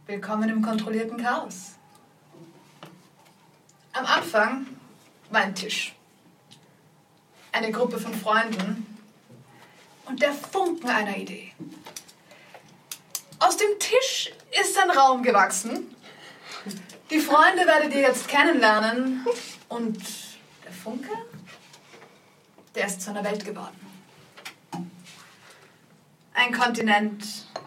Willkommen im kontrollierten Chaos. Am Anfang war ein Tisch. Eine Gruppe von Freunden und der Funken einer Idee. Aus dem Tisch ist ein Raum gewachsen. Die Freunde werdet ihr jetzt kennenlernen. Und der Funke, der ist zu einer Welt geworden. Ein Kontinent,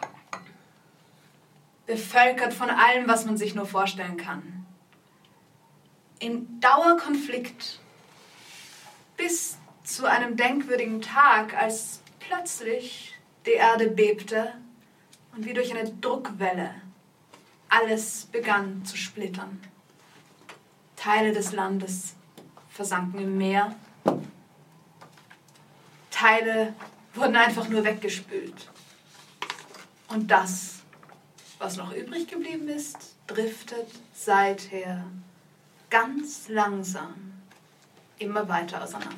bevölkert von allem, was man sich nur vorstellen kann. In Dauerkonflikt. Bis zu einem denkwürdigen Tag, als plötzlich die Erde bebte und wie durch eine Druckwelle alles begann zu splittern. Teile des Landes versanken im Meer. Teile wurden einfach nur weggespült. Und das, was noch übrig geblieben ist, driftet seither ganz langsam immer weiter auseinander.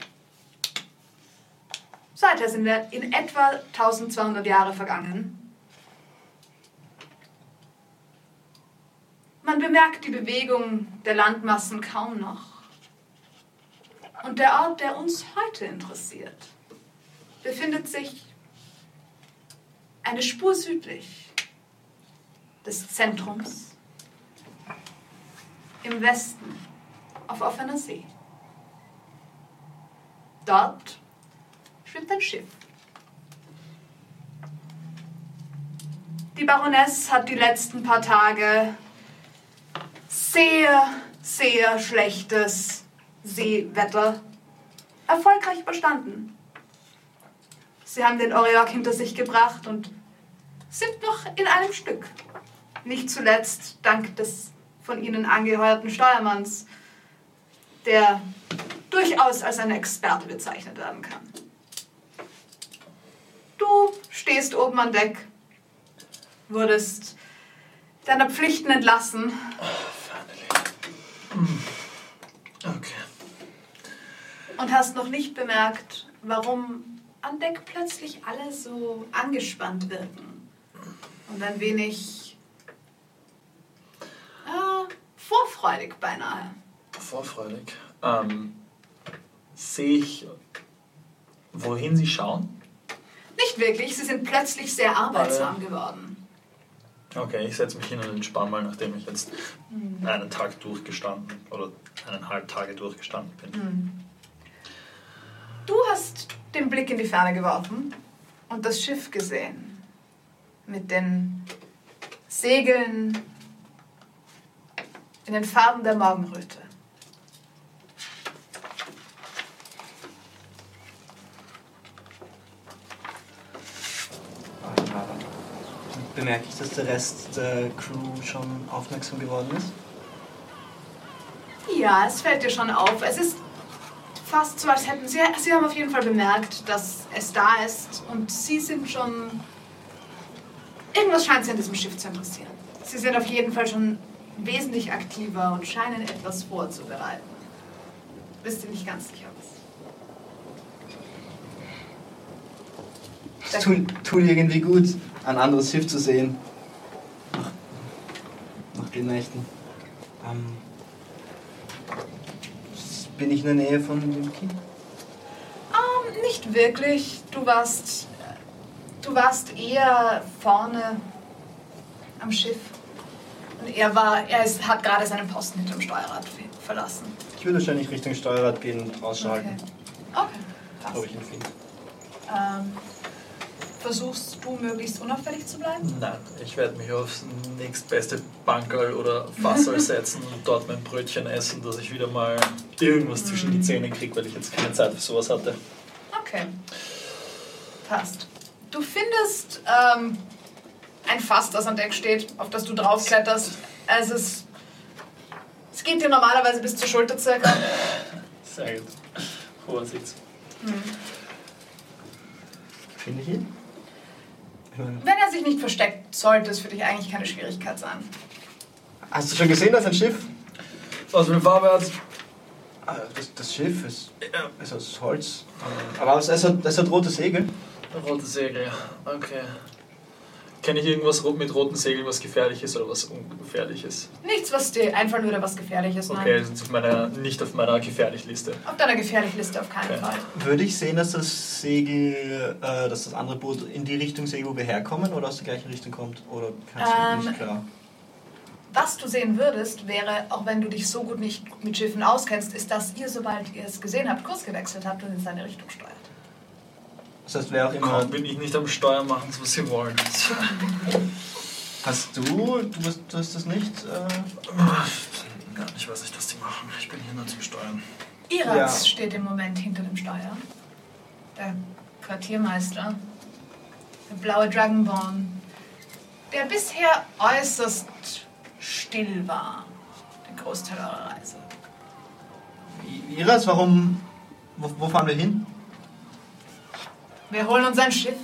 Seither sind wir in etwa 1200 Jahre vergangen. Man bemerkt die Bewegung der Landmassen kaum noch. Und der Ort, der uns heute interessiert, befindet sich eine Spur südlich des Zentrums, im Westen, auf offener See. Dort schwimmt ein Schiff. Die Baroness hat die letzten paar Tage sehr, sehr schlechtes Seewetter erfolgreich überstanden. Sie haben den Oreok hinter sich gebracht und sind noch in einem Stück. Nicht zuletzt dank des von ihnen angeheuerten Steuermanns, der durchaus als ein Experte bezeichnet werden kann. Du stehst oben an Deck, wurdest deiner Pflichten entlassen. Okay. Und hast noch nicht bemerkt, warum an Deck plötzlich alle so angespannt wirken. Und ein wenig vorfreudig beinahe. Vorfreudig. Sehe ich, wohin sie schauen? Nicht wirklich, sie sind plötzlich sehr arbeitsam geworden. Okay, ich setze mich hin und entspanne mal, nachdem ich jetzt einen Tag durchgestanden oder 1,5 Tage durchgestanden bin. Du hast den Blick in die Ferne geworfen und das Schiff gesehen. Mit den Segeln in den Farben der Morgenröte. Bemerke ich, dass der Rest der Crew schon aufmerksam geworden ist? Ja, es fällt dir schon auf. Es ist fast so, als hätten Sie haben auf jeden Fall bemerkt, dass es da ist und Sie sind schon... Irgendwas scheint Sie an diesem Schiff zu interessieren. Sie sind auf jeden Fall schon wesentlich aktiver und scheinen etwas vorzubereiten. Bist du nicht ganz sicher, was? Es tut irgendwie gut, ein anderes Schiff zu sehen. Nach den Nächten. Bin ich in der Nähe von dem Kind? Nicht wirklich. Du warst eher vorne am Schiff. Und er hat gerade seinen Posten hinterm Steuerrad verlassen. Ich würde wahrscheinlich Richtung Steuerrad gehen und ausschalten. Okay. Passt. Ob ich ihn finde. Versuchst du möglichst unauffällig zu bleiben? Nein, ich werde mich aufs nächstbeste Bankerl oder Fassel setzen und dort mein Brötchen essen, dass ich wieder mal irgendwas zwischen die Zähne kriege, weil ich jetzt keine Zeit für sowas hatte. Okay. Passt. Du findest ein Fass, das an Deck steht, auf das du draufkletterst. Also es geht dir normalerweise bis zur Schulter circa. Sehr gut. Hoher Sitz. Finde ich ihn? Wenn er sich nicht versteckt, sollte es für dich eigentlich keine Schwierigkeit sein. Hast du schon gesehen, dass ein Schiff? Was für eine Farbe hat's? Das Schiff ist aus Holz. Aber es hat rote Segel. Rote Segel, okay. Kenne ich irgendwas mit roten Segeln, was gefährlich ist oder was ungefährlich ist? Nichts, was dir einfallen würde, was gefährlich ist, nein. Okay, das ist nicht auf meiner Gefährlich-Liste. Auf deiner Gefährlich-Liste auf keinen Fall. Würde ich sehen, dass das Segel, dass das andere Boot in die Richtung segelt, wo wir herkommen, oder aus der gleichen Richtung kommt? Oder kannst du nicht klar? Was du sehen würdest, wäre, auch wenn du dich so gut nicht mit Schiffen auskennst, ist, dass ihr, sobald ihr es gesehen habt, Kurs gewechselt habt und in seine Richtung steuert. Das heißt, wer auch immer... Kaum bin ich nicht am Steuern, machen was sie wollen. Hast du hast das nicht? Gar nicht weiß ich, dass die machen. Ich bin hier nur zum Steuern. Irax steht im Moment hinter dem Steuer. Der Quartiermeister. Der blaue Dragonborn. Der bisher äußerst still war. Den Großteil eurer Reise. Iras, warum... Wo fahren wir hin? Wir holen uns ein Schiff.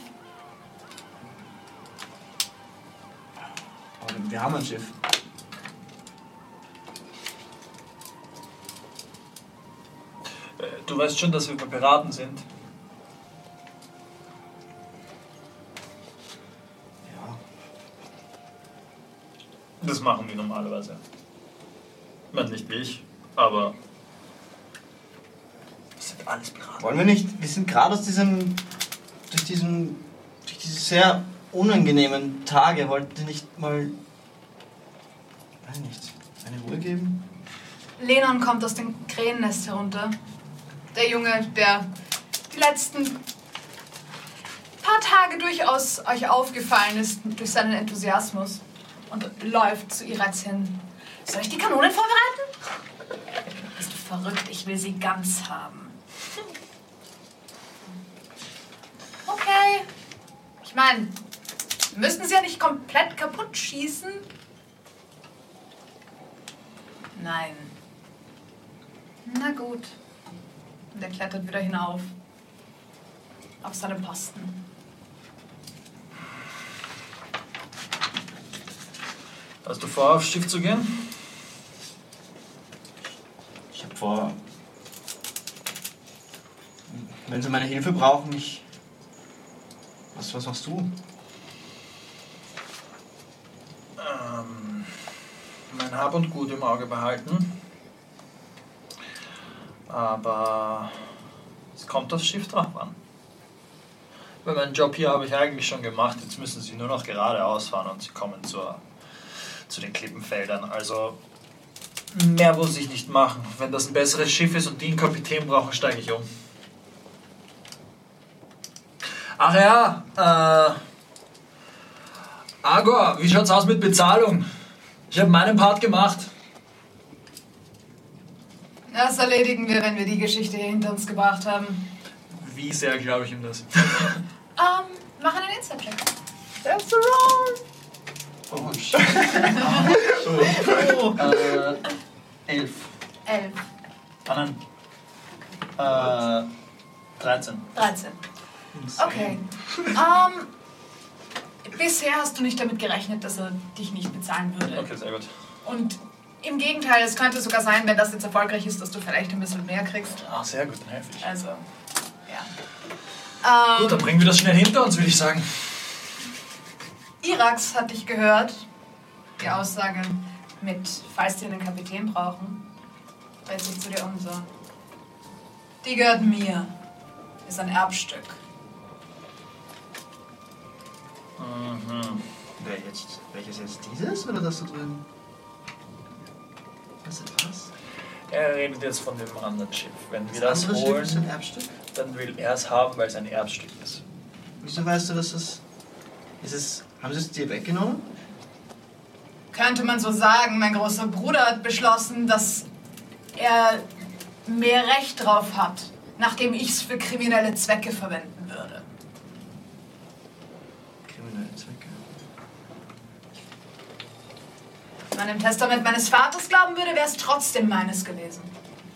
Aber wir haben ein Schiff. Du weißt schon, dass wir bei Piraten sind. Ja. Das machen wir normalerweise. Ich meine, nicht wie ich, aber... Das sind alles Piraten. Wollen wir nicht... Wir sind gerade aus durch diese sehr unangenehmen Tage, wollt ihr nicht mal... Weiß nicht, eine Ruhe geben? Lenon kommt aus dem Krähennest herunter. Der Junge, der die letzten paar Tage durchaus euch aufgefallen ist durch seinen Enthusiasmus. Und läuft zu Irax hin. Soll ich die Kanonen vorbereiten? Bist du verrückt? Ich will sie ganz haben. Okay. Ich meine, wir müssen sie ja nicht komplett kaputt schießen. Nein. Na gut. Und er klettert wieder hinauf. Auf seinen Posten. Hast du vor, aufs Schiff zu gehen? Ich habe vor... Wenn sie meine Hilfe brauchen, Was machst du? Mein Hab und Gut im Auge behalten. Aber es kommt aufs Schiff drauf an. Weil meinen Job hier habe ich eigentlich schon gemacht. Jetzt müssen sie nur noch geradeaus fahren und sie kommen zu den Klippenfeldern. Also mehr muss ich nicht machen. Wenn das ein besseres Schiff ist und die einen Kapitän brauchen, steige ich um. Ach ja, Agor, wie schaut's aus mit Bezahlung? Ich habe meinen Part gemacht. Das erledigen wir, wenn wir die Geschichte hier hinter uns gebracht haben. Wie sehr glaube ich ihm das? Mach einen Insight-Check. That's wrong! Oh, shit. 11. 11. Nein. 13. 13. Okay. Bisher hast du nicht damit gerechnet, dass er dich nicht bezahlen würde. Okay, sehr gut. Und im Gegenteil, es könnte sogar sein, wenn das jetzt erfolgreich ist, dass du vielleicht ein bisschen mehr kriegst. Ah, sehr gut, dann helfe ich. Also, ja. Gut, dann bringen wir das schnell hinter uns, würde ich sagen. Irax hat dich gehört. Die Aussage mit, falls die einen Kapitän brauchen, dreht sich zu dir um so. Die gehört mir. Ist ein Erbstück. Mhm. Welches jetzt? Dieses oder das da drüben? Was ist das? Er redet jetzt von dem anderen Schiff. Wenn wir das andere Schiff holen, ist ein Erbstück? dann will er es haben, weil es ein Erbstück ist. Wieso weißt du, dass es... Haben sie es dir weggenommen? Könnte man so sagen, mein großer Bruder hat beschlossen, dass er mehr Recht drauf hat, nachdem ich es für kriminelle Zwecke verwenden würde. Kriminelle Zwecke? Wenn man im Testament meines Vaters glauben würde, wäre es trotzdem meines gewesen.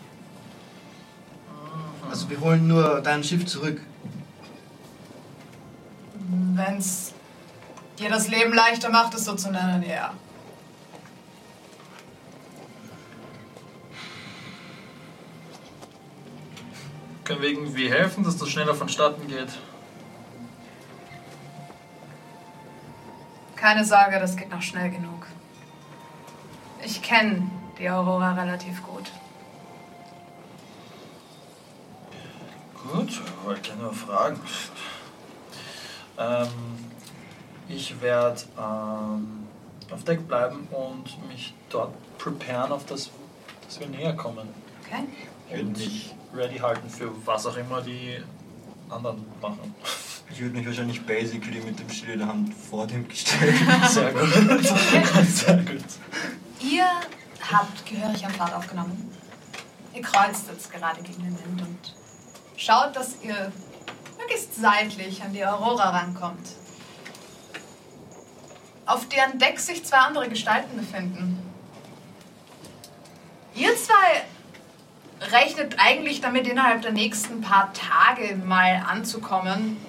Also wir holen nur dein Schiff zurück. Wenn's dir das Leben leichter macht, es so zu nennen, ja. Können wir irgendwie helfen, dass das schneller vonstatten geht? Keine Sorge, das geht noch schnell genug. Ich kenne die Aurora relativ gut. Gut, wollte nur fragen. Ich werde auf Deck bleiben und mich dort preparen, auf das, dass wir näher kommen. Okay? Ich würde Und mich, ready halten für was auch immer die anderen machen. ich würd mich wahrscheinlich basically mit dem Schild in der Hand vor dem gestellt. Sehr gut. Sehr gut. Ihr habt gehörig am Pfad aufgenommen. Ihr kreuzt jetzt gerade gegen den Wind und schaut, dass ihr möglichst seitlich an die Aurora rankommt. Auf deren Deck sich zwei andere Gestalten befinden. Ihr zwei rechnet eigentlich damit, innerhalb der nächsten paar Tage mal anzukommen.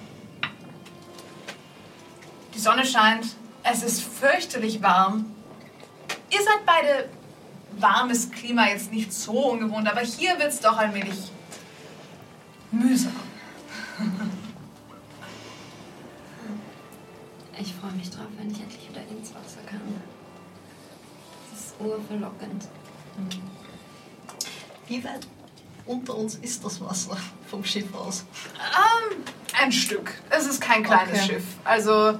Die Sonne scheint, es ist fürchterlich warm. Ihr seid beide warmes Klima jetzt nicht so ungewohnt, aber hier wird es doch allmählich mühsam. Ich freue mich drauf, wenn ich endlich wieder ins Wasser kann. Das ist urverlockend. Wie weit unter uns ist das Wasser vom Schiff aus? Ein Stück. Es ist kein kleines Okay. Schiff. Also,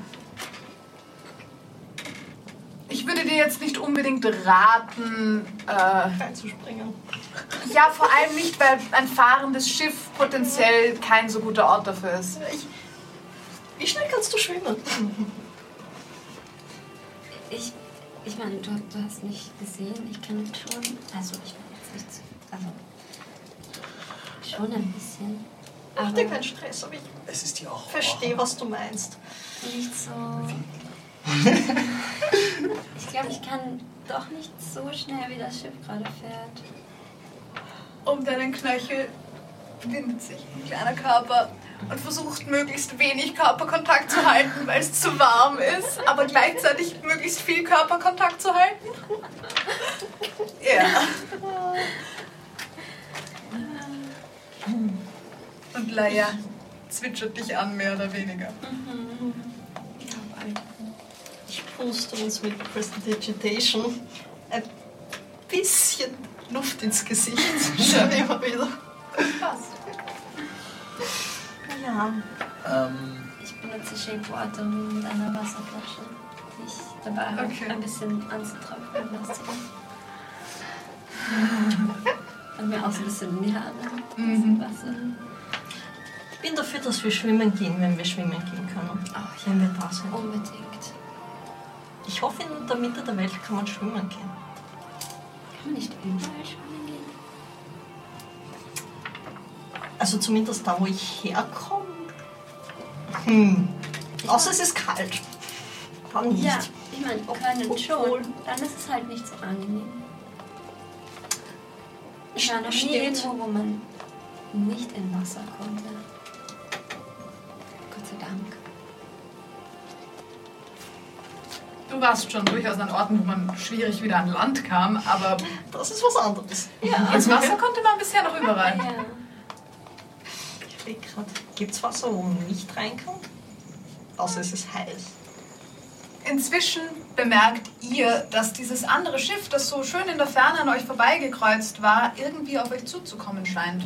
ich würde dir jetzt nicht unbedingt raten, Reinzuspringen. ja, vor allem nicht, weil ein fahrendes Schiff potenziell kein so guter Ort dafür ist. Wie schnell kannst du schwimmen? Ich meine, du hast mich gesehen, ich kann schon, also ich bin jetzt nicht, also schon ein bisschen, Mach dir aber keinen Stress, aber ich Es ist die Aurora. verstehe, was du meinst. nicht so. Ich glaube, ich kann doch nicht so schnell, wie das Schiff gerade fährt. Um deinen Knöchel windet sich ein kleiner Körper und versucht möglichst wenig Körperkontakt zu halten, weil es zu warm ist, aber gleichzeitig möglichst viel Körperkontakt zu halten. Ja. Und Laia zwitschert dich an, mehr oder weniger. Ja, bald. Ich puste uns mit Prestidigitation ein bisschen Luft ins Gesicht. Schon immer wieder. Passt. Ja. Ich benutze Shapewater mit einer Wasserflasche, die ich dabei habe, Okay. ein bisschen anzutrocknen lasse. Und mir auch so ein bisschen in die Haare. Wasser. Ich bin dafür, dass wir schwimmen gehen, wenn wir schwimmen gehen können. Wenn wir da sind. Unbedingt. Ich hoffe, in der Mitte der Welt kann man schwimmen gehen. Kann man nicht überall schwimmen gehen? Also zumindest da, wo ich herkomme. Außer es ist kalt. Dann nicht. Ja, ich meine, können Obwohl. schon. Dann ist es halt nicht so angenehm. Ich war noch nie Stimmt. irgendwo, wo man nicht in Wasser konnte. Gott sei Dank. Du warst schon durchaus an Orten, wo man schwierig wieder an Land kam, aber Das ist was anderes. ins Wasser konnte man bisher noch überall. Ja. Ich überlege gerade, gibt es Wasser, wo man nicht rein kann? Außer es ist heiß. Inzwischen bemerkt ihr, dass dieses andere Schiff, das so schön in der Ferne an euch vorbeigekreuzt war, irgendwie auf euch zuzukommen scheint.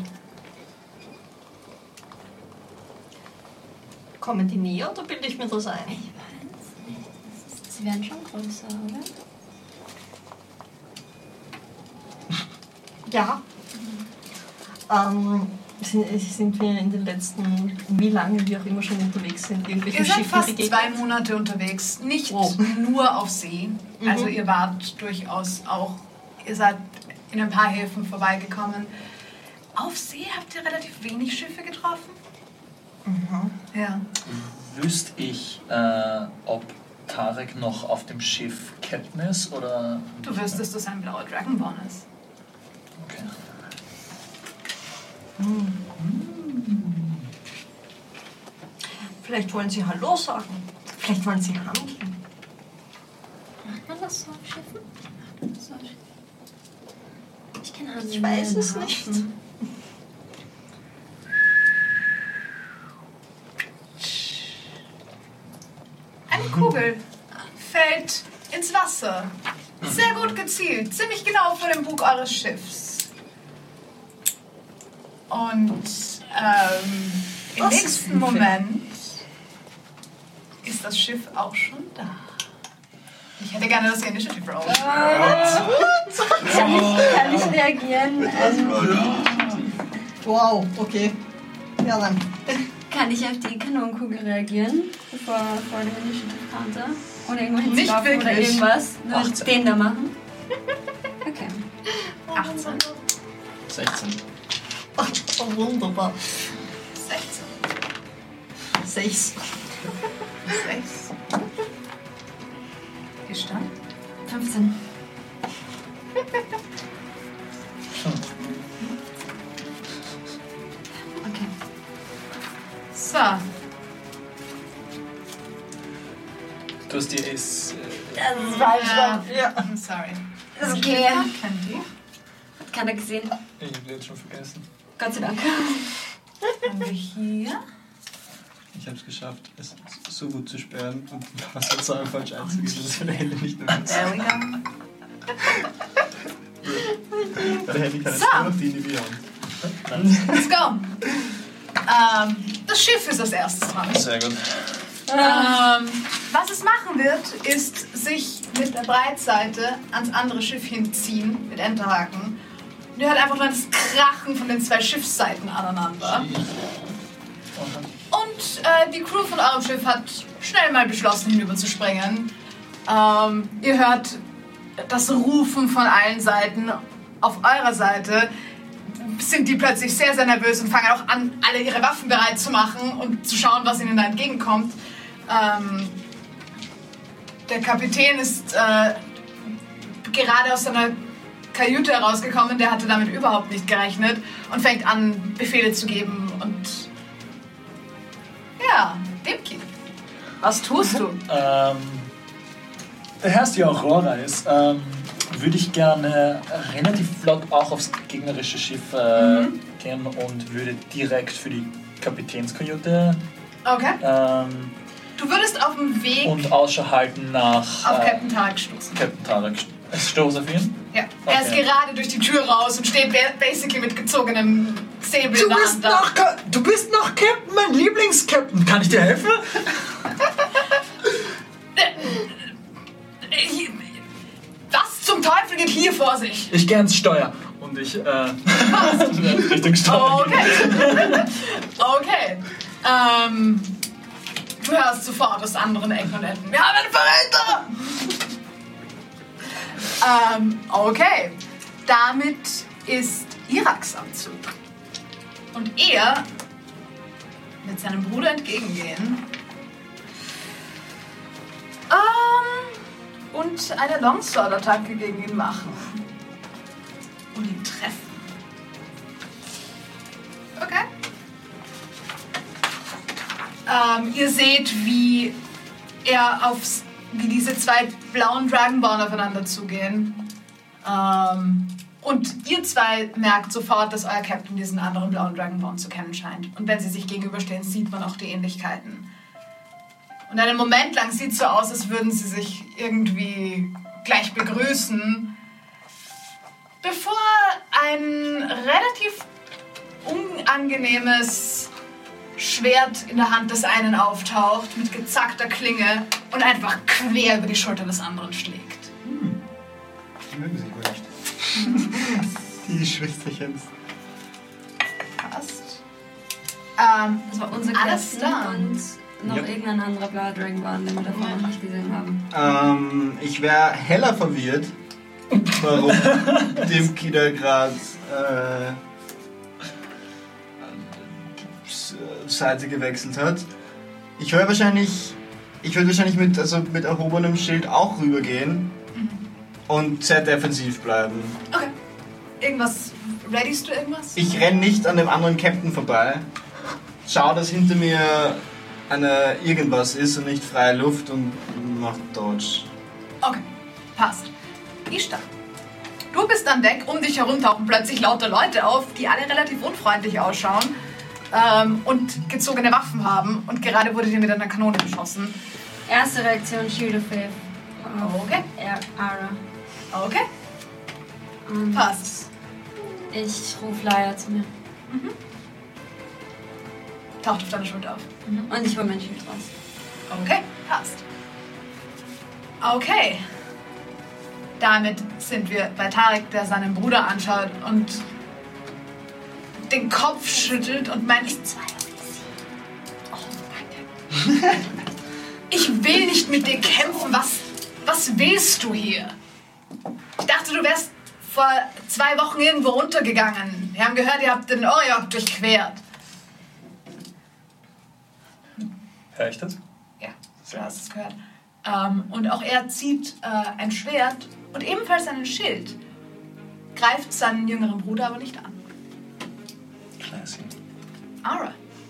Kommen die näher oder bilde ich mir das ein? Ich weiß nicht. Sie werden schon größer, oder? Ja. Sind wir in den letzten, wie lange wir auch immer schon unterwegs sind, irgendwelche Ihr seid Schiffe fast begegnet? 2 Monate unterwegs, nicht Wow. nur auf See. Also ihr wart durchaus auch, ihr seid in ein paar Häfen vorbeigekommen. Auf See habt ihr relativ wenig Schiffe getroffen? Ja. Wüsste ich, ob Tarek noch auf dem Schiff Captain ist oder. Du wüsstest, dass ein blauer Dragonborn ist. Okay. Vielleicht wollen sie Hallo sagen. Vielleicht wollen sie handeln. Macht man das so auf Schiffen? Macht man das so auf Schiffen? Ich kenne Handeln. Ich weiß im es Hafen. nicht. Eine Kugel fällt ins Wasser. Sehr gut gezielt, ziemlich genau vor dem Bug eures Schiffs. Und im nächsten Moment ist das Schiff auch schon da. Ich hätte gerne, dass ihr Initiative rollt. Kann ich reagieren? Wow, okay. Ja, dann. Kann ich auf die Kanonenkugel reagieren? Vor dem Initiative Counter? Oder irgendwo Nicht hinzulaufen oder wirklich. irgendwas? Nur 18. den da machen? Okay. 18. 16. Oh, wunderbar. 16. 6. 6. Gestand? 15. Okay. So. Du hast die Ace. Das ist falsch. Ja. I'm sorry. Das ist okay. Kennt ihr? Hat keiner gesehen. Ich hab jetzt schon vergessen. Gott sei Dank. Haben wir hier. Ich habe es geschafft, es so gut zu sperren und was jetzt so falsch einzugeben, dass meine Hände nicht mehr nutzen. There we go. Meine Hände kann So. jetzt nur noch die Beyond. Let's go. Das Schiff ist als erstes dran. Sehr gut. Was es machen wird, ist sich mit der Breitseite ans andere Schiff hinziehen, mit Enterhaken. Und ihr hört einfach nur das Krachen von den zwei Schiffsseiten aneinander. Und die Crew von eurem Schiff hat schnell mal beschlossen, hinüberzuspringen. Ihr hört das Rufen von allen Seiten. Auf eurer Seite sind die plötzlich sehr, sehr nervös und fangen auch an, alle ihre Waffen bereit zu machen und zu schauen, was ihnen da entgegenkommt. Der Kapitän ist gerade aus seiner Kajüte herausgekommen, der hatte damit überhaupt nicht gerechnet und fängt an, Befehle zu geben und ja, Dimki, was tust du? Da herrscht die Aurora ist, würde ich gerne relativ flott auch aufs gegnerische Schiff gehen und würde direkt für die Kapitänskajüte Okay. Du würdest auf dem Weg und Ausschau halten nach auf Captain Tarek stoßen. Captain Tarek. Es stoß auf ihn? Ja. Er ist Okay. gerade durch die Tür raus und steht basically mit gezogenem Säbel in der Hand da. Du bist noch Captain, mein Lieblings-Captain. Kann ich dir helfen? Was zum Teufel geht hier vor sich? Ich gehe ans Steuer. Und ich Richtung Steuer. Okay. Okay. Du hörst sofort aus anderen Ecken und Enden. Wir haben einen Verräter! Okay. Damit ist Iraks am Zug. Und er wird seinem Bruder entgegengehen. Und eine Longsword-Attacke gegen ihn machen. Und ihn treffen. Okay. Ihr seht, wie diese zwei blauen Dragonborn aufeinander zugehen. Und ihr zwei merkt sofort, dass euer Captain diesen anderen blauen Dragonborn zu kennen scheint. Und wenn sie sich gegenüberstehen, sieht man auch die Ähnlichkeiten. Und einen Moment lang sieht es so aus, als würden sie sich irgendwie gleich begrüßen, bevor ein relativ unangenehmes Schwert in der Hand des einen auftaucht, mit gezackter Klinge und einfach quer über die Schulter des anderen schlägt. Die mögen sich wohl nicht. Die Schwesterchens. Passt. Das war unser Alles Captain klar. und noch Yep. irgendein anderer blauer Dragonborn, den wir davor noch nicht gesehen haben. Ich wäre heller verwirrt, warum Dimki da gerade Seite gewechselt hat. Ich würde wahrscheinlich mit erhobenem Schild auch rübergehen und sehr defensiv bleiben. Okay. Readyst du irgendwas? Ich renne nicht an dem anderen Captain vorbei. Schau, dass hinter mir irgendwas ist und nicht freie Luft und mach Dodge. Okay, passt. Ishtar. Du bist an Deck, um dich herum tauchen plötzlich lauter Leute auf, die alle relativ unfreundlich ausschauen und gezogene Waffen haben. Und gerade wurde dir mit einer Kanone beschossen. Erste Reaktion, Shield of Faith. Okay. Ara. Okay, passt. Ich rufe Laia zu mir. Taucht auf deine Schulter auf. Und ich hole mein Schild raus. Okay, passt. Okay. Damit sind wir bei Tarek, der seinen Bruder anschaut und den Kopf schüttelt und meint, ich will nicht mit dir kämpfen. Was willst du hier? Ich dachte, du wärst vor 2 Wochen irgendwo runtergegangen. Wir haben gehört, ihr habt den Oriok durchquert. Hör ich das? Ja, du hast es gehört. Und auch er zieht ein Schwert und ebenfalls einen Schild. Greift seinen jüngeren Bruder aber nicht an. Classy. Ara.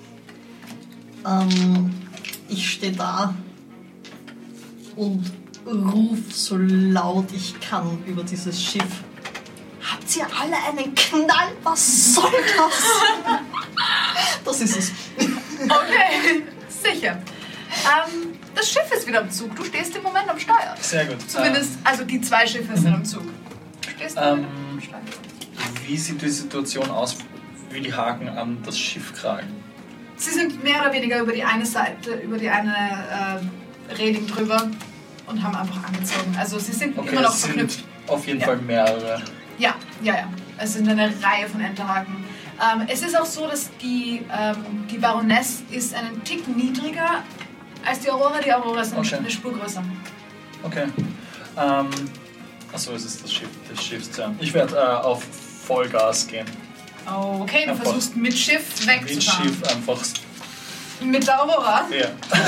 Ich stehe da und ruf so laut ich kann über dieses Schiff. Habt ihr alle einen Knall? Was soll das? Das ist es. Okay, sicher. Das Schiff ist wieder am Zug. Du stehst im Moment am Steuer. Sehr gut. Zumindest, also die 2 Schiffe sind am Zug. Du stehst im Moment am Steuer. Wie sieht die Situation aus, wie die Haken an das Schiff kragen? Sie sind mehr oder weniger über die eine Seite, über die eine Reling drüber und haben einfach angezogen. Also sie sind immer noch es sind verknüpft. auf jeden Fall mehrere. Ja. Es sind eine Reihe von Enterhaken. Es ist auch so, dass die Baroness ist einen Tick niedriger als die Aurora. Die Aurora ist eine Spur größer. Okay. Achso, es ist das Schiff, das Schiffszahn. Ich werde auf Vollgas gehen. Okay, du Einfach versuchst mit Schiff wegzufahren. Mit Schiff einfach. Mit der Aurora? Ja.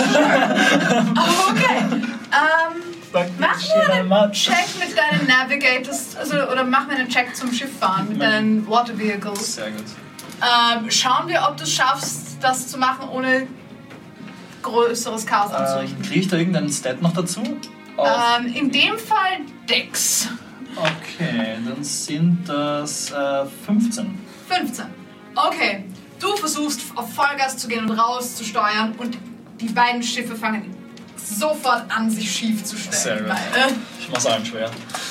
Okay. Mach mir einen Check mit deinen Navigators, oder mach mir einen Check zum Schifffahren mit deinen Water Vehicles. Sehr gut. Schauen wir, ob du es schaffst, das zu machen, ohne größeres Chaos anzurichten. Kriege ich da irgendeinen Stat noch dazu? In dem Fall Dex. Okay, dann sind das 15. 15. Okay, du versuchst auf Vollgas zu gehen und rauszusteuern und die beiden Schiffe fangen sofort an, sich schief zu stellen. Sehr gut. Ich mach's allen schwer.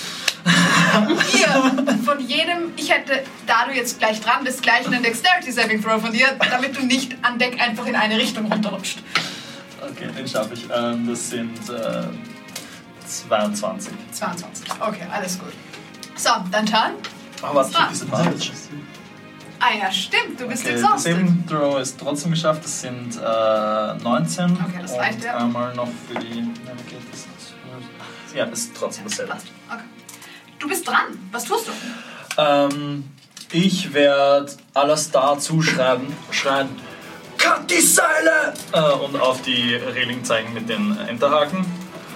Hier, von jedem, ich hätte, da du jetzt gleich dran bist, gleich einen Dexterity Saving Throw von dir, damit du nicht an Deck einfach in eine Richtung runterrutscht. Okay, den schaffe ich. Das sind 22. 22. Okay, alles gut. So, dein Turn. Aber was für Disadvantage? Ah ja, stimmt, du bist Okay, exhausted. Saving Throw ist trotzdem geschafft, das sind 19. Okay, das reicht, und ja. einmal noch für die Navigators. Ja, das ist trotzdem dasselbe. Passt. Okay. Du bist dran. Was tust du? Ich werde Alastar schreien, cut die Seile! Und auf die Reling zeigen mit den Enterhaken.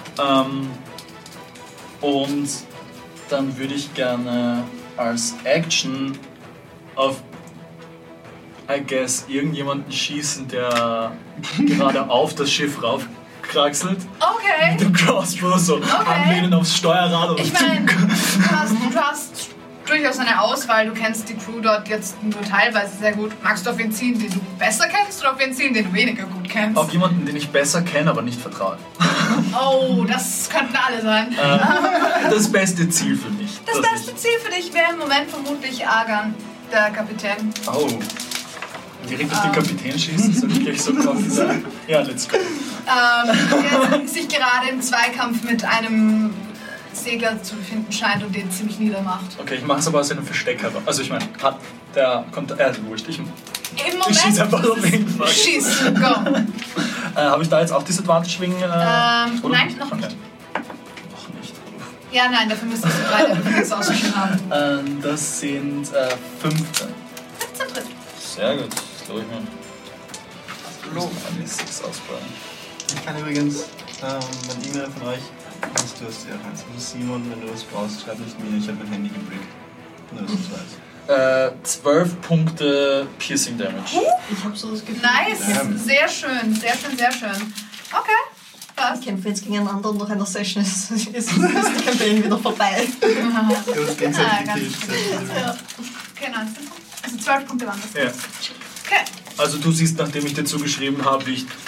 Und dann würde ich gerne als Action auf, I guess, irgendjemanden schießen, der gerade auf das Schiff raufkraxelt. Okay. Mit dem Crossbow so anlehnen aufs Steuerrad. Und Ich meine, du hast durchaus eine Auswahl. Du kennst die Crew dort jetzt nur teilweise sehr gut. Magst du auf wen ziehen, den du besser kennst, oder auf wen ziehen, den du weniger gut kennst? auf jemanden, den ich besser kenne, aber nicht vertraue. Oh, das könnten alle sein. Das beste Ziel für mich. Das beste Ziel für dich wäre im Moment vermutlich Argan, der Kapitän. Oh. Direkt auf den Kapitän schießen, soll ich gleich so kaufen sein? Ja, let's go. Der sich gerade im Zweikampf mit einem Segler zu befinden scheint und den ziemlich niedermacht. Okay, ich mache es aber aus einem Versteck heraus. Also ich meine, wurscht. Ich Im Moment schieße einfach auf jeden Fall. Schieß, go. Habe ich da jetzt auch Disadvantage wegen... Nein, noch nicht. Noch nicht. Ja, nein, dafür müsstest du 3 Defense ausgeschrieben haben. Das sind 15. 15 trifft. Sehr gut, das glaube ich mir. Los. An die 6 ausbauen. Ich kann übrigens, wenn irgendwer von euch, du hast ja eins, Simon, wenn du was brauchst, schreib nicht mir, ich habe mein Handy gebrickt. Nur dass du es weißt. 12 Punkte Piercing Damage. Ich habe so das Gefühl, Nice, sehr schön, sehr schön, sehr schön. Okay, ich passt. kämpfe jetzt gegeneinander und nach einer Session ist die Campaign wieder vorbei. Gut, gegenseitig ganz gekillt. Ja. Okay, 19. Also 12 Punkte waren das. Ja. Okay. Also du siehst, nachdem ich dir zugeschrieben habe, wie ich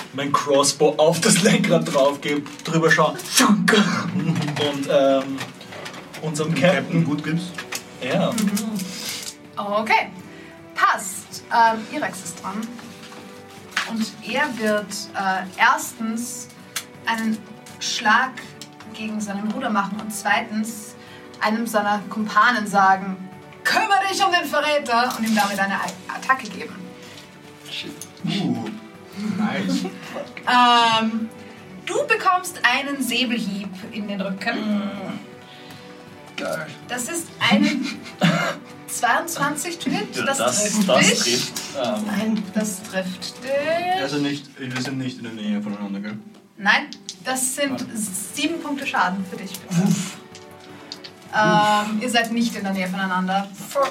mein Crossbow auf das Lenkrad draufgebe, drüber schauen und unserem Captain gut gibt's. Ja. Okay, passt. Irex ist dran. Und er wird erstens einen Schlag gegen seinen Bruder machen und zweitens einem seiner Kumpanen sagen, kümmere dich um den Verräter und ihm damit eine Attacke geben. Nice. Du bekommst einen Säbelhieb in den Rücken. Geil. Das ist ein 22 trifft. Ja, Das das trifft dich. trifft. Nein. Das trifft dich. Also nicht, wir sind nicht in der Nähe voneinander, gell? Nein, das sind 7 Punkte Schaden für dich. Ihr seid nicht in der Nähe voneinander.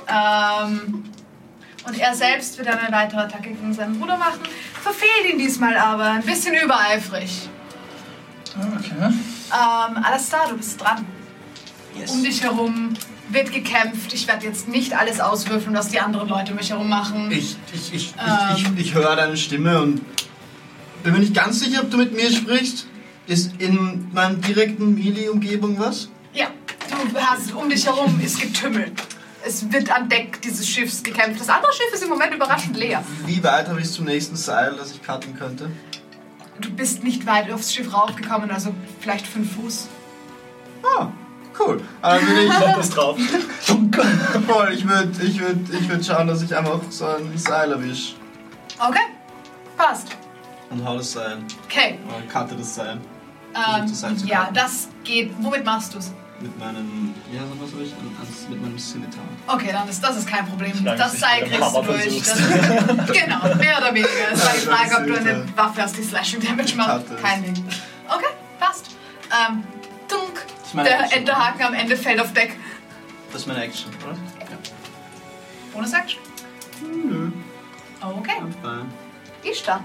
Und er selbst wird eine weitere Attacke gegen seinen Bruder machen. Verfehlt ihn diesmal aber, ein bisschen übereifrig. Okay. Alastar, du bist dran. Yes. Um dich herum wird gekämpft. Ich werde jetzt nicht alles auswürfeln, was die anderen Leute um mich herum machen. Ich höre deine Stimme und bin mir nicht ganz sicher, ob du mit mir sprichst. Ist in meiner direkten Melee-Umgebung was? Ja, du hast um dich herum ist Getümmel. Es wird an Deck dieses Schiffs gekämpft. Das andere Schiff ist im Moment überraschend leer. Wie weit habe ich zum nächsten Seil, das ich cutten könnte? Du bist nicht weit aufs Schiff raufgekommen, also vielleicht 5 Fuß. Ah, cool. Aber würde ich Das drauf. voll, ich würd schauen, dass ich einfach so ein Seil erwische. Okay, passt. Und hau das Seil. Okay, Oder cutte das Seil. Versuch das Seil zu ja, cutten. das geht. Womit machst du's? Mit meinem, ja, was habe ich? Mit meinem Scimitar. Okay, dann ist das kein Problem. Solange Das es Seil nicht mit kriegst dem du Hammer durch. versuchst. Genau, mehr oder weniger. Es war die Ja, Frage, ob du das ist eine Waffe hast, die Slashing Damage macht. Hatte. Kein Ding. Okay, passt. Dunk. ist meine Der Action, Enterhaken am Ende fällt auf Deck. Das ist meine Action, oder? Ja. Bonus Action. Nö. Okay, Fein. Ishtar.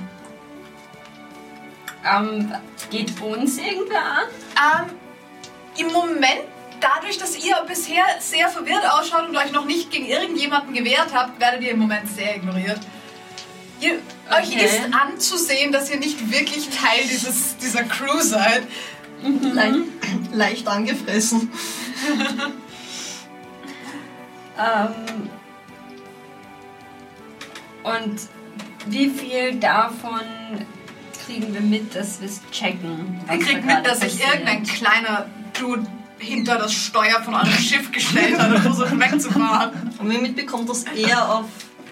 Geht uns irgendwer an? Im Moment, dadurch, dass ihr bisher sehr verwirrt ausschaut und euch noch nicht gegen irgendjemanden gewehrt habt, werdet ihr im Moment sehr ignoriert. Euch Okay. ist anzusehen, dass ihr nicht wirklich Teil dieser Crew seid. Leicht angefressen. Und wie viel davon kriegen wir mit, dass wir es checken? Ihr kriegt mit, dass sich irgendein kleiner Dude hinter das Steuer von eurem Schiff gestellt hat und versucht wegzufahren. Und wir mitbekommen, dass er auf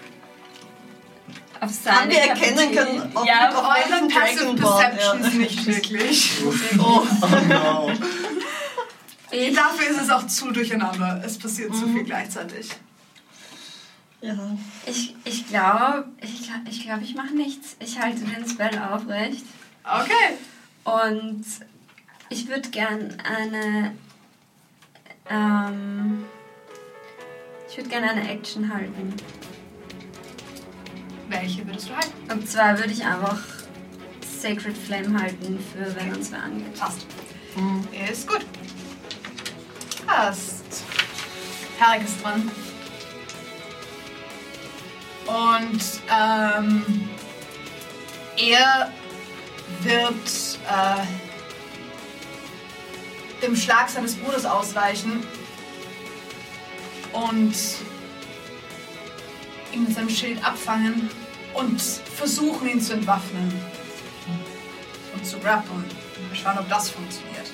seine Haben wir erkennen Kapitän- können, ob ja, wir Eure welchen Passive Dragonborn, Perceptions ja. nicht wirklich. Oh no. ich, Dafür ist es auch zu durcheinander. Es passiert zu viel gleichzeitig. Ja. ich glaube, ich mache nichts. Ich halte den Spell aufrecht. Okay. Und ich würde gern eine Action halten. Welche würdest du halten? Und zwar würde ich einfach Sacred Flame halten, für wenn uns wer angeht. Passt. Ist gut. Passt. Tarek ist dran. Und er wird dem Schlag seines Bruders ausweichen und ihn mit seinem Schild abfangen und versuchen, ihn zu entwaffnen und zu grappeln. Mal schauen, ob das funktioniert.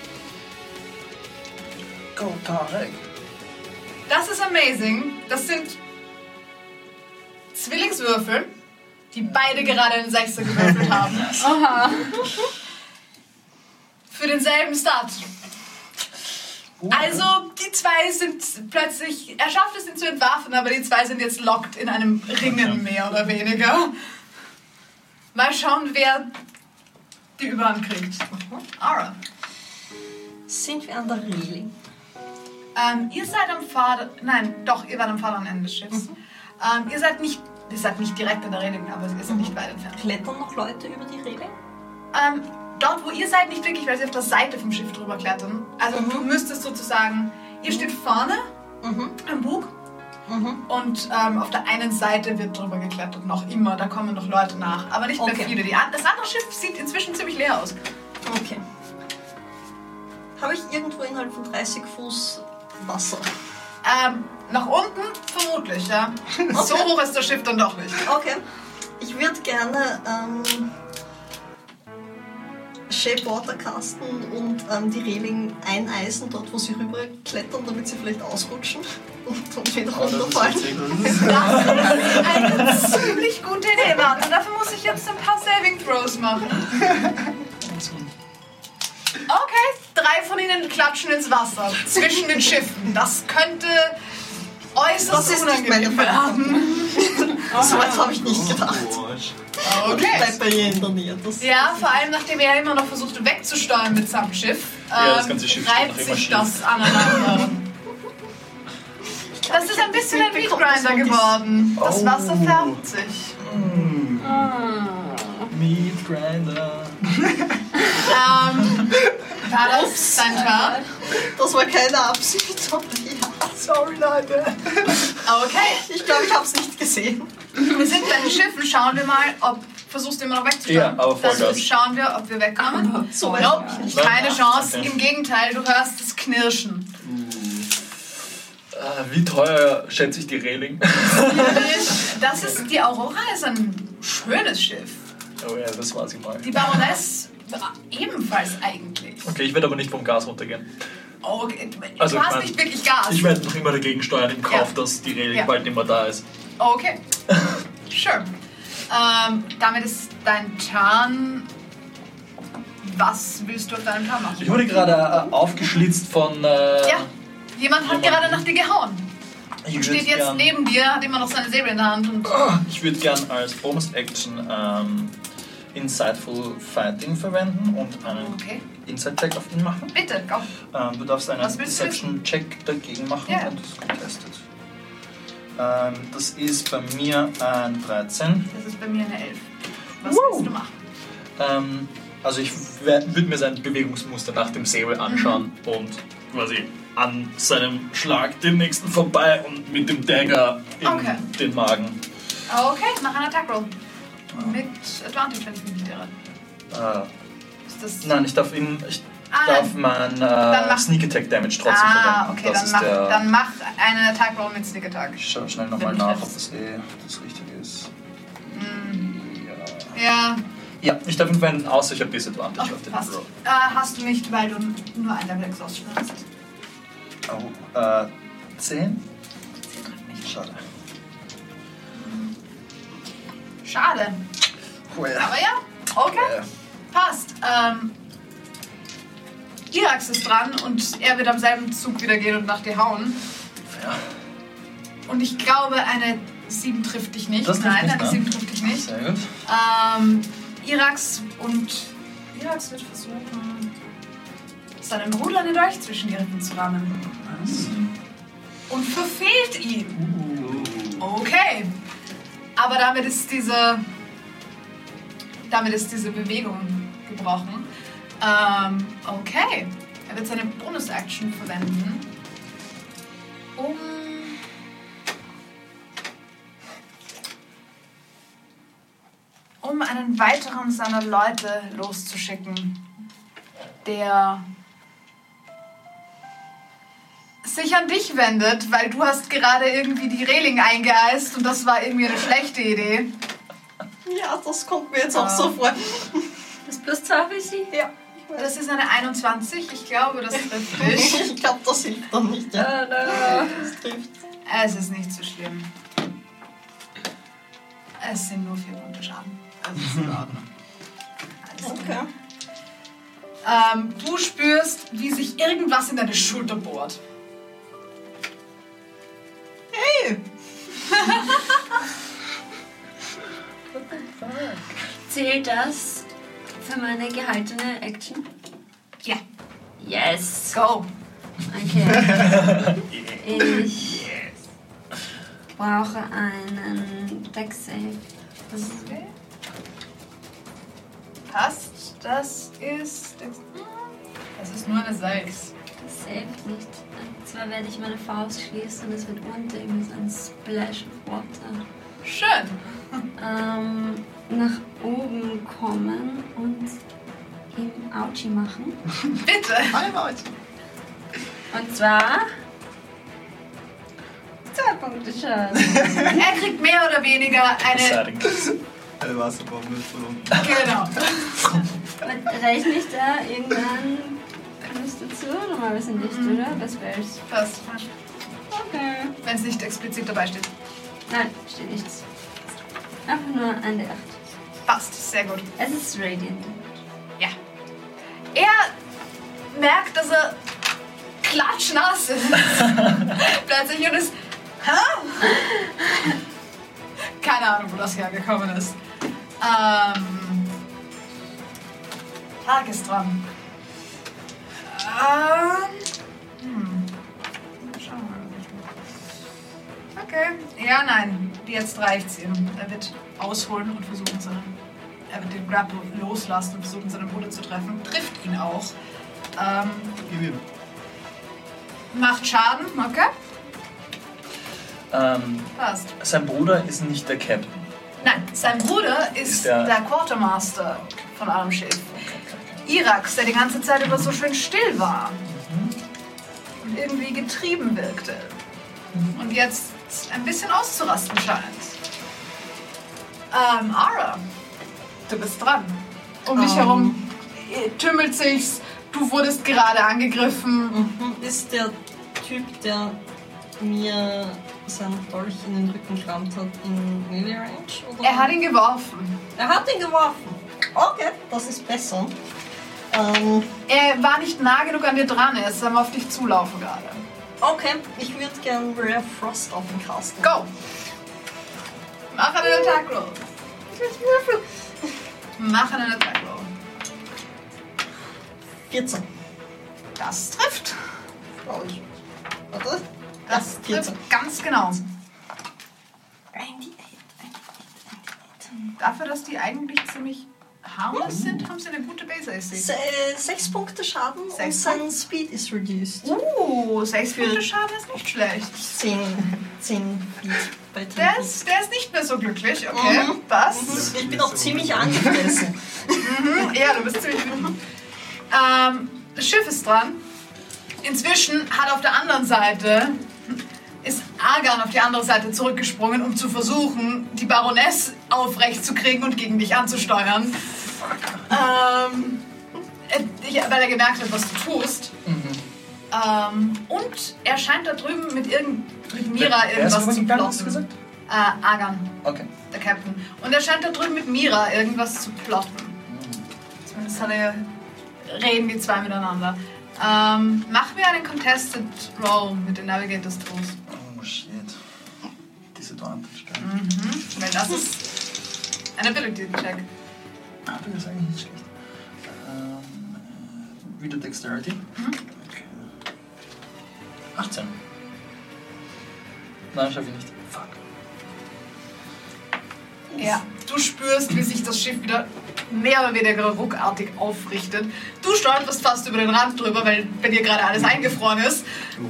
Go, Tarek. Das ist amazing. Das sind Zwillingswürfel, die beide gerade einen Sechser gewürfelt haben. Aha. Für denselben Start. Also, die zwei sind plötzlich... Er schafft es, ihn zu entwaffnen, aber die zwei sind jetzt locked in einem Ringen, mehr oder weniger. Mal schauen, wer die Überhand kriegt. Ara. Sind wir an der Reling? Ihr seid am Fader... Nein, doch, ihr wart am Fahrernende des Schiffs. Ihr seid nicht direkt an der Reling, aber ihr seid nicht weit entfernt. Klettern noch Leute über die Reling? Dort, wo ihr seid, nicht wirklich, weil sie auf der Seite vom Schiff drüber klettern. Also du müsstest sozusagen... Ihr steht vorne am Bug Und auf der einen Seite wird drüber geklettert, noch immer. Da kommen noch Leute nach. Aber nicht mehr viele. Das andere Schiff sieht inzwischen ziemlich leer aus. Okay. Habe ich irgendwo innerhalb von 30 Fuß Wasser? Nach unten vermutlich, ja. So hoch ist das Schiff dann doch nicht. Okay. Ich würde gerne Shape Water casten und die Reling eineisen, dort wo sie rüber klettern, damit sie vielleicht ausrutschen und wieder runterfallen. Das ist eine ziemlich gute Idee, Mann. Und dafür muss ich jetzt ein paar Saving Throws machen. Okay, 3 von ihnen klatschen ins Wasser zwischen den Schiffen. Das könnte äußerst unangenehm werden. So weit habe ich nicht gedacht. Okay. Bleibt bei ihr in der Nähe. Ja, vor allem nachdem er immer noch versucht wegzusteuern mit seinem Schiff, das ganze Schiff steht reibt noch immer sich schief. das aneinander. Das ist ein bisschen ein Meatgrinder geworden. Das Wasser färbt sich. Meat Grinder. War das dein Turn? Das war keine Absicht, aber ja. Sorry, Leute. Okay. Ich glaube, ich habe es nicht gesehen. Wir sind bei den Schiffen. Schauen wir mal, ob... Versuchst du immer noch wegzusteuern? Ja, aber Vollgas. Dann schauen wir, ob wir wegkommen. So Nope, keine Chance. Okay. Im Gegenteil, du hörst das Knirschen. Wie teuer schätze ich die Reling? Das ist... Die Aurora ist ein schönes Schiff. Oh ja, das war sie mal. Die Baroness ebenfalls eigentlich. Okay, ich werde aber nicht vom Gas runtergehen. Oh, okay. Also, Du ich hast mein, nicht wirklich Gas. Ich werde noch immer dagegen steuern im Kauf, Ja. dass die Reling Ja. bald nicht mehr da ist. Okay. Sure. Damit ist dein Turn. Was willst du auf deinem Turn machen? Ich wurde gerade aufgeschlitzt von... Ja, jemand hat jemand- gerade nach dir gehauen. ich Und würd steht jetzt gern- neben dir, hat immer noch seine Säbel in der Hand. Und Ich würde gern als Bonus-Action Insightful Fighting verwenden und einen okay, Insight-Check auf ihn machen. bitte, go. Du darfst einen Was willst du Deception-Check dagegen machen, Ja. wenn du es contestet. Das ist bei mir ein 13. Das ist bei mir eine 11. Was willst du machen? Also ich würde mir sein Bewegungsmuster nach dem Säbel anschauen und quasi an seinem Schlag den nächsten vorbei und mit dem Dagger in Okay. den Magen. Okay, mach einen Attack-Roll. Mit Advantage, wenn ich mich nicht irre. Ist das... Nein, ich darf mein mach- Sneak Attack Damage trotzdem verwenden. Okay, Das dann mach einen Attack-Roll mit Sneak Attack. Ich schaue schnell nochmal Wenn du nach, ob triffst. das Richtige ist. Ja, Ja, ich darf ihn verwenden, außer ich habe Disadvantage auf den passt. Roll. Hast du nicht, weil du nur ein Level Exhaustion hast. Oh, 10? Schade. Schade. Cool. Aber ja, okay. Passt. Irax ist dran und er wird am selben Zug wieder gehen und nach dir hauen. Ja. Und ich glaube, eine 7 trifft dich nicht. Das trifft Nein, nicht, eine ne? 7 trifft dich nicht. Sehr gut. Irax wird versuchen, seinen Bruder einen Dolch zwischen die Rippen zu rammen. Und verfehlt ihn. Okay. Aber damit ist diese Bewegung gebrochen. Okay. Er wird seine Bonus-Action verwenden, um einen weiteren seiner Leute loszuschicken, der sich an dich wendet, weil du hast gerade irgendwie die Reling eingeeist und das war irgendwie eine schlechte Idee. Ja, das kommt mir jetzt auch so vor. Das plus 2 für sie? Ja. Das ist eine 21. Ich glaube, das trifft dich. Ich glaube, das hilft dann nicht. Ja. Das trifft. Es ist nicht so schlimm. Es sind nur 4 Punkte Schaden. Also ist in Ordnung. Alles klar. Okay. Du spürst, wie sich irgendwas in deine Schulter bohrt. Hey! Zählt das für meine gehaltene Action? Ja. Yes. Go. Okay. Ich brauche einen Deck-Save. Okay. Passt. Das ist nur eine 6. hilft nicht. Und zwar werde ich meine Faust schließen und es wird unter ihm so ein Splash of Water. Schön. Nach oben kommen und ihm Auchi machen. Bitte. Und zwar 2 Punkte Schaden. Er kriegt mehr oder weniger eine... Eine Wasserbombe ist verloren. Genau. Und rechne ich da irgendwann was dazu? Normalerweise nicht, oder? Was wär's? Passt. Okay. Wenn es nicht explizit dabei steht. Nein, steht nichts. Einfach nur ein D8. Passt, sehr gut. Es ist Radiant. Ja. Er merkt, dass er klatschnass ist. Plötzlich und ist... Keine Ahnung, wo das hergekommen ist. Tag ist dran. Schauen wir mal. Okay. Ja, nein. Jetzt reicht's ihm. Er wird ausholen und versuchen er wird den Grapple loslassen und versuchen, seinen Bruder zu treffen. Trifft ihn auch. Macht Schaden, okay? Passt. Sein Bruder ist nicht der Captain. Nein, sein Bruder ist der Quartermaster von allem Schiff. Irax, der die ganze Zeit über so schön still war. Und irgendwie getrieben wirkte. Und jetzt ein bisschen auszurasten scheint. Ara, du bist dran. Um dich herum tümmelt sich's. Du wurdest gerade angegriffen. Ist der Typ, der mir seinen Dolch in den Rücken gerammt hat, in Melee Range? Oder? Er hat ihn geworfen. Er hat ihn geworfen. Okay, das ist besser. Er war nicht nah genug an dir dran, er ist auf dich zulaufen gerade. Okay, ich würde gern Rare Frost auf ihn casten. Go! Mach einen Attack Roll. Mach einen Attack Roll. 14. Das trifft. Warte. Das 14. trifft ganz genau. Dafür, dass die eigentlich ziemlich harmless sind, haben sie eine gute Base AC. 6 Punkte Schaden und 6 sein Speed ist reduced. 6 Punkte Schaden ist nicht schlecht. 10 Feet bei 10 Der ist nicht mehr so glücklich, okay, passt. Ich bin auch ziemlich angefressen. Ja, du bist ziemlich wütend. Das Schiff ist dran. Inzwischen hat auf der anderen Seite ist Argan auf die andere Seite zurückgesprungen, um zu versuchen, die Baroness aufrecht zu kriegen und gegen dich anzusteuern. Weil er gemerkt hat, was du tust. Und er scheint da drüben mit Mira irgendwas zu plotten. Argan, Okay. der Captain. Und er scheint da drüben mit Mira irgendwas zu plotten. Zumindest reden die zwei miteinander. Mach mir einen Contested Roll mit den Navigators Tools. Oh shit. Disadvantage. Weil das ist ein Ability-Check. Das ist eigentlich nicht schlecht. Wieder Dexterity. Okay. 18. Nein, schaffe ich nicht. Fuck. Ja, du spürst, wie sich das Schiff wieder mehr oder weniger ruckartig aufrichtet. Du stolperst fast über den Rand drüber, weil bei dir gerade alles eingefroren ist.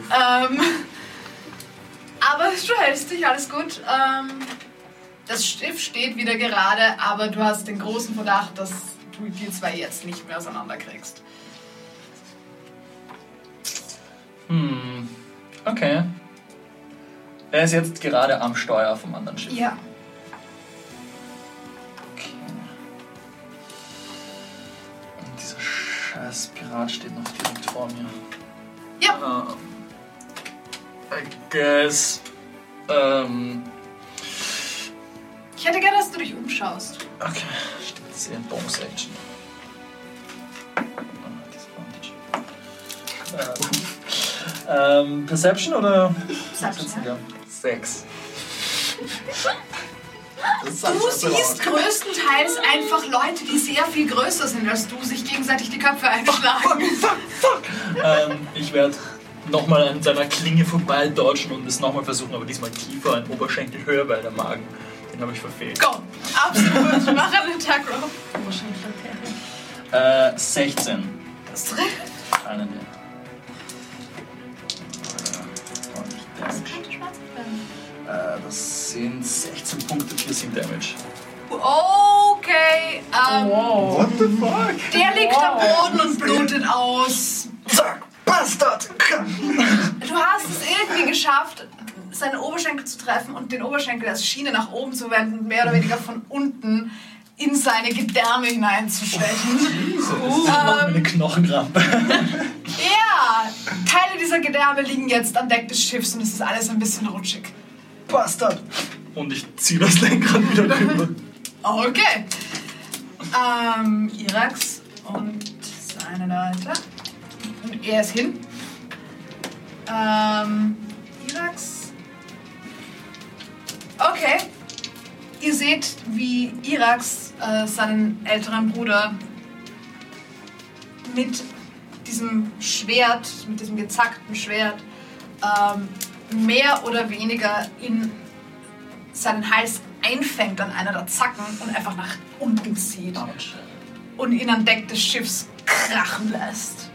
Aber du hältst dich, alles gut. Das Schiff steht wieder gerade, aber du hast den großen Verdacht, dass du die zwei jetzt nicht mehr auseinanderkriegst. Okay. Er ist jetzt gerade am Steuer vom anderen Schiff. Ja. Okay. Und dieser scheiß Pirat steht noch direkt vor mir. Ja. I guess. Ich hätte gerne, dass du dich umschaust. Okay, steht jetzt hier in Bonus Action. Perception oder? Perception, ja. 6. Du siehst größtenteils einfach Leute, die sehr viel größer sind als du, sich gegenseitig die Köpfe einschlagen. Fuck. Ich werde nochmal an seiner Klinge vorbei dodgen und es nochmal versuchen, aber diesmal tiefer, ein Oberschenkel höher, weil der Magen, den habe ich verfehlt. Go! Absolut! Mach einen Attack Roll. 16. Das trifft. Einen, Das sind 16 Punkte Piercing Damage. Okay, What the fuck? der liegt am Boden und blutet aus. Zack, Bastard! Du hast es irgendwie geschafft, seinen Oberschenkel zu treffen und den Oberschenkel als Schiene nach oben zu wenden und mehr oder weniger von unten in seine Gedärme hineinzustechen. Eine Knochenrampe. Ja, Teile dieser Gedärme liegen jetzt an Deck des Schiffs und es ist alles ein bisschen rutschig. Bastard! Und ich ziehe das Lenkrad wieder rüber. Okay. Irax und seine Leute. Und er ist hin. Irax. Okay. Ihr seht, wie Irax seinen älteren Bruder mit diesem Schwert, mit diesem gezackten Schwert, mehr oder weniger in seinen Hals einfängt an einer der Zacken und einfach nach unten zieht und ihn an Deck des Schiffs krachen lässt.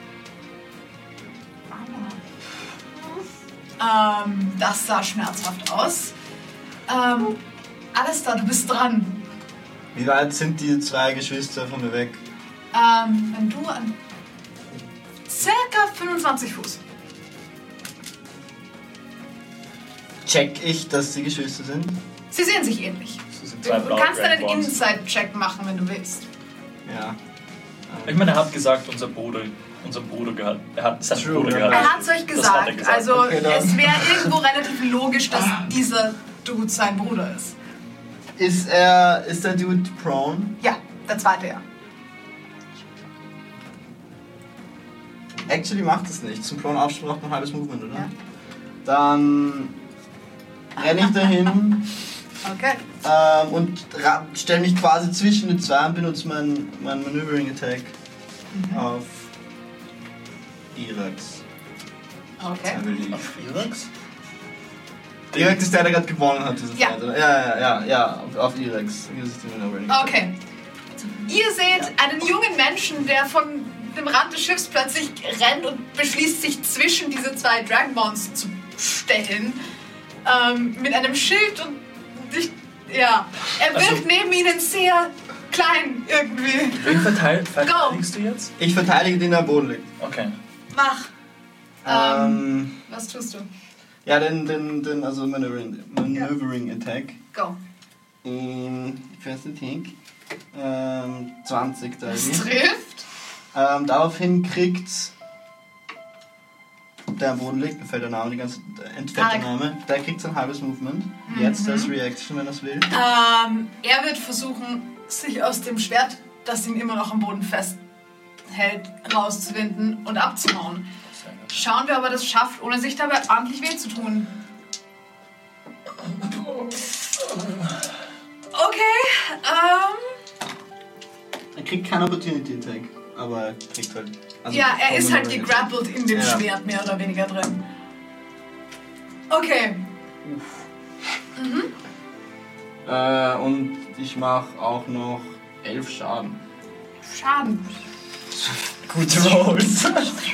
Das sah schmerzhaft aus. Alistair, du bist dran. Wie weit sind die 2 Geschwister von mir weg? Wenn du an circa 25 Fuß. Check ich, dass sie Geschwister sind? Sie sehen sich ähnlich. Das sind Du zwei blaue kannst einen Dragonborns. Inside-Check machen, wenn du willst. Ja. Ich meine, er hat gesagt, unser Bruder gehört. Er hat seinen True, Bruder ja. gehört. Er hat es euch Das hat er gesagt. gesagt. Also Okay, dann. es wäre irgendwo relativ logisch, dass dieser Dude sein Bruder ist. Ist der Dude prone? Ja, der zweite ja. Actually macht es nicht. Zum prone aufstehen braucht man ein halbes Movement, oder? Ja. Dann renne ich dahin Okay. und stelle mich quasi zwischen die 2 und benutze mein Maneuvering Attack auf Irax. Okay. I believe. Auf Irax? Irax ist der gerade gewonnen hat, diese Ja. Fight, oder? Ja, auf Irax. Hier ist die Maneuvering Attack. Okay. Ihr seht einen jungen Menschen, der von dem Rand des Schiffs plötzlich rennt und beschließt, sich zwischen diese 2 Dragonborns zu stellen. Mit einem Schild und er wirkt Also- neben ihnen sehr klein irgendwie. Wen verteidigst du jetzt? Ich verteidige den, der am Boden liegt. Okay. Mach. Was tust du? Ja, den also Maneuvering Attack. Go. First Attack. 20 da. Das trifft. Daraufhin kriegt der am Boden liegt, mir fällt der Name, die ganze entfällt der Name. Der kriegt ein halbes Movement. Jetzt als Reaction, wenn er es will. Er wird versuchen, sich aus dem Schwert, das ihn immer noch am Boden festhält, rauszuwinden und abzuhauen. Schauen wir, ob er das schafft, ohne sich dabei ordentlich weh zu tun. Okay, Er kriegt keinen Opportunity Attack, aber er kriegt halt. Also ja, er vom ist halt Maneuvering gegrappelt in dem Ja. Schwert, mehr oder weniger drin. Okay, und ich mache auch noch 11 Schaden. Schaden. Gute Rolls.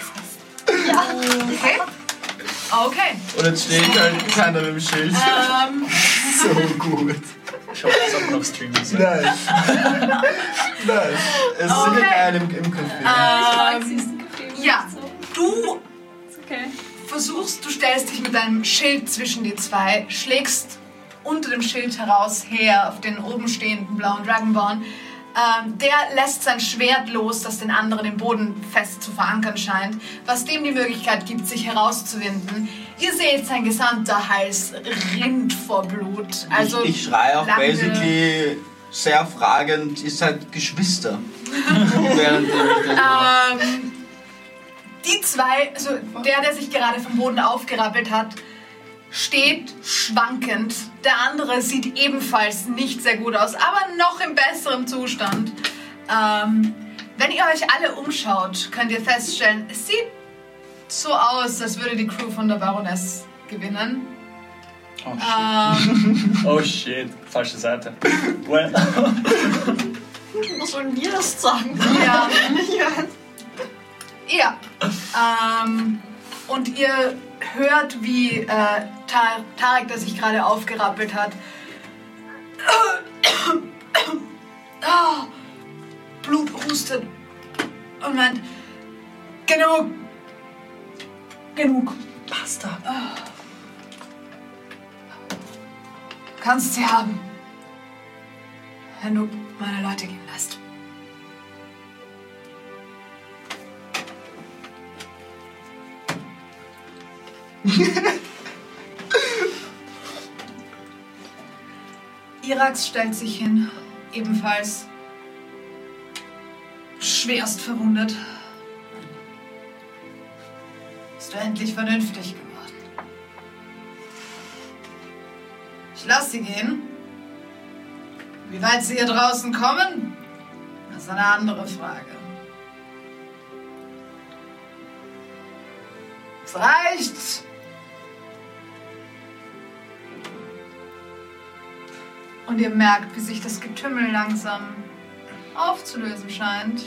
Okay. Okay. Und jetzt steht halt keiner mit dem Schild. So gut. Ich hoffe, das hat man auf Stream gesehen. Nice. Nice. Es ist Okay. sicher geil im Café. Ich mag süßen Kaffee. Ja, So. du Ist okay. du stellst dich mit deinem Schild zwischen die 2, schlägst unter dem Schild heraus her auf den oben stehenden blauen Dragonborn. Der lässt sein Schwert los, das den anderen im Boden fest zu verankern scheint, was dem die Möglichkeit gibt, sich herauszuwinden. Ihr seht, sein gesamter Hals rinnt vor Blut. Also ich schreie auch lange- basically sehr fragend, ihr seid Geschwister. Während ich das Die 2, also der sich gerade vom Boden aufgerappelt hat, steht schwankend. Der andere sieht ebenfalls nicht sehr gut aus, aber noch in besserem Zustand. Wenn ihr euch alle umschaut, könnt ihr feststellen, es sieht so aus, als würde die Crew von der Baroness gewinnen. Oh shit. Oh shit. Falsche Seite. Well. Was sollen wir das sagen? Ja. Ja. Ja. Und ihr hört, wie Tarek, der sich gerade aufgerappelt hat, Blut hustet und meint, genug. Basta. Kannst sie haben, wenn du meine Leute gehen lässt. Irax stellt sich hin, ebenfalls schwerst verwundet. Bist du endlich vernünftig geworden? Ich lasse sie gehen. Wie weit sie hier draußen kommen, das ist eine andere Frage. Es reicht. Und ihr merkt, wie sich das Getümmel langsam aufzulösen scheint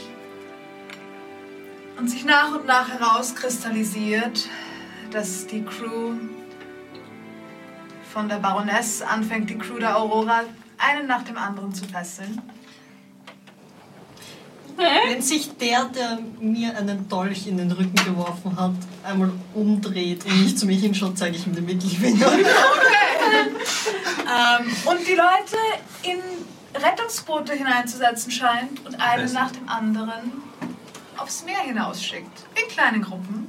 und sich nach und nach herauskristallisiert, dass die Crew von der Baroness anfängt, die Crew der Aurora einen nach dem anderen zu fesseln. Wenn sich der mir einen Dolch in den Rücken geworfen hat, einmal umdreht und nicht zu mir hinschaut, zeige ich ihm den Mittelfinger. Und die Leute in Rettungsboote hineinzusetzen scheint und einen nach dem anderen aufs Meer hinausschickt. In kleinen Gruppen.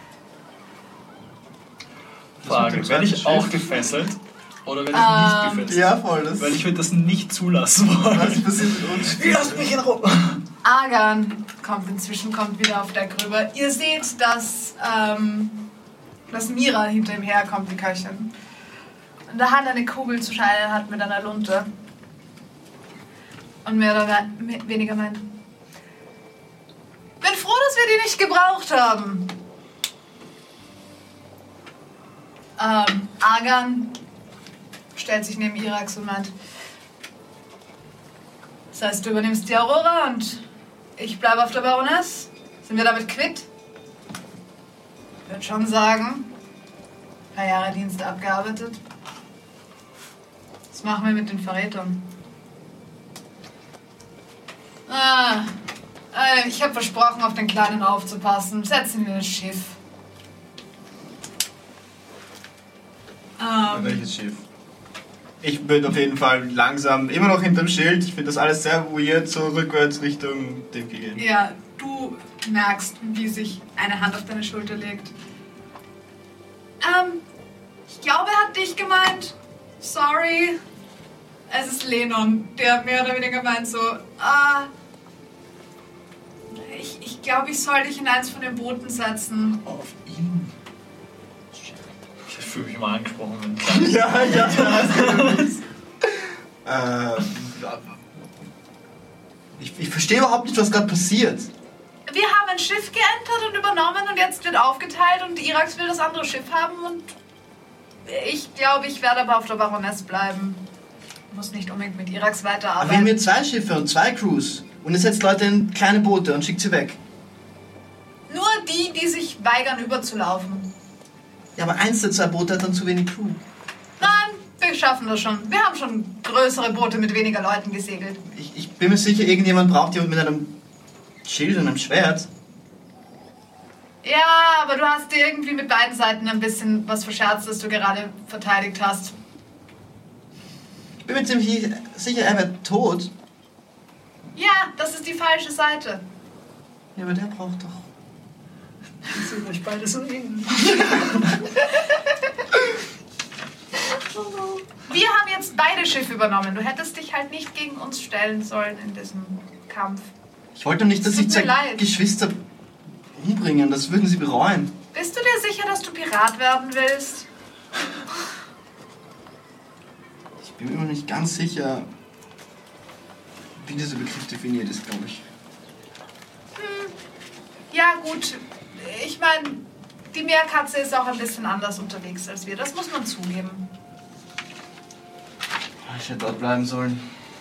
Frage, werde ich auch gefesselt? Oder werde ich nicht gefesselt? Ja, voll. Das Weil ich würde das nicht zulassen wollen. was passiert mit uns? Lasst mich in Ruhe! Argan kommt wieder auf Deck rüber. Ihr seht, dass Mira hinter ihm herkommt, die Köchin. In der Hand eine Kugel zu scheinen hat mit einer Lunte. Und mehr oder weniger meint: Bin froh, dass wir die nicht gebraucht haben. Argan stellt sich neben Irax und meint: Das heißt, du übernimmst die Aurora und ich bleibe auf der Baroness? Sind wir damit quitt? Ich würde schon sagen, ein paar Jahre Dienste abgearbeitet. Was machen wir mit den Verrätern? Ich habe versprochen, auf den Kleinen aufzupassen. Setzen wir das Schiff. Welches Schiff? Ich bin auf jeden Fall langsam immer noch hinterm Schild. Ich finde das alles sehr weird, so rückwärts Richtung dem gehen. Ja, du merkst, wie sich eine Hand auf deine Schulter legt. Ich glaube, er hat dich gemeint. Sorry. Es ist Lenon, der mehr oder weniger meint so, ich glaube, ich soll dich in eins von den Booten setzen. Auf ihn? Ich fühle mich mal angesprochen. Wenn Ja. Ich verstehe überhaupt nicht, was gerade passiert. Wir haben ein Schiff geentert und übernommen und jetzt wird aufgeteilt und Irax will das andere Schiff haben und ich glaube, ich werde aber auf der Baroness bleiben. Ich muss nicht unbedingt mit Irax Aber weiterarbeiten. wir haben hier 2 Schiffe und 2 Crews. Und ihr setzt Leute in kleine Boote und schickt sie weg. Nur die sich weigern überzulaufen. Ja, aber eins der 2 Boote hat dann zu wenig Crew. Nein, wir schaffen das schon. Wir haben schon größere Boote mit weniger Leuten gesegelt. Ich bin mir sicher, irgendjemand braucht jemand mit einem Schild und einem Schwert. Ja, aber du hast dir irgendwie mit beiden Seiten ein bisschen was verscherzt, das du gerade verteidigt hast. Ich bin mir ziemlich sicher, er wird tot. Ja, das ist die falsche Seite. Ja, aber der braucht doch... sind euch beide so eng. Wir haben jetzt beide Schiffe übernommen. Du hättest dich halt nicht gegen uns stellen sollen in diesem Kampf. Ich wollte nicht, dass Es sich tut mir 2 leid. Geschwister umbringen. Das würden sie bereuen. Bist du dir sicher, dass du Pirat werden willst? Ich bin mir noch nicht ganz sicher, wie dieser Begriff definiert ist, glaube ich. Ja, gut. Ich meine, die Meerkatze ist auch ein bisschen anders unterwegs als wir. Das muss man zugeben. Ich hätte dort bleiben sollen.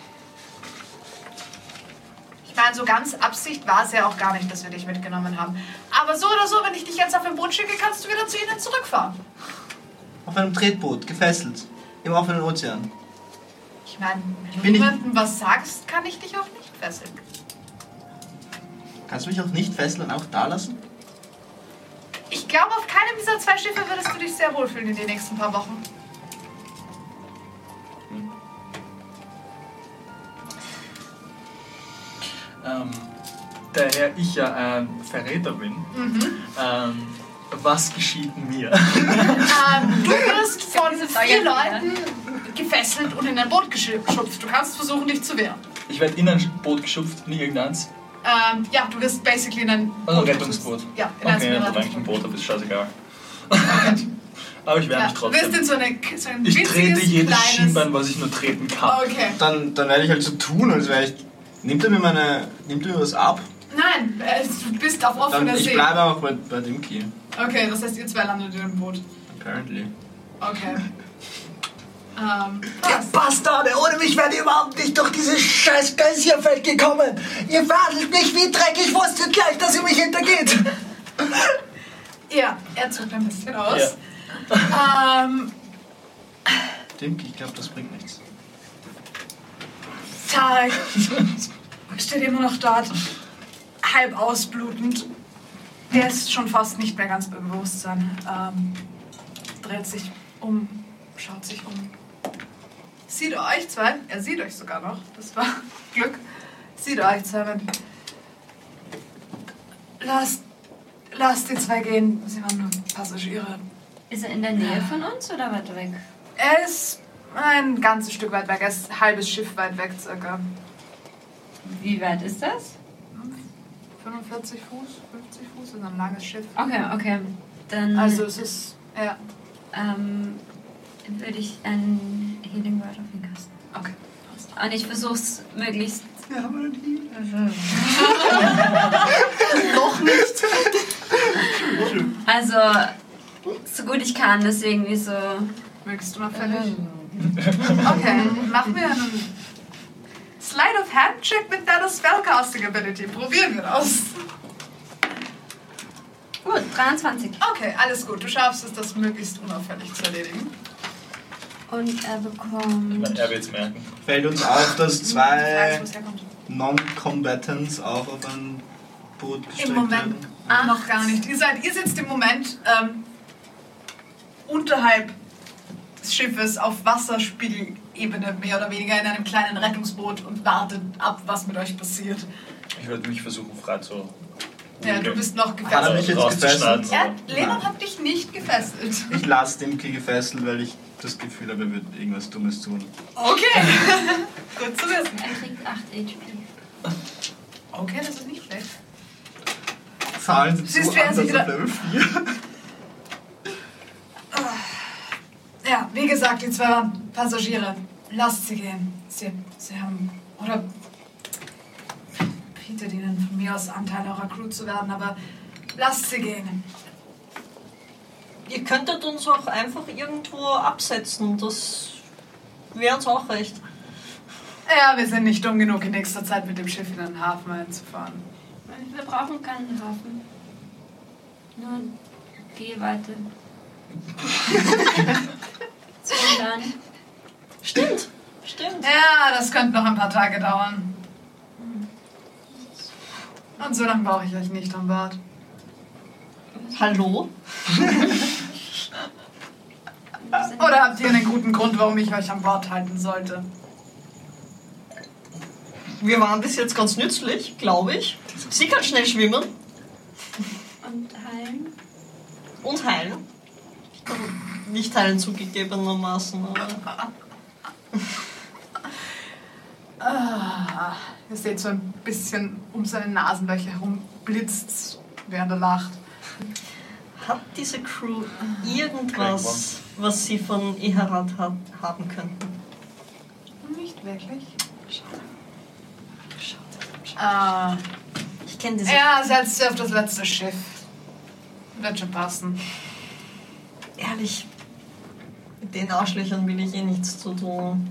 Ich meine, so ganz Absicht war es ja auch gar nicht, dass wir dich mitgenommen haben. Aber so oder so, wenn ich dich jetzt auf ein Boot schicke, kannst du wieder zu ihnen zurückfahren. Auf einem Tretboot, gefesselt. Im offenen Ozean. Ich meine, wenn bin du nicht- niemandem was sagst, kann ich dich auch nicht fesseln. Kannst du mich auch nicht fesseln, auch da lassen? Ich glaube, auf keinem dieser 2 Schiffe würdest du dich sehr wohlfühlen in den nächsten paar Wochen. Daher ich ja ein Verräter bin, was geschieht mir? Du wirst von 4 Leuten gefesselt und in ein Boot geschubst. Du kannst versuchen, dich zu wehren. Ich werde in ein Boot geschupft, nie irgendeins. Ja, du wirst basically in ein Also Boot Rettungsboot. geschubst. Ja, in ein Okay, dann ich ein Rettungsboot. Boot, aber ist scheißegal. Aber ich wehre Ja, mich du wirst trotzdem. in so ein Ich winziges, trete jedes kleines... Schienbein, was ich nur treten kann. Okay. Dann werde ich halt so tun, als wäre ich... Nimmt er mir was ab? Nein, du bist auf Dann offener ich See. bleibe auch bei Dimki. Okay, das heißt, ihr 2 landet in einem Boot. Apparently. Okay. Was? Bastarde, ohne mich wärt ihr überhaupt nicht durch dieses scheiß Geysirfeld gekommen. Ihr verhandelt mich wie Dreck, ich wusste gleich, dass ihr mich hintergeht. Ja, er zuckt ein bisschen aus. Dimki, ich glaube, das bringt nichts. Tarek steht immer noch dort, halb ausblutend. Der ist schon fast nicht mehr ganz bei Bewusstsein. Dreht sich um, schaut sich um. Sieht euch 2, er sieht euch sogar noch, das war Glück. Sieht euch 2 mit. Lasst die 2 gehen, sie waren nur Passagiere. Ist er in der Nähe von uns oder weiter weg? Er ist ein ganzes Stück weit weg, er ist ein halbes Schiff weit weg circa. Wie weit ist das? 45 Fuß, 50 Fuß, ist ein langes Schiff. Okay. Dann Also es ist, ja. würde ich ein Healing Word auf ihn casten. Okay. Und ich versuche es möglichst. Ja, aber die... Noch nicht. Also, so gut ich kann, das irgendwie so. Möchtest du mal fertig? Okay, machen wir einen Slide of Hand Check mit deiner Spellcasting Ability. Probieren wir das. Gut, 23. Okay, alles gut. Du schaffst es, das möglichst unauffällig zu erledigen. Und er Ich meine, bekommt. er wird es merken. Fällt uns auf, dass Die Frage ist, 2 wo es herkommt. Non-Combatants auch auf ein Boot gesteckt Im Moment werden. noch gar nicht. Ihr sitzt im Moment unterhalb des Schiffes auf Wasserspiegelebene, mehr oder weniger in einem kleinen Rettungsboot und wartet ab, was mit euch passiert. Ich würde mich versuchen, frei zu... Ja, du bist noch Hat er gefesselt. mich jetzt rauszuschneiden. gefesselt? Leon hat dich nicht gefesselt. Ich lasse Dimki gefesselt, weil ich das Gefühl habe, er wird irgendwas Dummes tun. Okay. Gut zu wissen. Er kriegt 8 HP. Okay, das ist nicht schlecht. Zahlen sind Siehst so du, er anders sich wieder- auf Level 4. Ja, wie gesagt, die 2 waren Passagiere. Lasst sie gehen. Sie haben... Oder... Bietet ihnen von mir aus Anteil eurer Crew zu werden, aber lasst sie gehen. Ihr könntet uns auch einfach irgendwo absetzen, das wäre uns auch recht. Ja, wir sind nicht dumm genug, in nächster Zeit mit dem Schiff in den Hafen einzufahren. Wir brauchen keinen Hafen. Nur Gehweite. So und dann. Stimmt. Ja, das könnte noch ein paar Tage dauern. Und so lange brauche ich euch nicht an Bord. Hallo? Oder habt ihr einen guten Grund, warum ich euch an Bord halten sollte? Wir waren bis jetzt ganz nützlich, glaube ich. Sie kann schnell schwimmen Und heilen. und heilen. Ich kann nicht heilen zugegebenermaßen, aber... Ihr seht so ein bisschen um seine Nasenlöcher herum blitzt, während er lacht. Hat diese Crew irgendwas, was sie von Iharat haben könnten? Nicht wirklich. Ich kenne diese... Ja, setzt sie auf das letzte Schiff. Wird schon passen. Ehrlich, mit den Arschlöchern will ich eh nichts zu tun.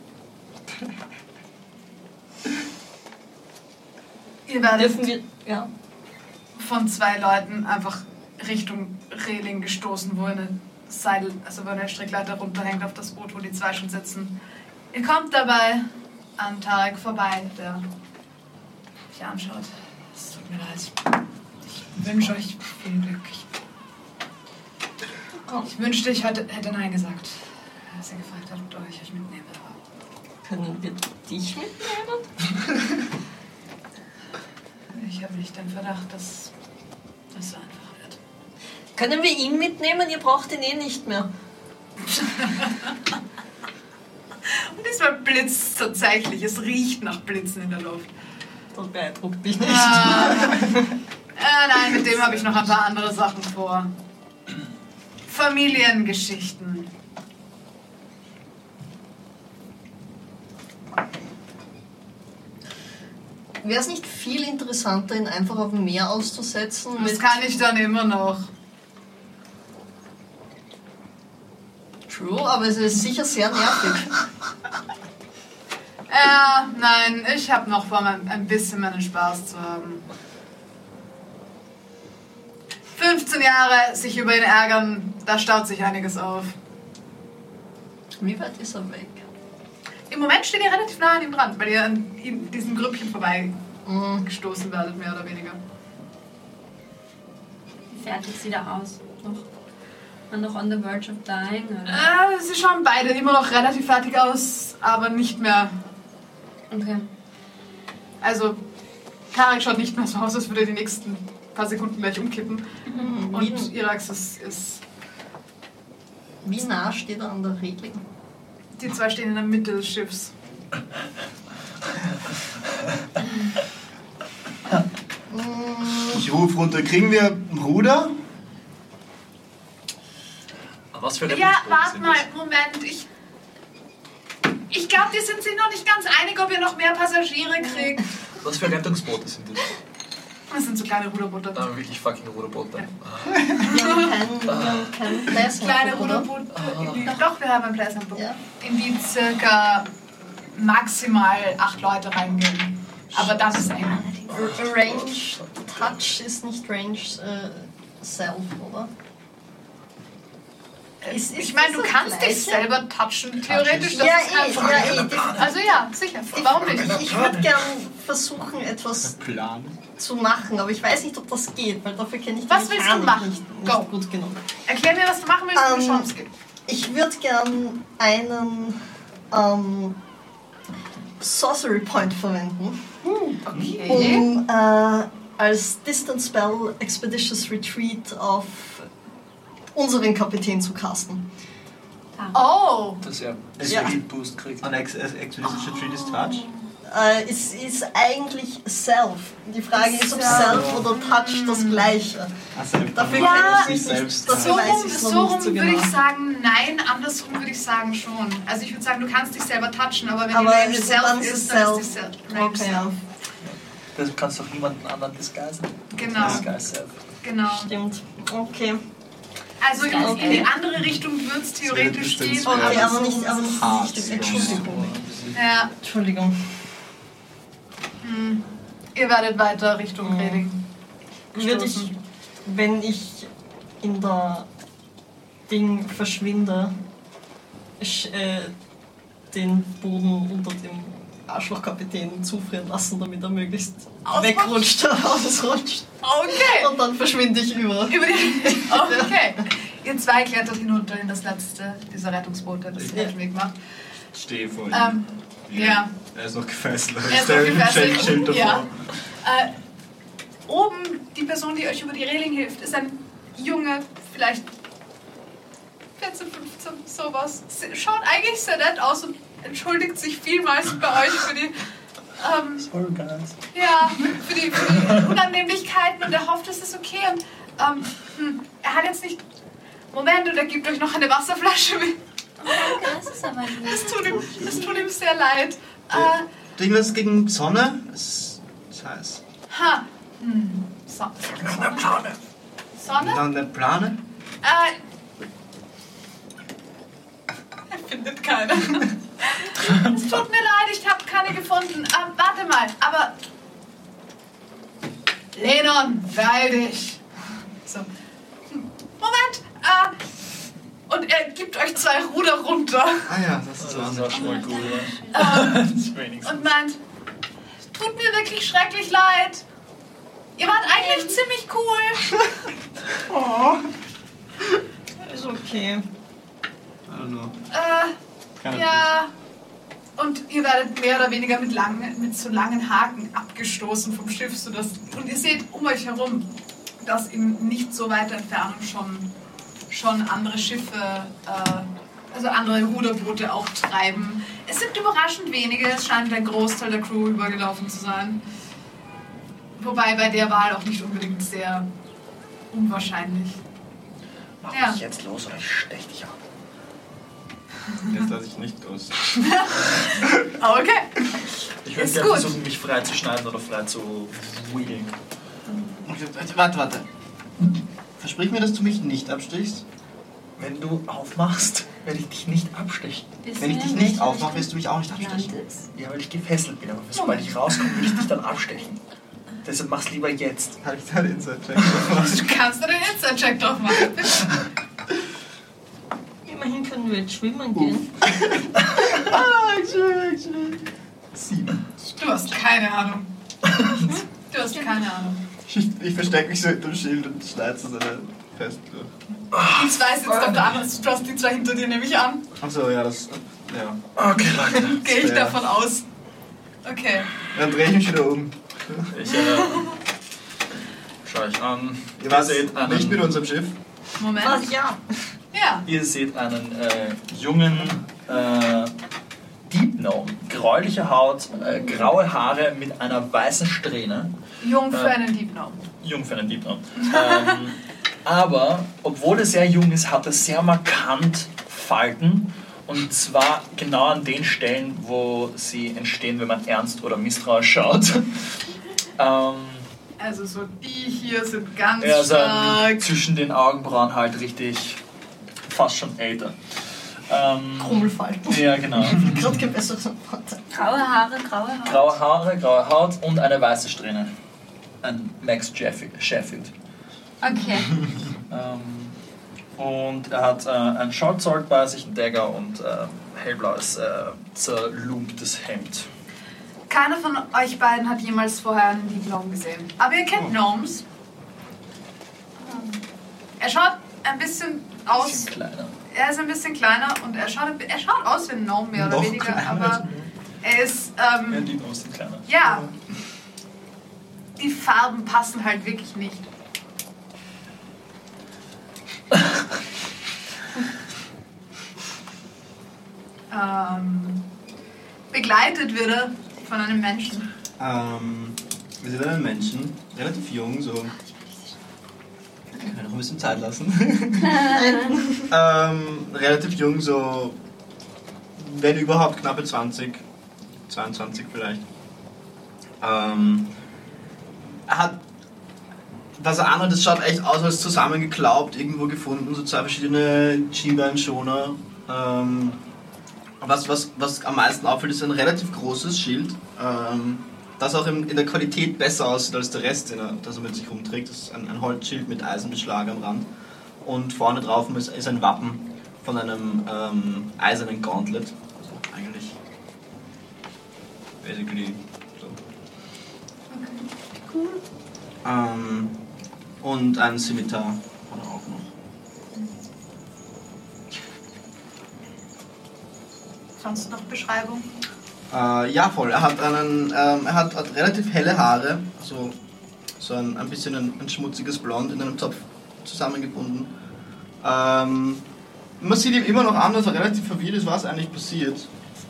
Ihr werdet Dürfen wir... Ja. von 2 Leuten einfach Richtung Reling gestoßen, wo eine Seil, also wo eine Strickleiter runterhängt auf das Boot, wo die 2 schon sitzen. Ihr kommt dabei an Tarek vorbei, der mich anschaut. Es tut mir leid. Ich wünsche euch viel Glück. Ich wünschte, ich hätte Nein gesagt, als er gefragt hat, ob ich euch mitnehme. Können wir dich mitnehmen? Ich habe nicht den Verdacht, dass das so einfach wird. Können wir ihn mitnehmen? Ihr braucht ihn eh nicht mehr. Und diesmal blitzt es tatsächlich. Es riecht nach Blitzen in der Luft. Das beeindruckt mich nicht. Nein, mit dem habe ich noch ein paar andere Sachen vor. Familiengeschichten. Wäre es nicht viel interessanter, ihn einfach auf dem Meer auszusetzen? Das kann ich dann immer noch. True, aber es ist sicher sehr nervig. Nein, ich habe noch vor, ein bisschen meinen Spaß zu haben. 15 Jahre sich über ihn ärgern, da staut sich einiges auf. Wie weit ist er weg? Im Moment steht ihr relativ nah an ihm dran, weil ihr an diesem Grüppchen vorbei gestoßen werdet, mehr oder weniger. Wie fertig sieht er aus? Noch on the verge of dying? Oder? Sie schauen beide immer noch relativ fertig aus, aber nicht mehr. Okay. Also, Tarek schaut nicht mehr so aus, als würde er die nächsten paar Sekunden gleich umkippen. Und Irax ist... Wie nah steht er an der Reling? Die zwei stehen in der Mitte des Schiffs. Ich rufe runter, kriegen wir ein Ruder? Was für Ja, Rettungsboote warte sind mal, das? Moment. Ich glaube, die sind sich noch nicht ganz einig, ob ihr noch mehr Passagiere kriegt. Was für Rettungsboote sind das? Das sind so kleine Ruderboote. Wirklich fucking Ruderboote. Wir haben kein Gleis. Kleine Ruderboote. Doch, wir haben ein Playcenter. Ja. In die circa maximal 8 Leute reingehen. Aber das ist eng. Range Touch ist nicht Range Self, oder? Ich meine, du das kannst dich Gleiche? selber touchen, theoretisch. Das Ja, ist einfach also ja, sicher. Warum nicht? Ich würde gern versuchen, etwas Plan. zu machen, aber ich weiß nicht, ob das geht, weil dafür kenne ich die Was willst du Mechanik machen? nicht Go. gut genug. Erklär mir, was du machen willst und wir schauen, es geht. Ich würde gern einen Sorcery Point verwenden, Okay. um als Distance Spell Expeditious Retreat auf unseren Kapitän zu casten. Oh! Dass er Ja. Speed Boost kriegt. An Expedition Treat is Touch? Es ist eigentlich Self. Die Frage ist, ob Self. Self oder Touch das Gleiche. Also, Dafür Ja, kenne ich sich mich selbst. nicht. Dafür So weiß rum, ich es so noch rum nicht so würde genau. ich sagen, nein, andersrum würde ich sagen schon. Also ich würde sagen, du kannst dich selber touchen, aber wenn Aber die Range dann Self ist ist, es dann ist die Range Okay, Self. ja. Du kannst doch niemanden anderen disguisen. Genau, Disguise self. genau. Stimmt. Okay. Also in die andere Richtung würde es theoretisch gehen. Okay, aber so nicht, ist aber es. nicht. Entschuldigung. Ja, Entschuldigung. ihr werdet weiter Richtung Reding. Würde ich, wenn ich in der Ding verschwinde, den Boden unter dem Arschlochkapitän zufrieren lassen, damit er möglichst wegrutscht, ausrutscht. Okay. Und dann verschwinde ich über. Okay. Ihr zwei klettert hinunter in das letzte dieser Rettungsboote, das den Weg macht. Stehe vor ihm. Ja. Er ist noch gefesselt. Er ist noch gefesselt. Schild davor. Ja. Oben, die Person, die euch über die Reling hilft, ist ein Junge, vielleicht 14, 15, sowas. Schaut eigentlich sehr nett aus und entschuldigt sich vielmals bei euch für die, Sorry, guys. ja, für die Unannehmlichkeiten und er hofft, es ist okay. Und er hat jetzt nicht... Moment, und er gibt euch noch eine Wasserflasche mit. Danke, das ist aber nicht. Das tut ihm sehr leid. Irgendwas gegen Sonne? Es ist heiß. Sonne? Dann eine Plane? Er findet keine. Es tut mir leid, ich habe keine gefunden. Warte mal, aber... Lenon, beeil dich. So. Moment. Und er gibt euch 2 Ruder runter Ah ja, das ist Das ist so. auch schon mal gut, oder? Das ist wenigstens. und meint, tut mir wirklich schrecklich leid. Ihr wart eigentlich ziemlich cool. Ist okay. I don't know. Keine Ja. Und ihr werdet mehr oder weniger mit so langen Haken abgestoßen vom Schiff, und ihr seht um euch herum, dass in nicht so weiter Entfernung schon andere Schiffe, also andere Ruderboote auch treiben. Es sind überraschend wenige, es scheint ein Großteil der Crew übergelaufen zu sein. Wobei bei der Wahl auch nicht unbedingt sehr unwahrscheinlich. Mach Ja. mich jetzt los oder ich stech dich ab. Jetzt lasse ich nicht los. Okay. Ich würde Ist gerne gut. versuchen, mich frei zu schneiden oder frei zu wheelen. Warte. Versprich mir, dass du mich nicht abstichst. Wenn du aufmachst, werde ich dich nicht abstechen. Wenn ich dich nicht aufmache, wirst du mich auch nicht abstechen. Ja, weil ich gefesselt bin, aber sobald ich rauskomme, will ich dich dann abstechen. Deshalb mach's lieber jetzt. Habe ich da einen Inside-Check? Du kannst du den Inside-Check doch machen. Immerhin können wir jetzt schwimmen gehen. ich schwöre. 7. Du hast keine Ahnung. Du hast keine Ahnung. Ich verstecke mich so hinterm Schild und schneide so seine fest. Die 2 sitzt auf der anderen, du hast die 2 hinter dir, nehme ich an. Achso, ja, das. Ja. Okay, Leute. Gehe ich Ja. davon aus. Okay. Dann drehe ich mich wieder um. Ich schau euch an. Ihr wart nicht mit unserem Schiff. Moment. Was? Ja. Ja. Ihr seht einen jungen Deep Gnome. Gräuliche Haut, graue Haare mit einer weißen Strähne. Jung für einen Deep Gnome. Jung für einen Deep Gnome. Aber, obwohl er sehr jung ist, hat er sehr markant Falten. Und zwar genau an den Stellen, wo sie entstehen, wenn man ernst oder misstrauisch schaut. Also so die hier sind ganz Also stark. zwischen den Augenbrauen halt richtig fast schon älter. Krummelfalten. Ja, genau. Gerade gebessert. Warte. Graue Haare, graue Haare. Graue Haare, graue Haut und eine weiße Strähne. Ein Max Sheffield. Okay. Und er hat ein Short Sword bei sich, einen Dagger und hellblaues, zerlumptes Hemd. Keiner von euch beiden hat jemals vorher einen Deep Gnome gesehen. Aber ihr kennt Gnomes. Er schaut ein bisschen aus. Bisschen kleiner. Er ist ein bisschen kleiner und er schaut aus wie ein Gnome mehr oder Noch weniger, kleiner aber als ein er ist, Ja, die Gnomes sind kleiner. ja, die Farben passen halt wirklich nicht. Begleitet wird er von einem Menschen. Wir sind einen Menschen, relativ jung, so. Können wir noch ein bisschen Zeit lassen. Relativ jung, so. Wenn überhaupt knappe 20, 22 vielleicht. Er hat. Was er anhat, das schaut echt aus, als zusammengeklaubt, irgendwo gefunden, so 2 verschiedene Schienbeinschoner. Was am meisten auffällt, ist ein relativ großes Schild, das auch in der Qualität besser aussieht als der Rest, das er mit sich rumträgt. Das ist ein Holzschild mit Eisenbeschlag am Rand. Und vorne drauf ist ein Wappen von einem eisernen Gauntlet. Also eigentlich basically so. Okay. Cool. Und ein Scimitar hat er auch noch. Sonst noch Beschreibung? Ja, voll. Er hat hat relativ helle Haare, so ein bisschen ein schmutziges Blond in einem Topf zusammengebunden. Man sieht ihm immer noch an, dass er relativ verwirrt ist, was eigentlich passiert.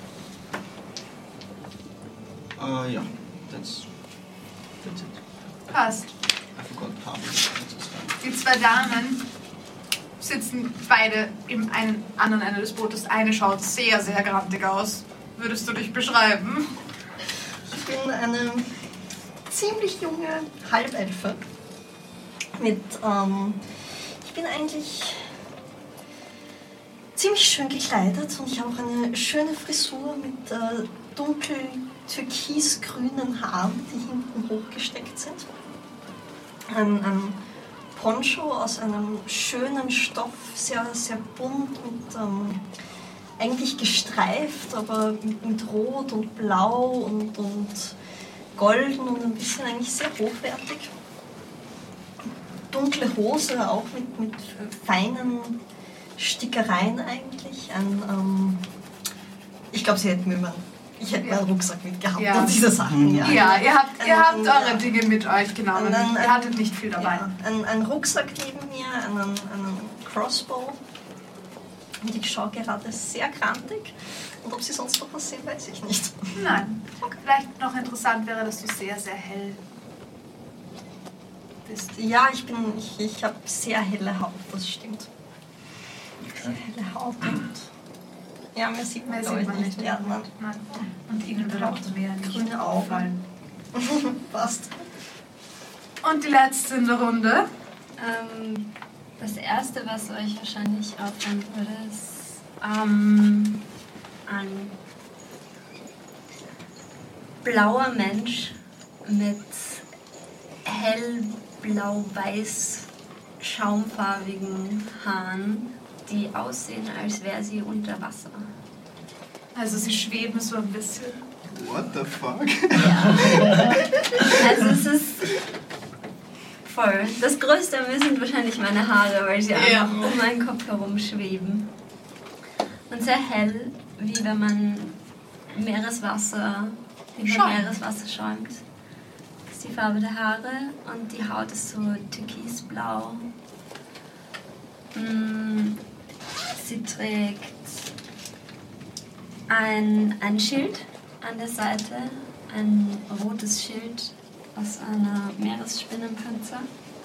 Ja, that's it. Passt. I forgot half. Die 2 Damen sitzen beide im anderen Ende des Bootes. Eine schaut sehr, sehr grantig aus. Würdest du dich beschreiben? Ich bin eine ziemlich junge Halbelfe. Ich bin eigentlich ziemlich schön gekleidet und ich habe auch eine schöne Frisur mit dunkel türkisgrünen Haaren, die hinten hochgesteckt sind. Ein Poncho aus einem schönen Stoff, sehr, sehr bunt, mit, eigentlich gestreift, aber mit Rot und Blau und Golden und ein bisschen eigentlich sehr hochwertig. Dunkle Hose, auch mit feinen Stickereien eigentlich. Ich glaube, ich hätte meinen Rucksack mitgehabt und diese Sachen. Ja, ihr habt eure Dinge mit euch genommen. Ihr hattet nicht viel dabei. Ja, ein Rucksack neben mir, einen Crossbow. Und ich schaue gerade sehr grantig. Und ob Sie sonst noch was sehen, weiß ich nicht. Nein. Okay. Vielleicht noch interessant wäre, dass du sehr, sehr hell bist. Ja, ich habe sehr helle Haut, das stimmt. Sehr helle Haut und... Ja, mir sieht man nicht. Ja, Nein. Und ihnen wird auch mehr nicht grüne auffallen. Passt. Und die letzte in der Runde. Das erste, was euch wahrscheinlich auffallen würde, ist ein blauer Mensch mit hellblau-weiß schaumfarbigen Haaren, die aussehen, als wäre sie unter Wasser. Also sie schweben so ein bisschen. What the fuck? Ja. Also es ist voll. Das Größte an mir sind wahrscheinlich meine Haare, weil sie einfach um meinen Kopf herum schweben. Und sehr hell, wie wenn man Meereswasser schäumt. Das ist die Farbe der Haare und die Haut ist so türkisblau. Sie trägt ein Schild an der Seite, ein rotes Schild aus einer Meeresspinnenpanzer.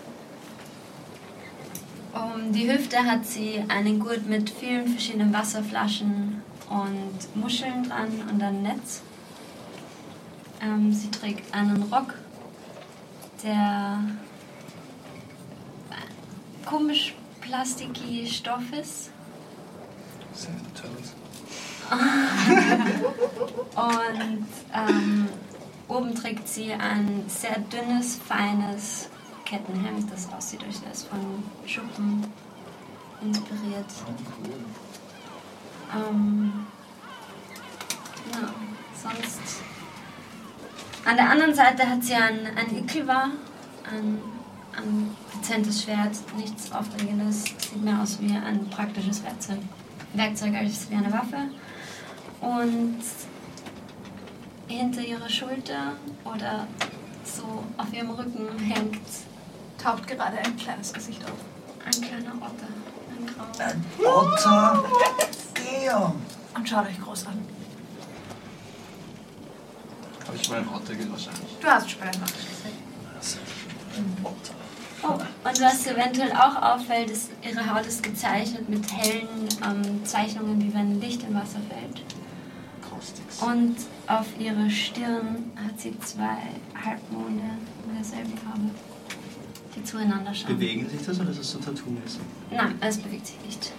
Um die Hüfte hat sie einen Gurt mit vielen verschiedenen Wasserflaschen und Muscheln dran und ein Netz. Sie trägt einen Rock, der komisch plasticky Stoff ist. Und oben trägt sie ein sehr dünnes, feines Kettenhemd, das aussieht, als wäre es von Schuppen inspiriert. Ja, sonst. An der anderen Seite hat sie ein Ikilwa, ein dezentes Schwert, nichts Aufregendes, sieht mehr aus wie ein praktisches Werkzeug als wie eine Waffe. Und hinter ihrer Schulter oder so auf ihrem Rücken taucht gerade ein kleines Gesicht auf. ein kleiner Otter, ein grauer. Otter! Damn! Und schaut euch groß an. Habe ich meinen Otter wahrscheinlich. Du hast schon gemacht. Oh, und was eventuell auch auffällt, ist, ihre Haut ist gezeichnet mit hellen Zeichnungen, wie wenn Licht im Wasser fällt. Und auf ihrer Stirn hat sie 2 Halbmonde in derselben Farbe, die zueinander schauen. Bewegen sich das oder ist es so tattoo-mäßig? Nein, es bewegt sich nicht.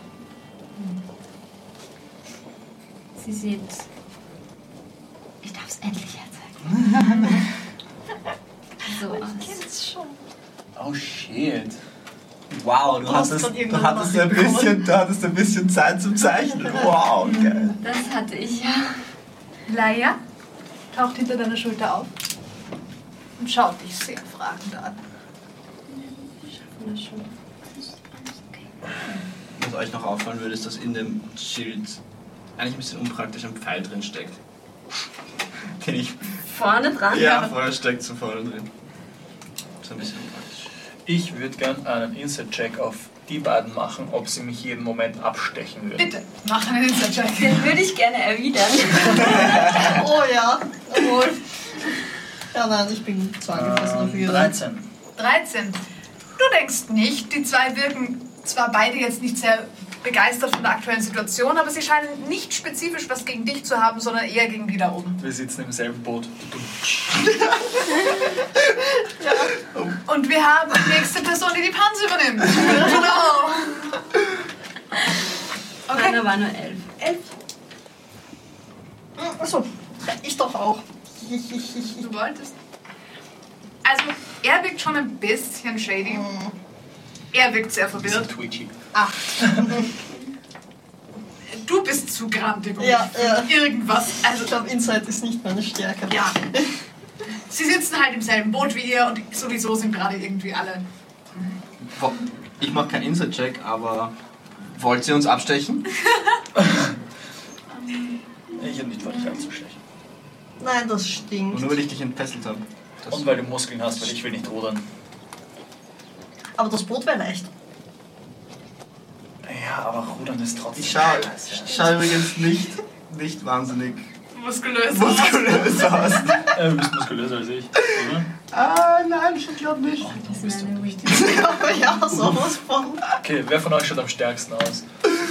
Sie sieht... Ich darf es endlich herzeigen. So aus. Jetzt schon. Oh shit. Wow, du hast hattest grad irgendeine ein bisschen Zeit zum Zeichnen. Wow, geil. Das hatte ich, ja. Laia taucht hinter deiner Schulter auf und schaut dich sehr fragend an. Wir schaffen das schon. Das ist alles okay. Was euch noch auffallen würde, ist, dass in dem Schild eigentlich ein bisschen unpraktisch ein Pfeil drin steckt. Den ich... Vorne dran? Ja, vorne steckt so vorne drin. Das ist ein bisschen unpraktisch. Ich würde gern einen Inside-Check auf die beiden machen, ob sie mich jeden Moment abstechen würden. Bitte, mach einen Inside-Check. Den würde ich gerne erwidern. Oh ja, jawohl. Ja, nein, ich bin zu angefressen dafür. 13. 13. Du denkst nicht, die zwei wirken zwar beide jetzt nicht sehr begeistert von der aktuellen Situation, aber sie scheinen nicht spezifisch was gegen dich zu haben, sondern eher gegen die da oben. Wir sitzen im selben Boot. Und wir haben die nächste Person, die Pans übernimmt. Genau. Okay. Meiner war nur 11. 11. Achso, ich doch auch. Du wolltest. Also, er wirkt schon ein bisschen shady. Er wirkt sehr verwirrt. Twitchy. 8. Du bist zu grantig, um Ja, irgendwas. Also, Ich glaube, Insight ist nicht meine Stärke. ja. Sie sitzen halt im selben Boot wie ihr und sowieso sind gerade irgendwie alle. Ich mache keinen Inside-Check, aber wollt ihr uns abstechen? Ich habe nicht vor, dich anzustechen. Nein, das Und stinkt. nur weil ich dich entfesselt habe. Und weil du Muskeln hast, weil ich will nicht rudern. Aber das Boot wäre leicht. Ja, aber rudern ist trotzdem Ich schau übrigens nicht wahnsinnig Muskulös. muskulös aus. Du bist muskulöser als ich, oder? Nein, ich glaube nicht. Das ist eine Weakness. Ja, sowas von. Okay, wer von euch schaut am stärksten aus?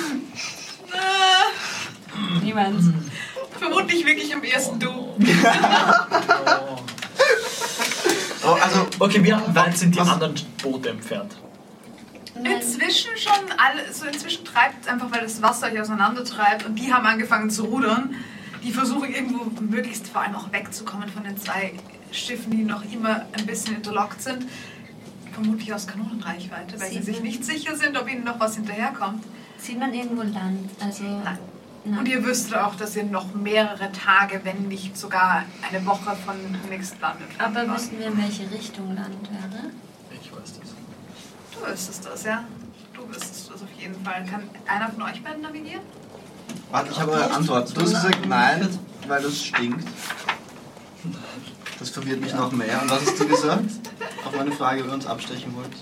Niemand. Vermutlich wirklich am ersten du. Oh. Oh, also, Okay, wie weit sind die Was? anderen Boote entfernt? Inzwischen schon alle, so inzwischen treibt es einfach, weil das Wasser euch auseinandertreibt und die haben angefangen zu rudern. Die versuchen irgendwo möglichst vor allem auch wegzukommen von den 2 Schiffen, die noch immer ein bisschen interlockt sind. Vermutlich aus Kanonenreichweite, weil sie sich nicht sicher sind, ob ihnen noch was hinterherkommt. Sieht man irgendwo Land? Also, Nein. nein. Und ihr wüsstet auch, dass ihr noch mehrere Tage, wenn nicht sogar eine Woche von dem nächsten Land entfernt Aber wart. wissen wir, in welche Richtung Land wäre? Ich weiß das. Du wüsstest das, ja? Du wüsstest das auf jeden Fall. Kann einer von euch beiden navigieren? warte, ich habe eine Antwort. Du hast gesagt nein, weil das stinkt. Das verwirrt mich noch mehr. Und was hast du gesagt? Auf meine Frage, ob ihr uns abstechen wollt.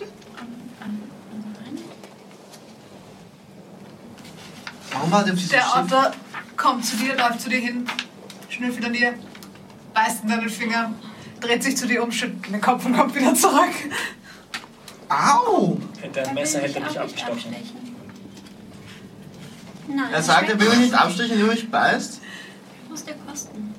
Warum war der auf diesem Der Schiff? Otter kommt zu dir, läuft zu dir hin, schnüffelt an dir, beißt in deinen Finger, dreht sich zu dir um, schüttelt den Kopf und kommt wieder zurück. Au! Hätte ein Da Messer, will hätte ich mich auch nicht abgestochen. abstechen. Nein, Er sagt, er will mich nicht abstechen, indem er mich beißt. Muss der kosten.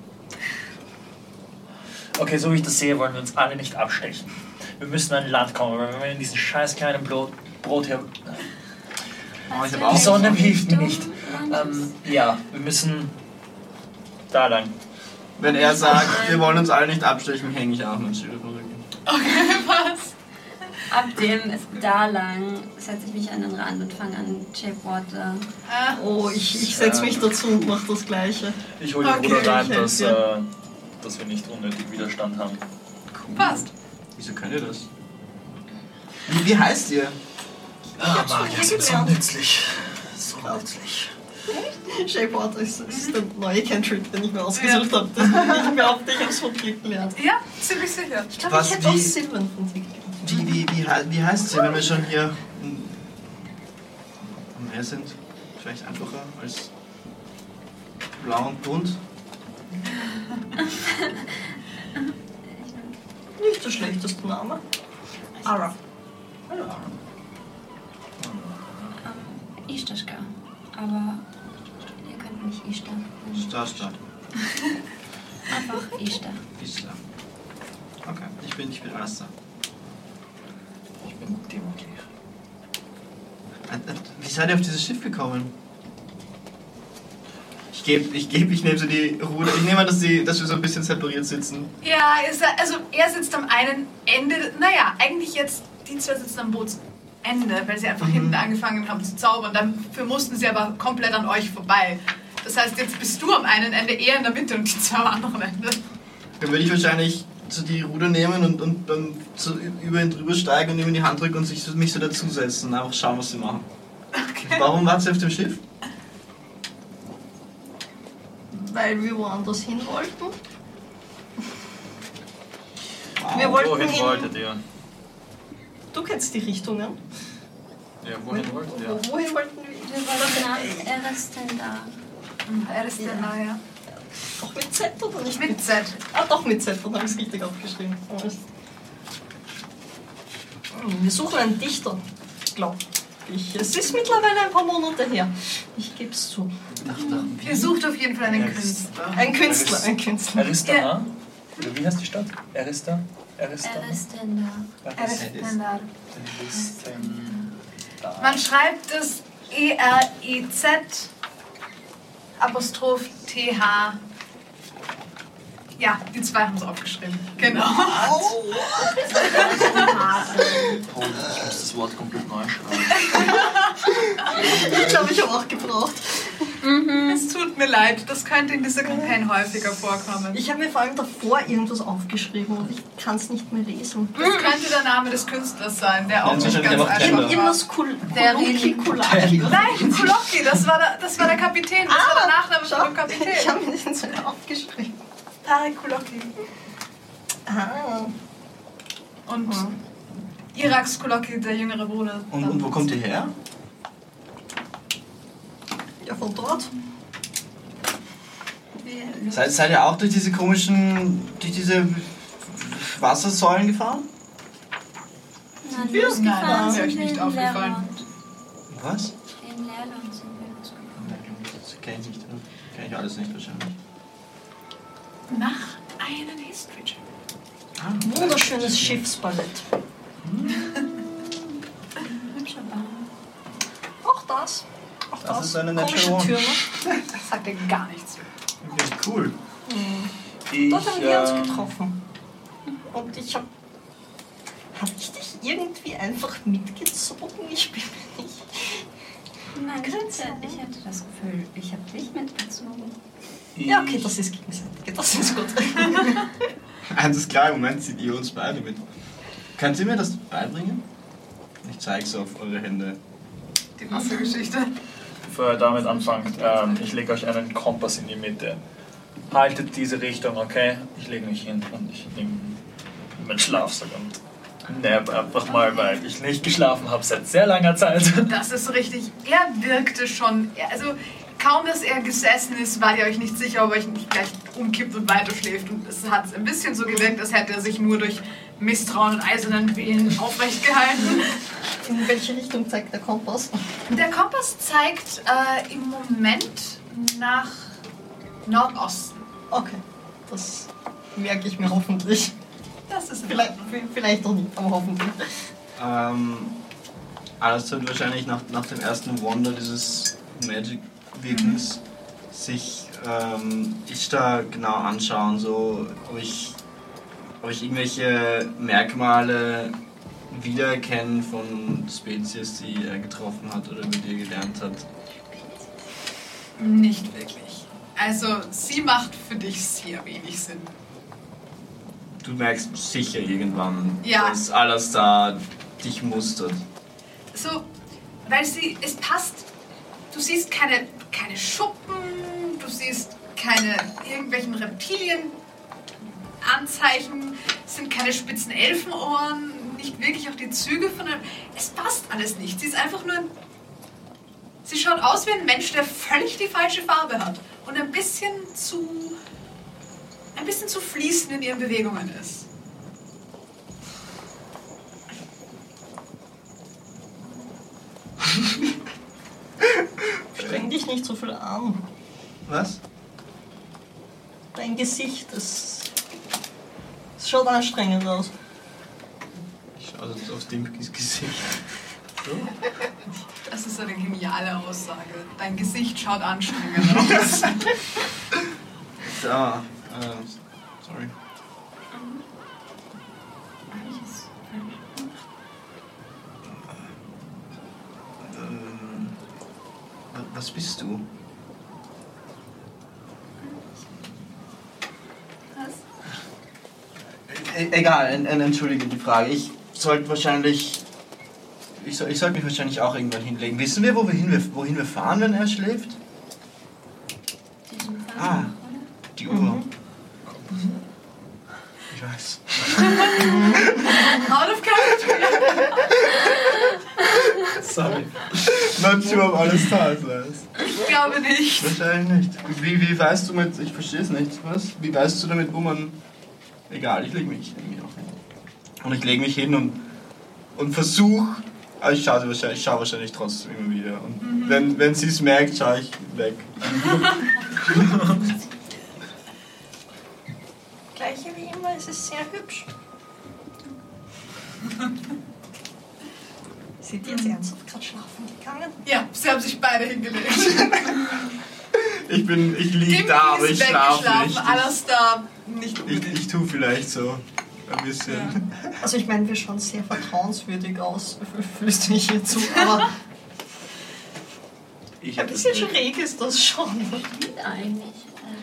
Okay, so wie ich das sehe, wollen wir uns alle nicht abstechen. Wir müssen an Land kommen, weil wenn wir in diesen scheiß kleinen Brot hier... Oh, ich hab Weißt du, auch- Die Sonne in welche hilft mir nicht. Richtung Land ist? Ja, wir müssen da lang. Wenn er sagt, wir wollen uns alle nicht abstechen, hänge ich auch mein Schild auf den Rücken. Okay, was? Ab dem da lang setze ich mich an den Rand und fange an, Shapewater. Oh, ich setze mich dazu und mache das Gleiche. Ich hole den Okay, Bruder rein, ich helf dass, dir. dass wir nicht unnötig Widerstand haben. Passt. Wieso könnt ihr das? Wie heißt ihr? Ah, Magier sind so nützlich. So nützlich. Shapewater ist der neue Cantrip, den ich mir ausgesucht habe. Das ich mir auf dich aufs Verblick gelernt. Ja, ziemlich sicher. Ich glaube, Was, ich hätte auch wie- Sylvan von sich gelernt. Wie heißt sie, wenn wir schon hier am Meer sind? Vielleicht einfacher als blau und bunt? Nicht der schlechteste Name. Ara. Ishtaschka. Aber ihr könnt mich Ishtar nennen. Stadt. Einfach Ishtar. Ist da. Okay, ich bin Asta. Ich bin Timothy. Wie seid ihr auf dieses Schiff gekommen? Ich nehme so die Ruder. Ich nehme an, dass wir so ein bisschen separiert sitzen. Ja, also er sitzt am einen Ende, naja, eigentlich jetzt, die 2 sitzen am Bootsende, weil sie einfach hinten angefangen haben zu zaubern. Dafür mussten sie aber komplett an euch vorbei. Das heißt, jetzt bist du am einen Ende, eher in der Mitte und die 2 am anderen Ende. Dann würde ich wahrscheinlich so die Ruder nehmen und dann so über ihn drüber steigen und ihm in die Hand drücken und mich so dazusetzen und einfach schauen, was sie machen. Okay. Warum wart ihr auf dem Schiff? Weil wir woanders hin wollten. Wow. Wir wollten Wohin in- wolltet ihr? Du kennst die Richtungen. Ja, wohin wolltet ihr? Wohin wollten wir? Wir wollen nach Erestendar. Er ist der Neue. Doch mit Z oder nicht Mit Z. Ah, doch mit Z, dann habe ich es richtig aufgeschrieben. Wir suchen einen Dichter, glaube ich. Es ist mittlerweile ein paar Monate her. Ich gebe es zu. Ihr sucht auf jeden Fall einen Ja, Künstler. Ein Künstler, ein Künstler. Arista, Ja. Oder wie heißt die Stadt? Arista? Erestendar. Erestendar. Aristendar. Man schreibt es ERIZ Apostroph TH Ja, die 2 haben es aufgeschrieben. Genau. Oh, ich muss das Wort komplett neu schreiben. Ich glaube, ich habe auch gebraucht. Es tut mir leid, das könnte in dieser Kampagne häufiger vorkommen. Ich habe mir vor allem davor irgendwas aufgeschrieben und ich kann es nicht mehr lesen. Das könnte der Name des Künstlers sein, der auch Nein, nicht ganz wahrscheinlich einfach einfach war. Irgendwas Kulaki, Kulaki. Nein, Kulocki, das war der Kapitän, das war der Nachname von dem Ich Kapitän. habe mir den so aufgeschrieben. Tarek Kulocki. Ah. Und Iraks Kulocki, der jüngere Bruder. Und wo kommt ihr her? Ja, von dort. Seid ihr auch durch diese Wassersäulen gefahren? Nein, wir? losgefahren Nein, sind wäre euch wir nicht in aufgefallen. Leerland. Was? In Leerland sind wir losgefahren. Das kenne ich nicht. Kenne ich alles nicht wahrscheinlich. Mach einen History-Check. Wunderschönes Schiffsballett. Hübscher Baum. Auch das. Auch Das das. ist eine Komische Natural One. Türme. Das sagt dir gar nichts. Okay, cool. Dort haben wir uns getroffen. Und ich habe... Habe ich dich irgendwie einfach mitgezogen? Ich bin mir nicht... Nein, ich hatte das Gefühl, ich habe dich mitgezogen. Ja, okay, das ist gegenseitig. Das ist gut. Eins ist klar, im Moment zieht ihr uns beide mit. Könnt ihr mir das beibringen? Ich zeige es auf eure Hände. Die Wassergeschichte. Bevor ihr damit anfangt, ich lege euch einen Kompass in die Mitte. Haltet diese Richtung, okay? Ich lege mich hin und ich nehme meinen Schlafsack und nap einfach mal, weil ich nicht geschlafen habe seit sehr langer Zeit. Das ist richtig. Er wirkte schon. Also kaum, dass er gesessen ist, wart ihr euch nicht sicher, ob er euch nicht gleich umkippt und weiterschläft. Und es hat ein bisschen so gewirkt, als hätte er sich nur durch Misstrauen und eisernen Willen aufrecht gehalten. In welche Richtung zeigt der Kompass? Der Kompass zeigt im Moment nach Nordosten. Okay, das merke ich mir hoffentlich. Das ist Vielleicht noch nicht, aber hoffentlich. Alles wird wahrscheinlich nach dem ersten Wonder dieses Magic-Wirkens sich Ishtar genau anschauen, so ob ich irgendwelche Merkmale wiedererkennen von Spezies, die er getroffen hat oder mit ihr gelernt hat. nicht wirklich. Also sie macht für dich sehr wenig Sinn. Du merkst sicher irgendwann, Ja. dass alles da dich mustert. So, weil es passt. Du siehst keine Schuppen, du siehst keine irgendwelchen Reptilienanzeichen, es sind keine spitzen Elfenohren, nicht wirklich auch die Züge von einem. Es passt alles nicht. Sie ist einfach nur. Sie schaut aus wie ein Mensch, der völlig die falsche Farbe hat und ein bisschen zu fließend in ihren Bewegungen ist. Streng dich nicht so viel an. Was? Dein Gesicht, es schaut anstrengend aus. Ich schaue jetzt auf dem Gesicht. So? Das ist eine geniale Aussage. Dein Gesicht schaut anstrengend aus. Da. Sorry. Was bist du? Was? Egal, entschuldige die Frage. Ich sollte mich wahrscheinlich auch irgendwann hinlegen. Wissen wir, wohin wir fahren, wenn er schläft? Ah, die Uhr. Ich weiß. Out of character. Sorry. Not sure, ob alles da ist. Ich glaube nicht. Wahrscheinlich nicht. Wie weißt du mit... Ich verstehe es nicht. Was? Wie weißt du damit, wo man... Egal, ich lege mich auch hin. Und ich lege mich hin und versuche... Aber ich schaue wahrscheinlich trotzdem immer wieder. Und wenn sie es merkt, schaue ich weg. Gleiche wie immer, es ist sehr hübsch. Seid ihr jetzt ernsthaft gerade schlafen gegangen? Ja, sie haben sich beide hingelegt. Ich liege da, aber ich schlafe nicht. Alastair nicht unbedingt. Ich tue vielleicht so ein bisschen. Ja. Also ich meine, wir schauen sehr vertrauenswürdig aus, fühlst du mich hier zu, aber Ich ein hab das bisschen nicht. schräg ist das schon. Geht eigentlich.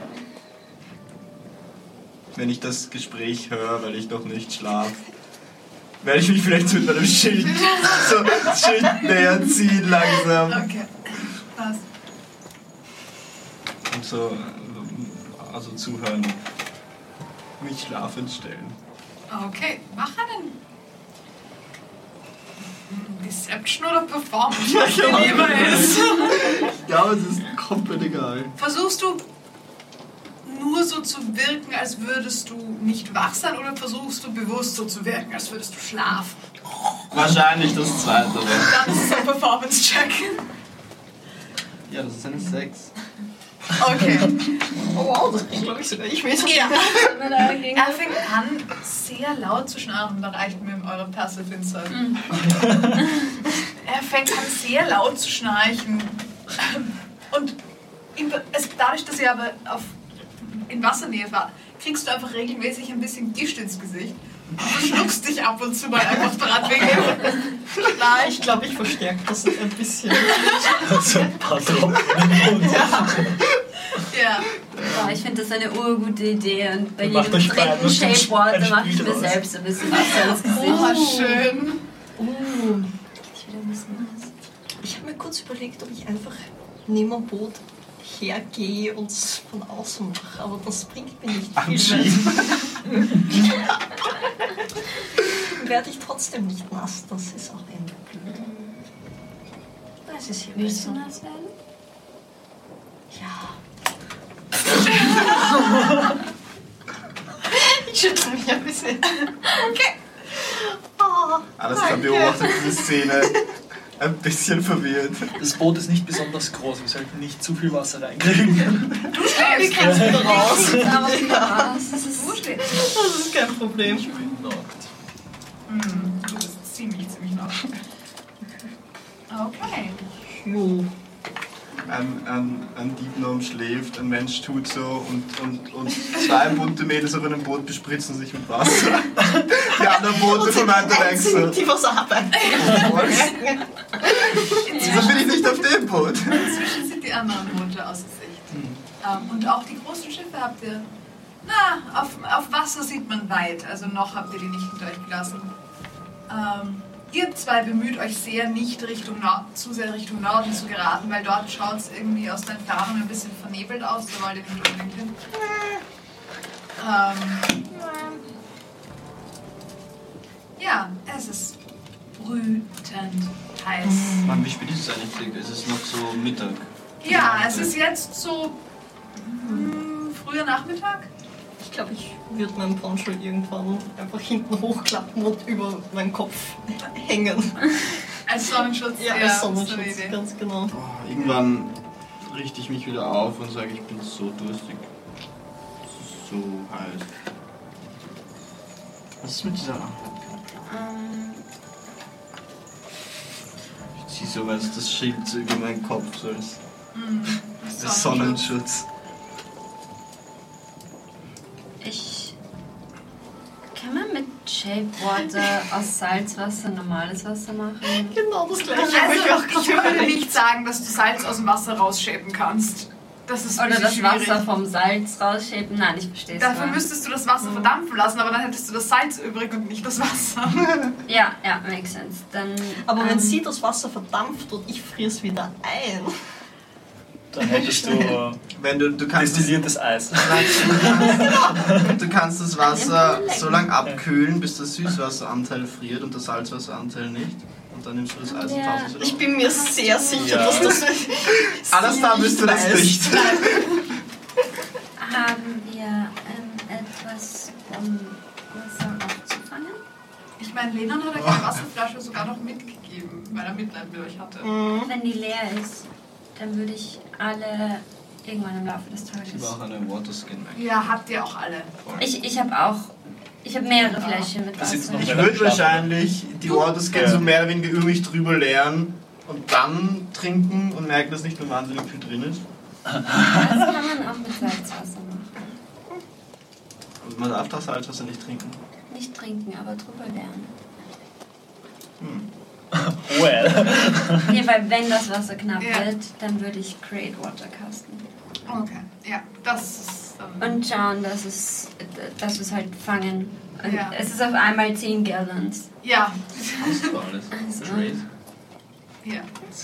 Wenn ich das Gespräch höre, weil ich noch nicht schlafe, werde ich mich vielleicht mit meinem Schild so das Schild näher ziehen langsam. Okay. Passt. Und so, also zuhören, mich schlafend stellen. Okay, mach einen Deception oder Performance, was dir lieber ist. Ja, aber es ist komplett egal. Versuchst du nur so zu wirken, als würdest du nicht wach sein, oder versuchst du bewusst so zu wirken, als würdest du schlafen? Wahrscheinlich das Zweite. Dann ist es ein Performance-Check. Ja, das ist eine 6. Okay. Oh wow, das bringt glaube ich sogar ich mit. Ja. Er fängt an, sehr laut zu schnarchen. Da reicht mir eure Passive Insight. Er fängt an, sehr laut zu schnarchen. Und dadurch, dass ihr aber in Wassernähe wart, kriegst du einfach regelmäßig ein bisschen Gischt ins Gesicht. Du schluckst dich ab und zu mal einfach dran wegen Schnarchen. Ich glaube, ich verstärke das ein bisschen. So ein paar Tropfen in den Mund. Ja. Boah, ich finde das eine urgute Idee und bei Macht jedem euch beide dritten ein Shape Water Spiel mache ich mir draus. selbst ein bisschen Wasser ins Gesicht. Oh, schön. Ich wieder ein bisschen was. Ich habe mir kurz überlegt, ob ich einfach neben dem Boot hergehe und es von außen mache, aber das bringt mir nicht viel. Werde ich trotzdem nicht nass, das ist auch irgendwie blöd. Das ist hier Willst du besser. nass werden? Ja. Ich schüttle mich ein bisschen. Okay. Oh, Alles klar, beobachtet diese Szene. Ein bisschen verwirrt. Das Boot ist nicht besonders groß, wir sollten nicht zu viel Wasser reinkriegen. Du schläfst. kannst wieder raus. Aber was? Das ist Du schläfst. Das ist kein Problem. Du bist ziemlich laut. Okay. Jo. Ein Diebnorm schläft, ein Mensch tut so und zwei bunte Mädels auf einem Boot bespritzen sich mit Wasser. Die anderen Boote von weiter weg so. Die was arbeiten. Wieso bin ich nicht auf dem Boot? Inzwischen sind die anderen Boote außer Sicht. Und auch die großen Schiffe habt ihr. Auf Wasser sieht man weit, also noch habt ihr die nicht hinter euch gelassen. Ihr zwei bemüht euch sehr, nicht zu sehr Richtung Norden zu geraten, weil dort schaut es irgendwie aus der Entfernung ein bisschen vernebelt aus, da wollt ihr nicht unbedingt hin. Ja, es ist brütend heiß. Mann, wie spät ist es eigentlich? Es ist noch so Mittag. Ja, es ist jetzt so früher Nachmittag. Ich glaube, ich würde meinen Poncho irgendwann einfach hinten hochklappen und über meinen Kopf hängen. Als Sonnenschutz. Ja, als das ist eine Sonnenschutz, Idee. ganz genau. Oh, irgendwann richte ich mich wieder auf und sage, ich bin so durstig. Es ist so heiß. Was ist mit dieser Lampe? Ich ziehe so das Schild so über meinen Kopf, so als Sonnenschutz. Kann man mit Shape Water aus Salzwasser normales Wasser machen? Genau das gleiche. Also, ich würde nicht sagen, dass du Salz aus dem Wasser rausschapen kannst. Das ist Oder das schwierig. Wasser vom Salz rausshapen? Nein, ich verstehe es. Dafür müsstest du das Wasser verdampfen lassen, aber dann hättest du das Salz übrig und nicht das Wasser. Ja, makes sense. Dann, Aber wenn sie das Wasser verdampft und ich friere es wieder ein. Dann hättest du Wenn du kannst destilliertes Eis. Du kannst das Wasser so lange abkühlen, bis der Süßwasseranteil friert und der Salzwasseranteil nicht. Und dann nimmst du das Eis und tauchst es wieder Ich auf. bin mir sehr sicher, Ja. dass das. Alles da müsste das weiß. nicht. haben wir etwas, um Wasser aufzufangen? Ich meine, Lenon hat euch eine Wasserflasche sogar noch mitgegeben, weil er Mitleid mit euch hatte. Wenn die leer ist, dann würde ich alle irgendwann im Laufe des Tages... Ich habe auch eine Waterskin. Ja, habt ihr auch alle. Ich habe mehrere Fläschchen mit Da sitzt Wasser. noch Ich würde wahrscheinlich die Waterskin Ja. so mehr oder weniger über mich drüber leeren und dann trinken und merken, dass nicht nur wahnsinnig viel drin ist. Das kann man auch mit Salzwasser machen. Man darf das Salzwasser nicht trinken. Nicht trinken, aber drüber lernen. Well. Nee, weil wenn das Wasser knapp Ja. wird, dann würde ich Create Water casten. Okay, ja, das ist... Und schauen, dass wir es halt fangen. Und Ja. es ist auf einmal 10 Gallons. ja, Hast du alles? Also. Trade. ja.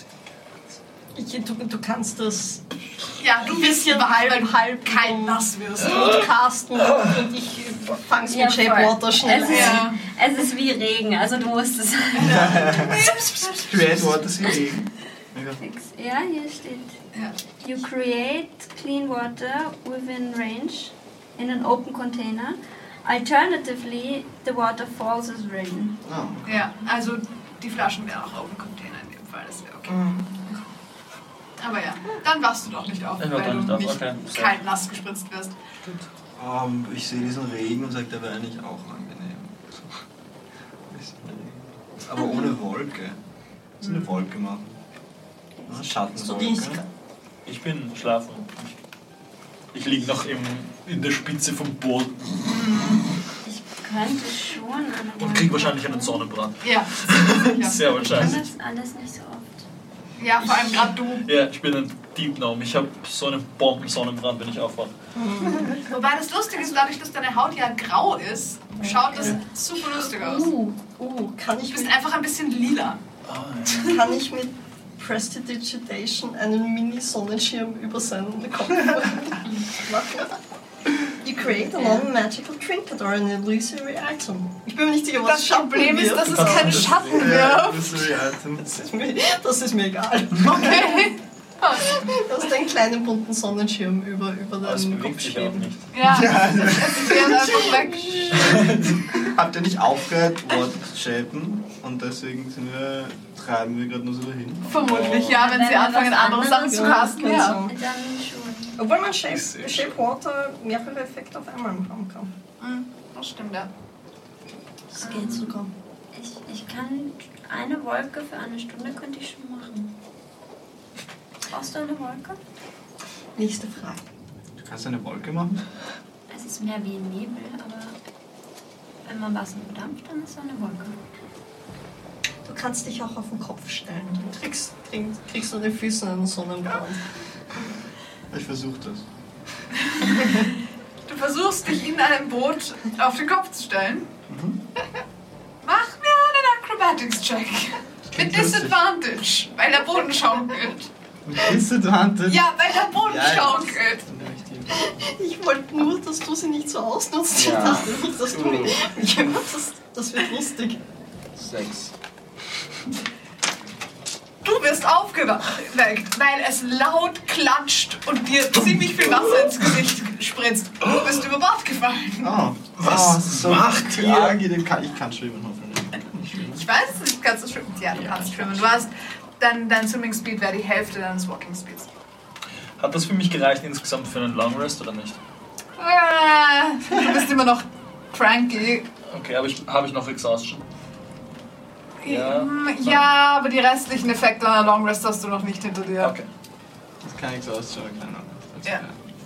Du kannst das Ja, du bist hier halb kein nass wirst. gut casten und ich fang's mit Shape voll. Water schnell Es ist, Ja. es ist wie Regen, also du musst es Create Water sie Regen. fix. Ja, hier steht. Ja. You create clean water within range in an open container. Alternatively, the water falls as rain. Oh. Ja, also die Flaschen wären auch Open Container in dem Fall, das wäre okay. Aber ja, dann wachst du doch nicht auf, Ich wach weil dann du nicht auf, nicht okay. kalt nass gespritzt wirst. Ich sehe diesen Regen und sage, der wäre eigentlich auch angenehm. Bisschen Regen. Aber ohne Wolke. So eine Wolke machen. Ja, So die Schattenwolke. Ich bin schlafen. Ich liege noch in der Spitze vom Boot Ich könnte schon eine und krieg wahrscheinlich einen Sonnenbrand. Ja, sicher. Sehr Ich kann wahrscheinlich. das alles nicht so oft. Ja, vor allem gerade du. Ja, ich bin ein Deep Gnome. Ich habe so einen Bomben-Sonnenbrand, wenn ich aufwache. Wobei das Lustige ist, dadurch, dass deine Haut ja grau ist, schaut das super lustig aus. Kann Du ich bist mit, einfach ein bisschen lila. kann ich mit Prestidigitation einen Mini-Sonnenschirm über seinen Kopf machen? You create a non-magical trinket or an illusory item. Ich bin mir nicht sicher, was Das Schatten Problem ist, wird. dass es keinen Schatten wirft. Das ist mir egal. Okay. Du hast einen kleinen bunten Sonnenschirm über Aber es deinen Kopf bewegt sich auch schweben. nicht. Ja, es wird einfach weg. Habt ihr nicht aufgehört, Worte zu shapen? Und deswegen treiben wir gerade nur so dahin. Vermutlich, ja, wenn sie anfangen, andere Sachen zu casten, ja. Dann schon. Obwohl man Shape Water mehrere Effekte auf einmal haben kann. Das stimmt, ja. Das geht sogar. Ich kann eine Wolke für eine Stunde könnte ich schon machen. Brauchst du eine Wolke? Nächste Frage. Du kannst eine Wolke machen? Es ist mehr wie ein Nebel, aber wenn man Wasser bedampft, dann ist es eine Wolke. Du kannst dich auch auf den Kopf stellen. Du kriegst du die Füße einen Sonnenbrand. Ich versuche das. Du versuchst, dich in einem Boot auf den Kopf zu stellen. Mach mir einen Acrobatics-Check. Mit Disadvantage, weil der Boden schaukelt. Mit Disadvantage? Ja, weil der Boden Ja, schaukelt. Ich wollte nur, dass du sie nicht so ausnutzt. Ja. Ich dachte nicht, dass du mich das wird lustig. 6. Du wirst aufgeweckt, weil es laut klatscht und dir ziemlich viel Wasser ins Gesicht spritzt. Du bist über Bord gefallen. Oh, Was macht ihr? Angenehm. Ich kann schwimmen, hoffentlich. Ich weiß es nicht, kannst du schwimmen? Ja, du kannst schwimmen. Du hast dein Swimming Speed wäre die Hälfte deines Walking Speeds. Hat das für mich gereicht insgesamt für einen Long Rest oder nicht? Du bist immer noch cranky. Okay, aber habe ich noch Exhaustion? Ja. Ja, aber die restlichen Effekte einer Long Rest hast du noch nicht hinter dir. Okay. Das kann ich so ausschauen, keine Ahnung. Ja.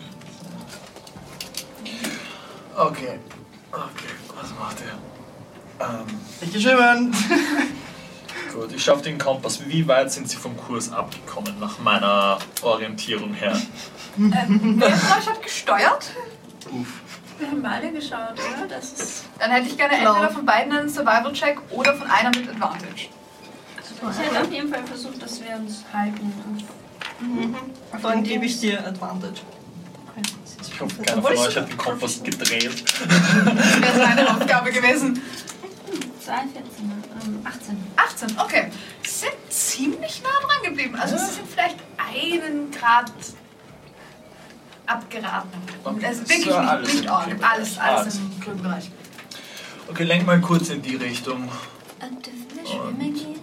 Okay, was macht ihr? Ich geh schwimmen! Gut, ich schaue auf den Kompass. Wie weit sind Sie vom Kurs abgekommen, nach meiner Orientierung her? Wer von euch hat gesteuert? Wir haben beide geschaut, oder? Das ist. Dann hätte ich gerne entweder von beiden einen Survival-Check oder von einer mit Advantage. Ich hätte auf jeden Fall versucht, dass wir uns halten. Dann gebe ich dir Advantage. Ich hoffe, keiner von euch hat den Kompass gedreht. Das wäre seine Aufgabe gewesen. 2, 14, 18. 18, okay. Sie sind ziemlich nah dran geblieben. Also sie sind vielleicht einen Grad abgeraten. Okay. Also wirklich So, alles nicht im arg. grünen Alles Bereich. im grünen Bereich. Okay, lenk mal kurz in die Richtung. Dürfen wir schwimmen gehen?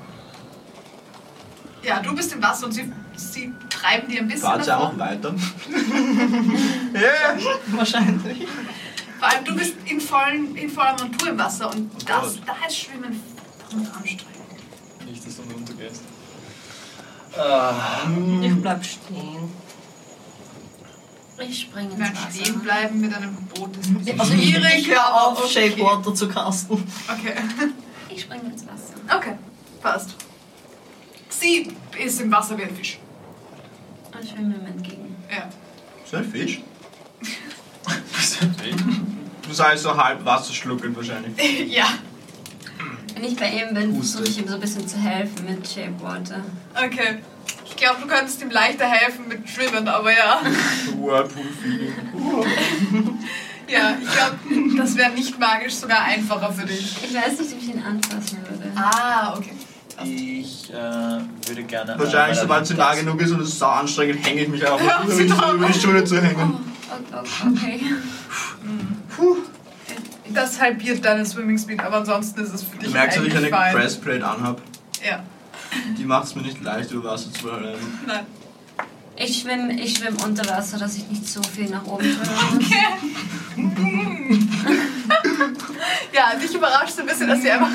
Ja, du bist im Wasser und sie treiben dir ein bisschen Fahrt ja auch davon. weiter. Wahrscheinlich. Vor allem du bist in voller Montur im Wasser und da Gott. ist Schwimmen verdammt anstrengend. Nicht, dass du runtergehst. Ich bleib stehen. Ich springe ins Nein, Wasser. stehen bleiben mit einem Boot ist ein bisschen Also schwierig. ich höre auf, aber Shape Water zu casten. Okay. Ich springe ins Wasser. Okay, passt. Sie ist im Wasser wie ein Fisch. Und schwimme ihm entgegen. Ja. Ist ein Fisch? Du sagst so halb wasserschluckend wahrscheinlich. Ja. Wenn ich bei ihm bin, Huste. versuche ich ihm so ein bisschen zu helfen mit Shape Water. Okay. Ich glaube, du könntest ihm leichter helfen mit Schwimmen, aber ja. Whirlpool-Feeling. Ja, ich glaube, das wäre nicht magisch sogar einfacher für dich. Ich weiß nicht, ob ich ihn anfassen würde. Ah, okay. Ich würde gerne... Wahrscheinlich, sobald sie nah genug ist und es ist sau anstrengend, hänge ich mich auf, um über die Schulter zu hängen. Okay. Das halbiert deinen Swimming Speed, aber ansonsten ist es für dich Du merkst, dass ich eigentlich eine fein. Breastplate anhab. Ja. Die macht es mir nicht leicht, über Wasser zu bleiben. Nein. Ich schwimm unter Wasser, dass ich nicht so viel nach oben schwimme. Okay. Ja, dich überrascht so ein bisschen, dass sie einfach...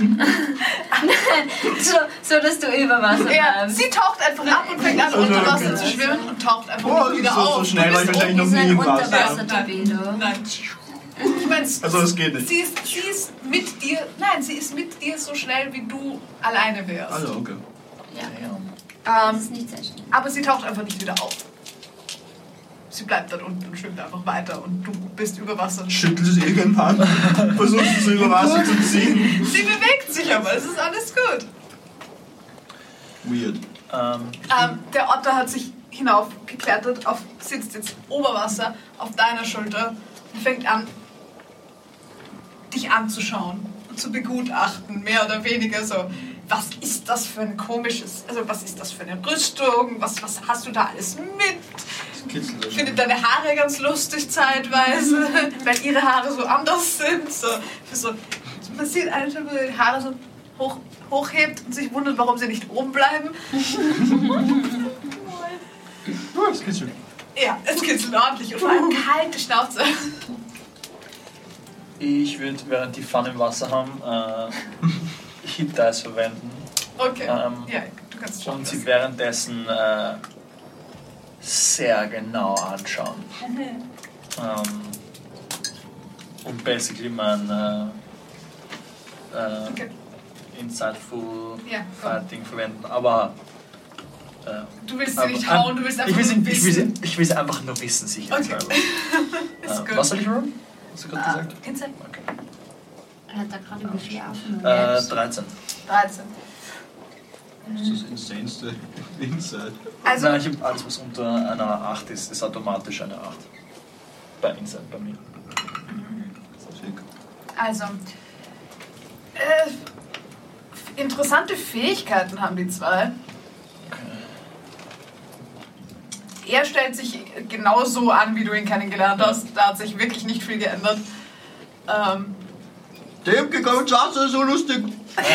so, dass du über Wasser Ja, bleibst. sie taucht einfach ab und fängt an, unter Wasser zu schwimmen und taucht einfach nicht wieder so auf. schnell Du war ich bist wahrscheinlich noch Wie nie ein im Wasser. Unterwasser-Torpedo. Nein. Ich meine, Also das geht nicht. sie ist mit dir... Nein, sie ist mit dir so schnell, wie du alleine wärst. Also, okay. Ja, das ist nicht sehr schnell. Aber sie taucht einfach nicht wieder auf. Sie bleibt dort unten und schwimmt einfach weiter und du bist über Wasser. Schüttelt es irgendwann, versuchst es über Wasser zu ziehen. Sie bewegt sich aber, es ist alles gut. Weird. Der Otter hat sich hinaufgeklettert, sitzt jetzt Oberwasser auf deiner Schulter und fängt an, dich anzuschauen und zu begutachten, mehr oder weniger so. Was ist das für ein komisches, also was ist das für eine Rüstung, was hast du da alles mit? Das kitzelt Ich finde deine Haare ganz lustig zeitweise, weil ihre Haare so anders sind. Man sieht einfach, wie die Haare so hochhebt und sich wundert, warum sie nicht oben bleiben. Das kitzelt. Ja, es kitzelt ordentlich und vor allem kalte Schnauze. Ich würde, während die Pfanne im Wasser haben, Hit Dice verwenden. Okay, Ja, du kannst schon. Und sie währenddessen sehr genau anschauen. Und basically mein Okay. Insightful Ja, komm. Fighting verwenden. Aber Du willst sie nicht hauen, du willst einfach nur wissen. ich will sie einfach nur wissen, sicherheitshalber. Ist gut. Was soll ich rollen? Hast du gerade gesagt? Insight. Okay. Er hat da gerade geschlafen. 13. 13. Das ist das insaneste Insight. Also, Nein, ich habe alles, was unter einer 8 ist automatisch eine 8. Bei Inside, bei mir. also interessante Fähigkeiten haben die zwei. Er stellt sich genauso an, wie du ihn kennengelernt hast. Da hat sich wirklich nicht viel geändert. Dem gekommen, das ist so lustig.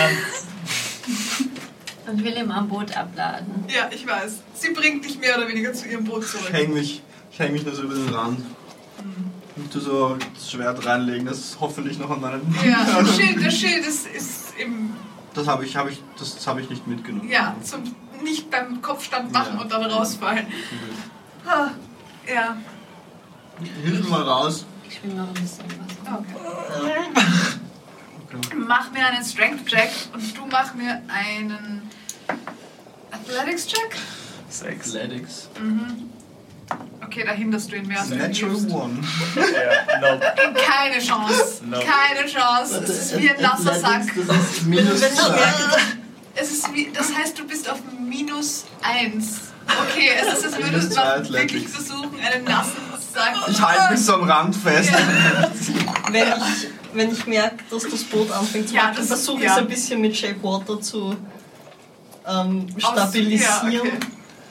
Und will ihm am Boot abladen. Ja, ich weiß. Sie bringt dich mehr oder weniger zu ihrem Boot Ich zurück. häng mich nur so über den Rand. Ich tu so das Schwert reinlegen, das ist hoffentlich noch an meinen... Ja, das Schild ist im... Das habe ich nicht mitgenommen. Ja, zum nicht beim Kopfstand machen Ja. und dann rausfallen. Ah, ja, Hilf mir mal raus. Ich schwimme noch ein bisschen im Wasser. okay. Mach mir einen Strength-Check und du mach mir einen Athletics-Check. 6. Athletics. Okay, da hinderst du ihn mehr als du ihn Natural hilfst. One. Ja, nope. Keine Chance. No. Keine Chance. Es ist wie ein nasser Sack. Das ist minus Wenn ich 2. merke, Es ist wie, das heißt, du bist auf -1. Okay, es ist, als würdest Minus 2 du wirklich Athletics. versuchen, einen nassen Sack... Ich halte mich so am Rand fest. Ja. wenn ich merke, dass das Boot anfängt zu Ja, wackeln, das- versuche ich ja. es ein bisschen mit Shape Water zu stabilisieren. Ja, okay.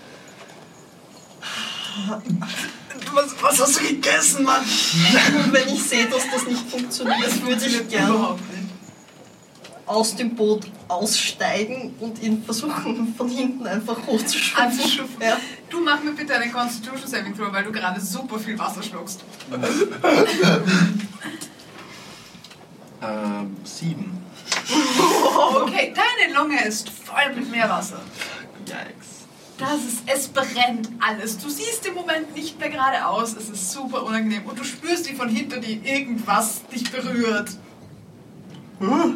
Was hast du gegessen, Mann? Und wenn ich sehe, dass das nicht funktioniert, würde ich gerne Überhaupt nicht. aus dem Boot aussteigen und ihn versuchen, von hinten einfach hochzuschubsen. Anzuschupfen. Ja. Du mach mir bitte einen Constitution Saving Throw, weil du gerade super viel Wasser schluckst. 7. Okay, deine Lunge ist voll mit Meerwasser. Yikes. Es brennt alles. Du siehst im Moment nicht mehr geradeaus. Es ist super unangenehm. Und du spürst, wie von hinter dir irgendwas dich berührt. Oh,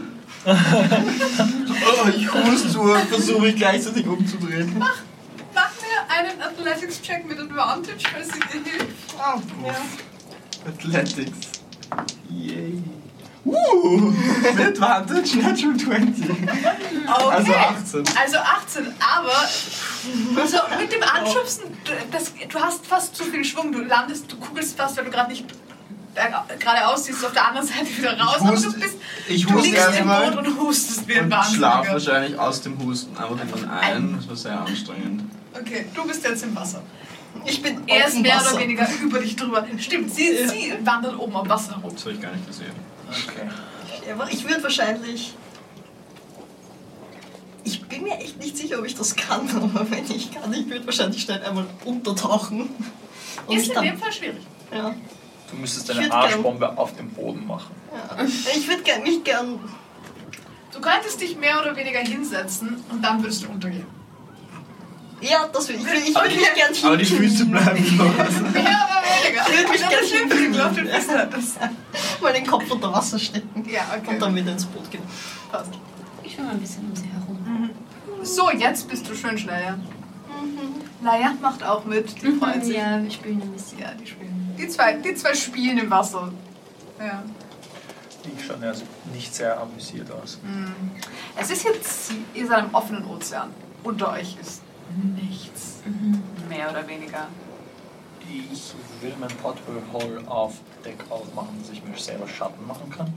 ich huste und versuche mich gleichzeitig umzudrehen. Mach mir einen Athletics-Check mit Advantage, weil sie dir hilft. Oh, ja. Athletics. Yay. Mit Advantage, Natural 20. Okay. Also 18. Also 18, aber so mit dem Anschubsen, du hast fast zu viel Schwung. Du kugelst fast, weil du gerade nicht geradeaus siehst, auf der anderen Seite wieder raus. Aber du liegst im Boot und hustest wie ein und Wahnsinniger. schlaf wahrscheinlich aus dem Husten einfach ein. Das war sehr anstrengend. Okay, du bist jetzt im Wasser. Er ist mehr oder weniger über dich drüber. Stimmt, sie wandert oben am Wasser herum. Das habe ich gar nicht gesehen. Okay. Ich würde wahrscheinlich... Ich bin mir echt nicht sicher, ob ich das kann, aber wenn ich kann, ich würde wahrscheinlich schnell einmal untertauchen. Und Ist in dem Fall schwierig. Ja. Du müsstest eine Arschbombe auf dem Boden machen. Ja. Ich würde mich gern... Du könntest dich mehr oder weniger hinsetzen und dann würdest du untergehen. Ja, das will ich. Ich würde mich gern Aber die Füße bleiben über Wasser. Mehr oder weniger. Ich würde mich Das gern ist schlimm für die Luft und Füße. mal den Kopf unter Wasser stecken. Ja, okay. Und dann wieder ins Boot gehen. Passt. Ich schwimme ein bisschen um sie herum. So, jetzt bist du schön schnell, ja. Laia macht auch mit, die freut sich. Ja, wir spielen ein bisschen. Ja, die spielen. Die zwei spielen im Wasser. Ja. Ich schaue also nicht sehr amüsiert aus. Es ist jetzt, ihr seid im offenen Ozean. Unter euch ist nichts. Mehr oder weniger. Ich will mein Portable Hole auf Deck aufmachen, dass ich mir selber Schatten machen kann.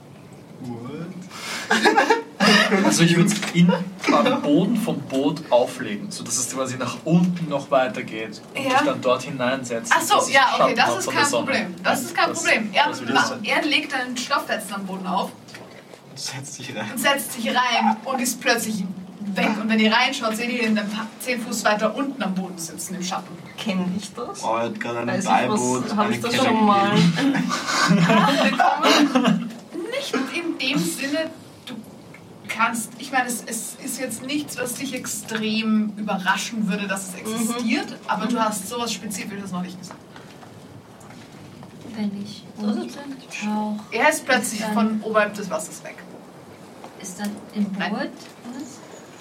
What? Also ich würde es am Boden vom Boot auflegen, sodass es quasi nach unten noch weiter geht und Ja. dich dann dort hineinsetzen. Ach so, dass ich ja, okay, Schatten das habe ist von kein der Sonne. Problem. Das ist kein Problem. Was will das sein? Er legt einen Stofffetzen am Boden auf Setz dich rein. und setzt sich rein und ist plötzlich weg. Und wenn ihr reinschaut, seht ihr ihn dann 10 Fuß weiter unten am Boden sitzen, im Schatten. Kenne ich das? Oh, er hat gerade ein Weiß ich Beiboot. was, habe ich eine das Kette schon mal gegeben. Nicht in dem Sinne, du kannst, ich meine, es ist jetzt nichts, was dich extrem überraschen würde, dass es existiert, aber du hast sowas Spezifisches noch nicht gesehen. Wenn ich unten tauche, Er ist plötzlich von oberhalb des Wassers weg. ist dann im Boot Nein. was?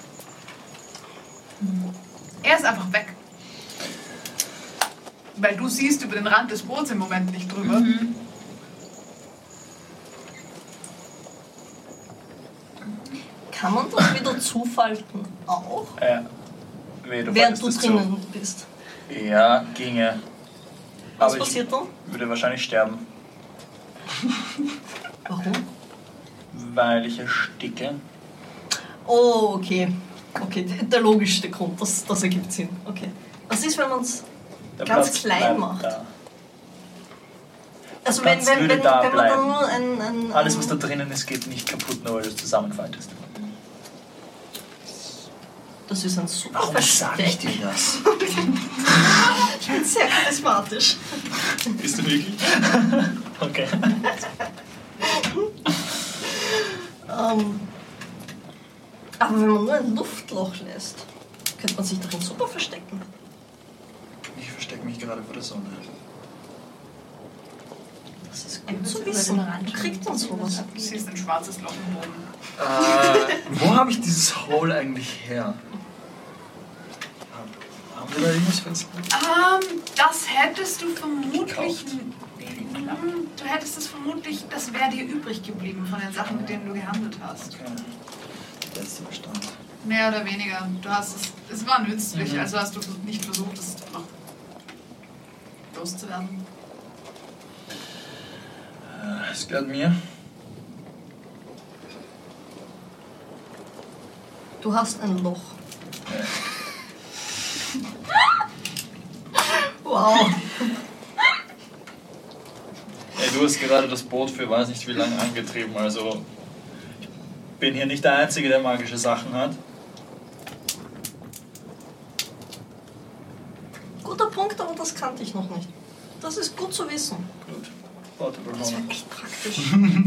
Er ist einfach weg. Weil du siehst über den Rand des Boots im Moment nicht drüber. Kann man das wieder zufalten auch? Während du drinnen bist. Ja, ginge. Was Aber passiert dann? ich würde wahrscheinlich sterben, Warum? weil ich ersticke. Oh, okay. Okay, der logischste Grund, das ergibt Sinn. Okay. Was ist, wenn man es Der ganz Platz klein bleibt macht? Da. Also Platz wenn würde da man bleiben. dann nur ein Alles, was da drinnen ist, geht nicht kaputt, nur weil du es zusammenfaltest. Das ist ein super Warum sage ich Versteck. dir das? Ich bin sehr charismatisch. Bist du wirklich? Okay. Aber wenn man nur ein Luftloch lässt, könnte man sich darin super verstecken. Ich verstecke mich gerade vor der Sonne. Das ist gut zu wissen. Wo kriegt man sowas? Du siehst ein schwarzes Loch im Boden. Wo habe ich dieses Hole eigentlich her? Haben wir da irgendwas fest? Das hättest du vermutlich... Du hättest es vermutlich... Das wäre dir übrig geblieben von den Sachen, mit denen du gehandelt hast. Okay. Der letzte Bestand. Mehr oder weniger. Du hast es war nützlich, also hast du nicht versucht, es noch loszuwerden. Es gehört mir. Du hast ein Loch. Wow. Ey, du hast gerade das Boot für weiß nicht wie lange angetrieben, also ich bin hier nicht der Einzige, der magische Sachen hat. Guter Punkt, aber das kannte ich noch nicht. Das ist gut zu wissen. Gut. Portable Das Hole. wäre echt praktisch.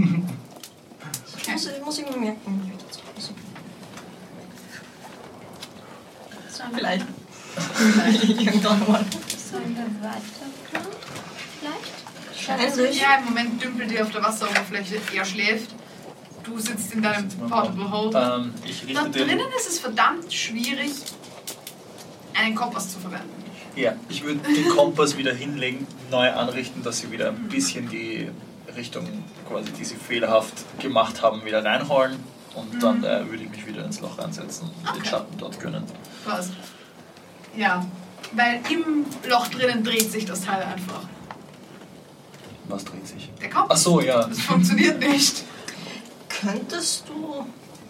Muss ich mir merken. Vielleicht. Irgendwann mal. Sollen wir weiterfahren? Vielleicht? Wahrscheinlich. Ja, im Moment dümpelt ihr auf der Wasseroberfläche. Er schläft. Du sitzt in deinem Portable Hold. Ich Da richte den... drinnen ist es verdammt schwierig, einen Kompass zu verwenden. Ja, ich würde den Kompass wieder hinlegen, neu anrichten, dass sie wieder ein bisschen die Richtung, quasi, die sie fehlerhaft gemacht haben, wieder reinholen. Und dann würde ich mich wieder ins Loch reinsetzen und den Schatten dort gönnen. Was? Ja, weil im Loch drinnen dreht sich das Teil einfach. Was dreht sich? Der Kompass. Ach so, ja. Das funktioniert nicht. Könntest du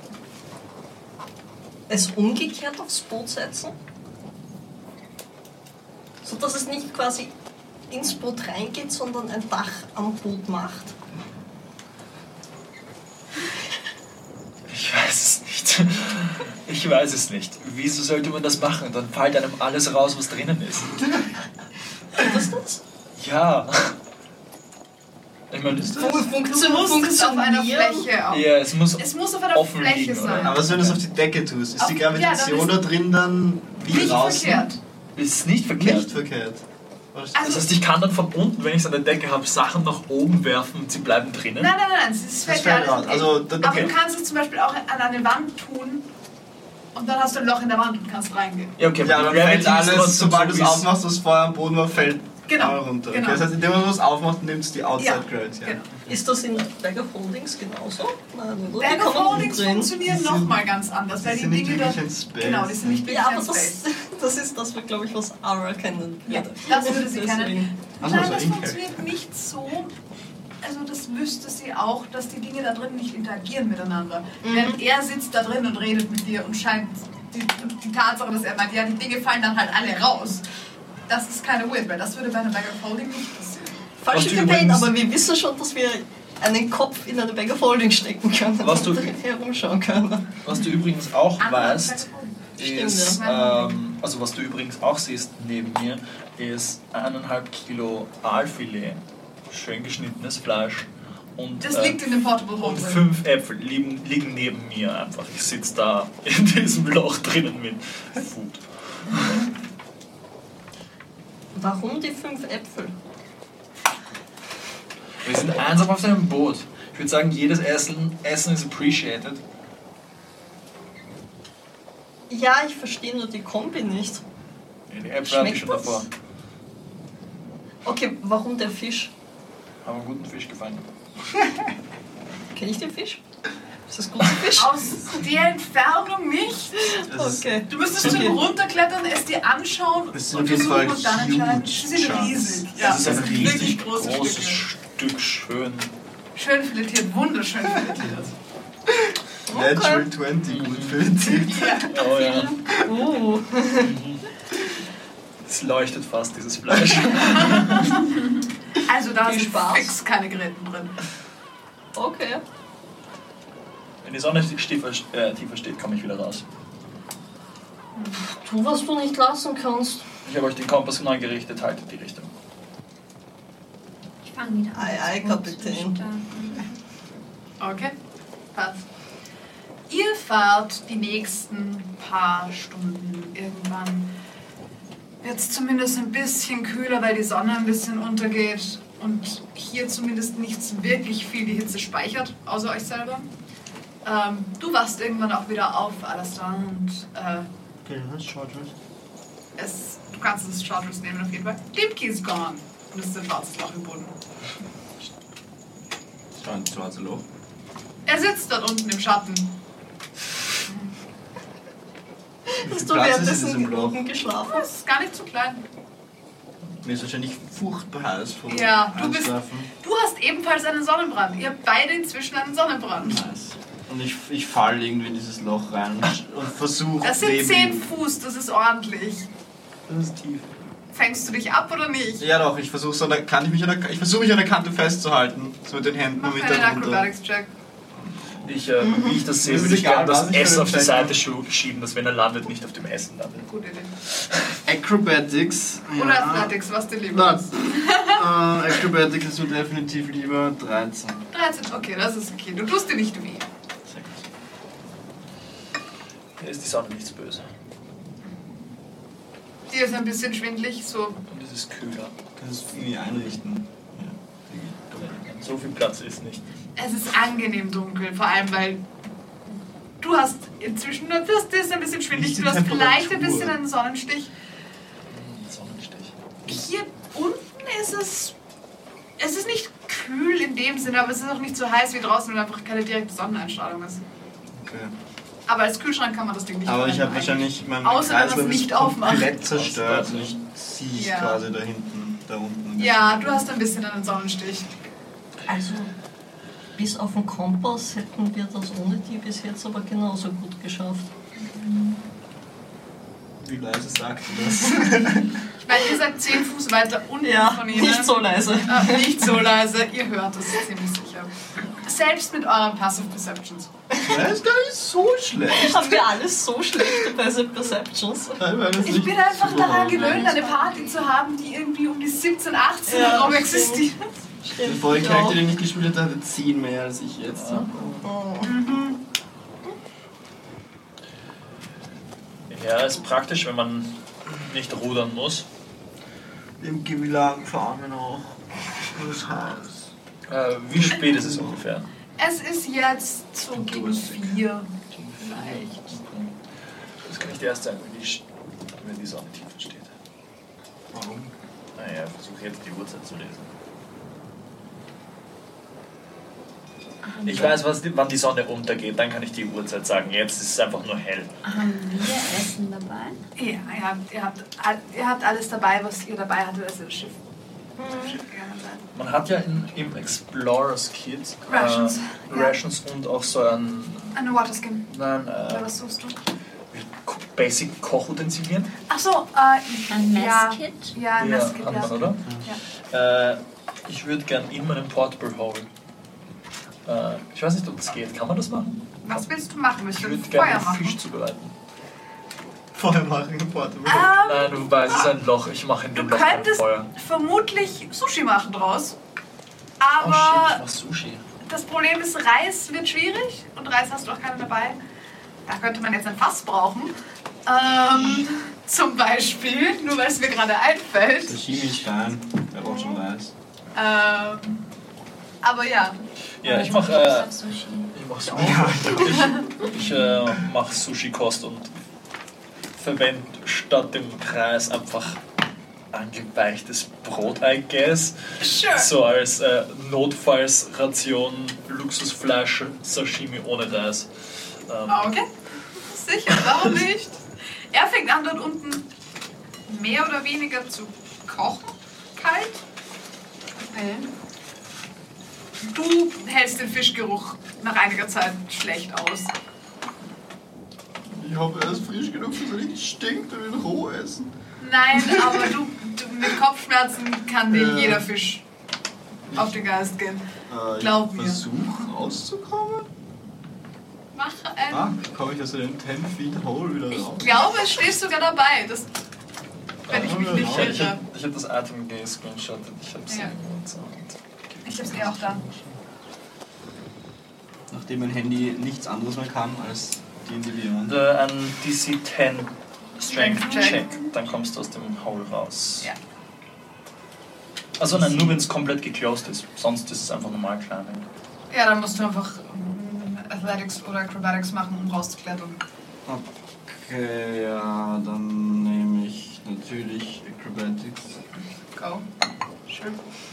es umgekehrt aufs Boot setzen? So dass es nicht quasi ins Boot reingeht, sondern ein Dach am Boot macht. Ich weiß es nicht. Ich weiß es nicht. Wieso sollte man das machen? Dann fällt einem alles raus, was drinnen ist. Was ist das? Ja. Ich meine, Du musst es auf einer Fläche auf. ja, es muss Es muss auf einer offen Fläche liegen, sein. oder? Aber was, wenn du es auf die Decke tust? Ist Auf- die ja, Gravitation dann da drin dann wie Nicht draußen? verkehrt. ist nicht verkehrt. Nicht verkehrt. Was- Also- Das heißt, ich kann dann von unten, wenn ich es an der Decke habe, Sachen nach oben werfen und sie bleiben drinnen. Nein, es Das fällt fällt ja alles raus. Also, okay. da- Aber okay. du kannst es zum Beispiel auch an eine Wand tun und dann hast du ein Loch in der Wand und kannst reingehen. Ja, okay, Ja, aber dann die fällt Gravity ist alles, trotzdem sobald du so, es wie aufmachst, was vorher am Boden war, fällt Genau, runter. genau. Okay, das heißt, indem man was aufmacht, nimmt es die Ja, Outside Gravity. genau. Ist das in Bag of Holdings genauso? Nein, oder? Bag Die of kann man Holdings umdrehen. funktionieren Die nochmal ganz anders, weil die die sind nicht Dinge wirklich dort... ein Space. Genau, die sind nicht wirklich Ja, ein aber Space. das ist das, glaube ich, was Ara kennen Ja, würde. das würde sie kennen. Deswegen. Ach so, Nein, so das in funktioniert nicht so. Also das wüsste sie auch, dass die Dinge da drin nicht interagieren miteinander. Während er sitzt da drin und redet mit dir und scheint die Tatsache, dass er meint, ja, die Dinge fallen dann halt alle raus. Das ist keine Weird, weil das würde bei einer Bag of Holding nicht passieren. Falsche Was du Campaign, übrigens- aber wir wissen schon, dass wir einen Kopf in eine Bag of Holding stecken können Was du- und herumschauen können. Was du übrigens auch Andere weißt, Bag of Holding. ist, ja. also was du übrigens auch siehst neben mir, ist 1,5 Kilo Aalfilet, schön geschnittenes Fleisch und, Das liegt in dem Portable Home und drin. 5 Äpfel liegen neben mir einfach. Ich sitze da in diesem Loch drinnen mit Food. Warum die 5 Äpfel? Wir sind einsam auf einem Boot. Ich würde sagen, jedes Essen ist appreciated. Ja, ich verstehe nur die Kombi nicht. Die Äpfel hatte ich Schmeckt schon das? davor. Okay, warum der Fisch? Haben einen guten Fisch gefangen. Kenne ich den Fisch? Ist das guter Fisch? Aus der Entfernung nicht. Das ist- Okay. Du müsstest zu ihm runterklettern, es dir anschauen Das sind und auf jeden versuchen Fall und dann entscheiden. huge Sie sind chunks. riesig. Ja, Das ist ein sind richtig wirklich große großes Stücke. Stück, schön. Schön filetiert, wunderschön filetiert. Natural 20, gut für den Tipp. Oh ja. Es leuchtet fast, dieses Fleisch. Also da Viel sind Spaß. fix keine Gräten drin. Okay. Wenn die Sonne tiefer steht, komme ich wieder raus. Tu, was du nicht lassen kannst. Ich habe euch den Kompass neu gerichtet, haltet die Richtung. Ich fange wieder an. Ei, ei, Kapitän. Okay, passt. Ihr fahrt die nächsten paar Stunden. Irgendwann wird es zumindest ein bisschen kühler, weil die Sonne ein bisschen untergeht und hier zumindest nichts wirklich viel die Hitze speichert, außer euch selber. Du wachst irgendwann auch wieder auf, Alastar, und Okay, das ist Chargers. du kannst das Chargers nehmen auf jeden Fall. Dimki ist gone. Und es ist ein schwarzes Loch im Boden. Das war ein schwarzes Loch. Er sitzt dort unten im Schatten. Hast du Platz ist in währenddessen diesem Loch? oben geschlafen? Das ist gar nicht so klein. Mir ist wahrscheinlich furchtbar heiß vom Ja, du Einschlafen. hast ebenfalls einen Sonnenbrand. Ihr habt beide inzwischen einen Sonnenbrand. Nice. Und ich falle irgendwie in dieses Loch rein und versuche Das sind 10 Fuß, das ist ordentlich. Das ist tief. Fängst du dich ab oder nicht? Ja doch, ich versuche mich an der Kante festzuhalten. So mit den Händen Mach und mich einen da drunter. Acrobatics-Check. Wie ich das sehe, Das ist würde ich egal, gerne das was ich für Essen den auf die Check Seite schieben, dass wenn er landet, nicht auf dem Essen landet. Gute Idee. Acrobatics. Oder Athletics, was dir lieber Nein. ist. Acrobatics ist mir definitiv lieber 13. 13, okay, das ist okay. Du tust dir nicht weh. Sehr gut. Hier ist die Sonne nichts böse. Dir ist ein bisschen schwindelig, so. Und es ist kühler. Kannst du irgendwie einrichten? So viel Platz ist nicht. Es ist angenehm dunkel, vor allem weil du hast inzwischen, dir ist ein bisschen schwindelig, Nicht die du hast vielleicht ein Temperatur. bisschen einen Sonnenstich. Sonnenstich. Hier unten ist es ist nicht kühl in dem Sinne, aber es ist auch nicht so heiß wie draußen, weil einfach keine direkte Sonneneinstrahlung ist. Okay. Aber als Kühlschrank kann man das Ding nicht Aber ich verwenden habe wahrscheinlich meinen Außer, wenn man es Kreislauf nicht ist aufmacht. komplett zerstört Außer- und ich ziehe Ja. quasi da hinten, da unten. Ja, du hast ein bisschen einen Sonnenstich. Also, bis auf den Kompass hätten wir das ohne die bis jetzt aber genauso gut geschafft. Wie leise sagt du das? Ich meine, ihr seid 10 Fuß weiter unten von ihnen. nicht so leise. Nicht so leise, ihr hört es ziemlich sicher. Selbst mit euren Passive Perceptions. Das ist gar nicht so schlecht. Haben wir alles so schlechte Passive Perceptions? Ich bin einfach daran gewöhnt, eine Party zu haben, die irgendwie um die 17, 18 Ja, herum stimmt. existiert. Der vorige Charakter, den ich gespielt habe, hatte 10 mehr als ich jetzt. Ja, ist praktisch, wenn man nicht rudern muss. Im Gewilang fahren wir noch. Das Haus. Wie spät ist es ungefähr? Es ist jetzt so gegen 4. Vielleicht. Das kann ich dir erst sagen, wenn die Sonne tief steht. Warum? Naja, versuche jetzt die Uhrzeit zu lesen. Ich weiß, wann die Sonne untergeht, dann kann ich die Uhrzeit sagen. Jetzt ist es einfach nur hell. Haben wir Essen dabei? Ja, ihr habt alles dabei, was ihr dabei hattet, als ihr das Schiff gegangen seid. Man hat ja im Explorers Kit Rations, ja. Rations und auch so ein Eine Waterskin. nein, Oder was suchst du? Basic Kochutensilien. Ach so, Ein ja. Messkit? Ja, ein Messkit, hat man, ja. oder? Ja. Ich würde gern in meinem Portable holen. Ich weiß nicht, ob das geht. Kann man das machen? Was willst du machen? Willst Ich du würde Feuer gerne machen? Fisch zubereiten. Feuer machen im Portable. Nein, wobei es ist ein Loch. Ich mache in Du dem Loch kein könntest Feuer. vermutlich Sushi machen draus. Oh shit, ich Aber mach Sushi. das Problem ist, Reis wird schwierig und Reis hast du auch keinen dabei. Da könnte man jetzt ein Fass brauchen. Zum Beispiel, nur weil es mir gerade einfällt. Sashimi ist fein. Wer braucht schon Reis? Aber ja, Ja, ich Ich mache hab Sushi. mach Sushi. Ich mache Sushi-Kost und verwende statt dem Reis einfach angeweichtes Brot, I guess. sure. So als Notfallsration, Luxusfleisch, Sashimi ohne Reis. Okay, sicher, warum nicht? Er fängt an, dort unten mehr oder weniger zu kochen, kalt. Okay. Du hältst den Fischgeruch nach einiger Zeit schlecht aus. Ich hoffe, er ist frisch genug, dass er nicht stinkt und ihn roh essen. Nein, aber du mit Kopfschmerzen kann dir jeder Fisch auf den Geist gehen. Glaub mir. Versuch rauszukommen? Mach ein... Komme ich aus dem 10 Feet Hole wieder Ich raus? glaube, es steht sogar dabei. Das, wenn ich mich nicht Ich irre. hab das Item gescreenshottet. Ich hab's Ja. irgendwo und so. Ich hab's auch da. Nachdem mein Handy nichts anderes mehr kann als D&D Und Beyond. ein DC 10 Strength Strength Check. Check, dann kommst du aus dem Hole raus. Ja. Also nein, nur wenn es komplett geclosed ist. Sonst ist es einfach normal klein. Ja, dann musst du einfach Athletics oder Acrobatics machen, um rauszuklettern. Okay, ja, dann nehme ich natürlich Acrobatics. Go. Schön.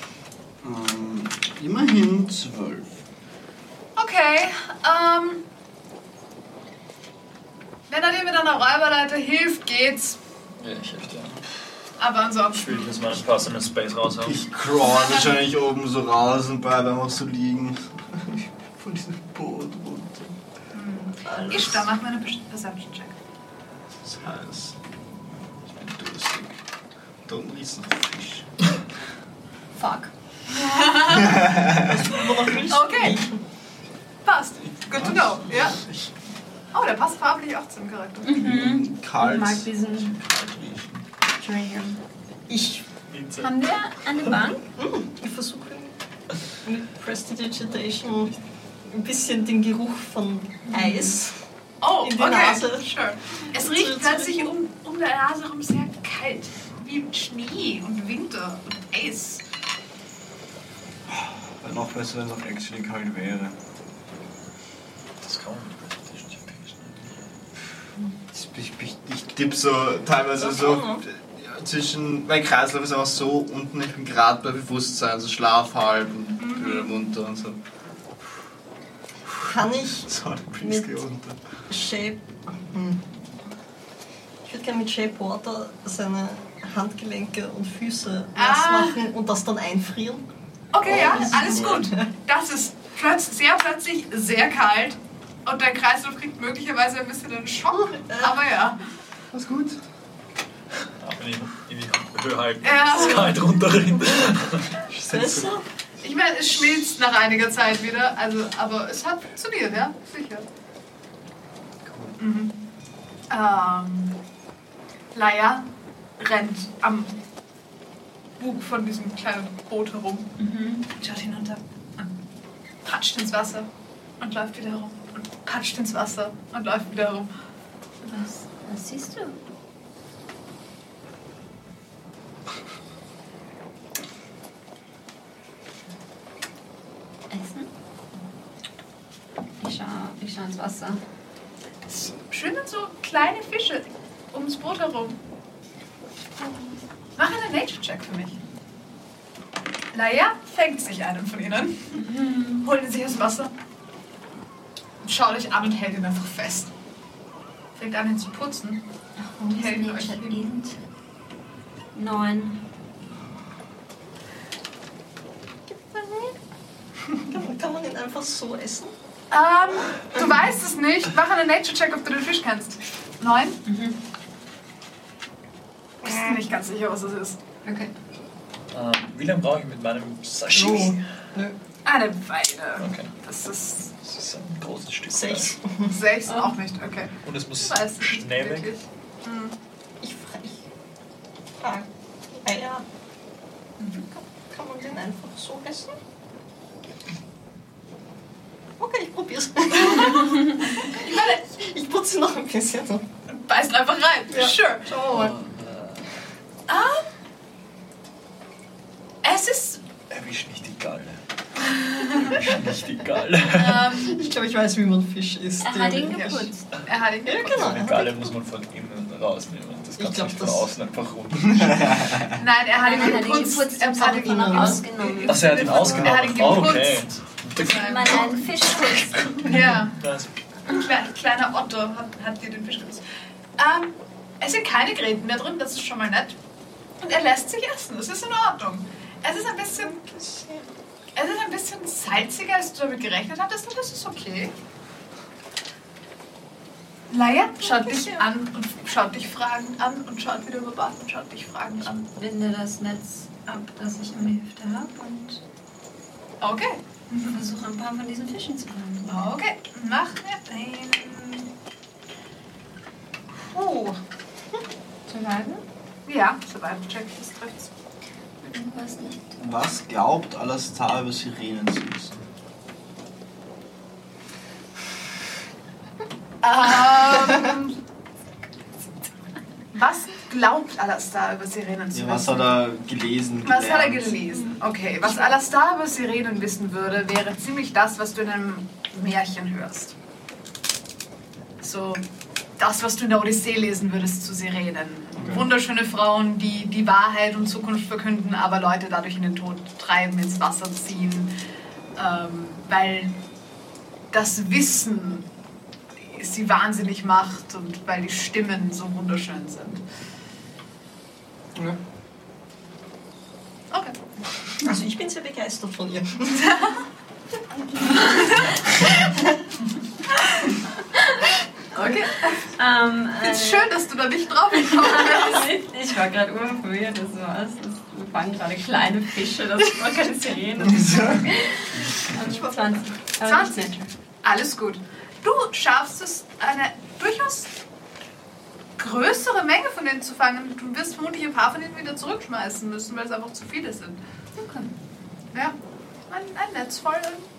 Immerhin 12. Okay, wenn er dir mit einer Räuberleiter hilft, geht's. Ja, ich helfe dir. Aber Ich ansonsten... will jetzt meinen Personal Space raushauen. Ich crawl wahrscheinlich oben so raus und bleibe einfach so liegen. Von diesem Boot runter. Ich da mach meine Perception-Check. Das ist heiß. Ich bin durstig. Da unten riecht's nach Fisch. Fuck. Worauf willst du Okay. riechen? Passt. Good to know. Ja. Oh, der passt farblich auch zum Charakter. Kalt. Ich mag diesen Kalt riechen. Dragon. Ich Haben wir eine Bank? versuche mit Prestidigitation ein bisschen den Geruch von Eis. Oh, In die okay. Nase. Sure. Es riecht plötzlich um der Nase herum sehr kalt. Wie Schnee und Winter und Eis. Wäre noch besser, wenn es auch actually kalt wäre. Das kann man nicht besser. Ich tippe so teilweise so zwischen. Mein Kreislauf ist auch so unten, ich bin gerade bei Bewusstsein, so Schlaf halb und munter und so. Kann ich So, ein mit Whisky runter. Shape. Ich würde gerne mit Shape Water seine Handgelenke und Füße nass machen und das dann einfrieren. Okay, ja, alles gut. Das ist sehr plötzlich sehr kalt und der Kreislauf kriegt möglicherweise ein bisschen einen Schock. Aber ja. Alles gut. Aber in die Höhe halten. Ja. Das kalt runterreden. Besser? Ich meine, es schmilzt nach einiger Zeit wieder, also, aber es hat funktioniert, ja, sicher. Mhm. Laia rennt am Bug von diesem kleinen Boot herum, schaut hinunter und patscht ins Wasser und läuft wieder herum und patscht ins Wasser und läuft wieder herum. Was siehst du? Essen? Ich schau ins Wasser. Es schwimmen so kleine Fische ums Boot herum. Mach einen Nature-Check für mich. Laia fängt sich einen von ihnen, holt ihn sich aus dem Wasser und schaut euch an und hält ihn einfach fest. Fängt an, ihn zu putzen. Warum ist Hält ihn Nature euch hin. Int? 9. Kann man ihn einfach so essen? Du weißt es nicht. Mach einen Nature-Check, ob du den Fisch kennst. 9? Bist nicht ganz sicher, was es ist. Okay. Wie lange brauche ich mit meinem Sashimi? Nö. Eine Weile. Okay. Das ist Das ist ein großes Stück. 6. 6 auch nicht, okay. Und es muss Du weißt es nicht schnell weg. wirklich. Ich frage. Ah ja. Kann man den einfach so essen? Okay, ich probier's. Ich putze noch ein bisschen. Beißt einfach rein. Ja. Sure. Schauen wir mal. Es ist. Erwisch nicht die Galle. Erwisch nicht die Galle. Ich glaube, ich weiß, wie man Fisch isst. Er hat ihn Ja, geputzt. Er hat ihn Ja, geputzt. genau. Die Galle muss man von innen rausnehmen. Das Ich kannst du glaub, nicht von das- außen einfach runter. Nein, er hat ihn Er hat ihn geputzt. geputzt Er und hat hat ihn ihn innen ausgenommen. Achso, er hat ihn ausgenommen. Er hat ihn Oh, okay. geputzt. Wie man einen Fisch putzt. Ja. Das- Ein kleiner Otto hat dir den Fisch geputzt. Es sind keine Gräten mehr drin, das ist schon mal nett. Und er lässt sich essen, das ist in Ordnung. Es ist ein bisschen salziger, als du damit gerechnet hattest, und das ist okay. Laia schaut dich an und schaut dich fragend an und schaut wieder über Bord und schaut dich fragend an. Binde das Netz ab, das ich um die Hüfte habe und Okay, versuche ein paar von diesen Fischen zu fangen. okay. Mach mir einen... Survival? Ja, Survival-Check, das trifft's. Irgendwas nicht. Was glaubt Alastar über Sirenen zu wissen? Was glaubt Alastar über Sirenen zu Ja, wissen? was hat er gelesen? Was hat er gelernt? gelesen? Okay, was Alastar über Sirenen wissen würde, wäre ziemlich das, was du in einem Märchen hörst. So, das, was du in der Odyssee lesen würdest zu Sirenen. Okay. Wunderschöne Frauen, die die Wahrheit und Zukunft verkünden, aber Leute dadurch in den Tod treiben, ins Wasser ziehen, weil das Wissen sie wahnsinnig macht und weil die Stimmen so wunderschön sind. Ja. Okay. Also ich bin sehr begeistert von ihr. Okay. Ist schön, dass du da nicht drauf gekommen bist. Ich war gerade urverwirrt, das war's. Wir fangen gerade kleine Fische, das war keine Sirenen. 20. Aber 20. nicht Nature. Alles gut. Du schaffst es, eine durchaus größere Menge von denen zu fangen. Du wirst vermutlich ein paar von denen wieder zurückschmeißen müssen, weil es einfach zu viele sind. Okay. Ja, ein Netz voll.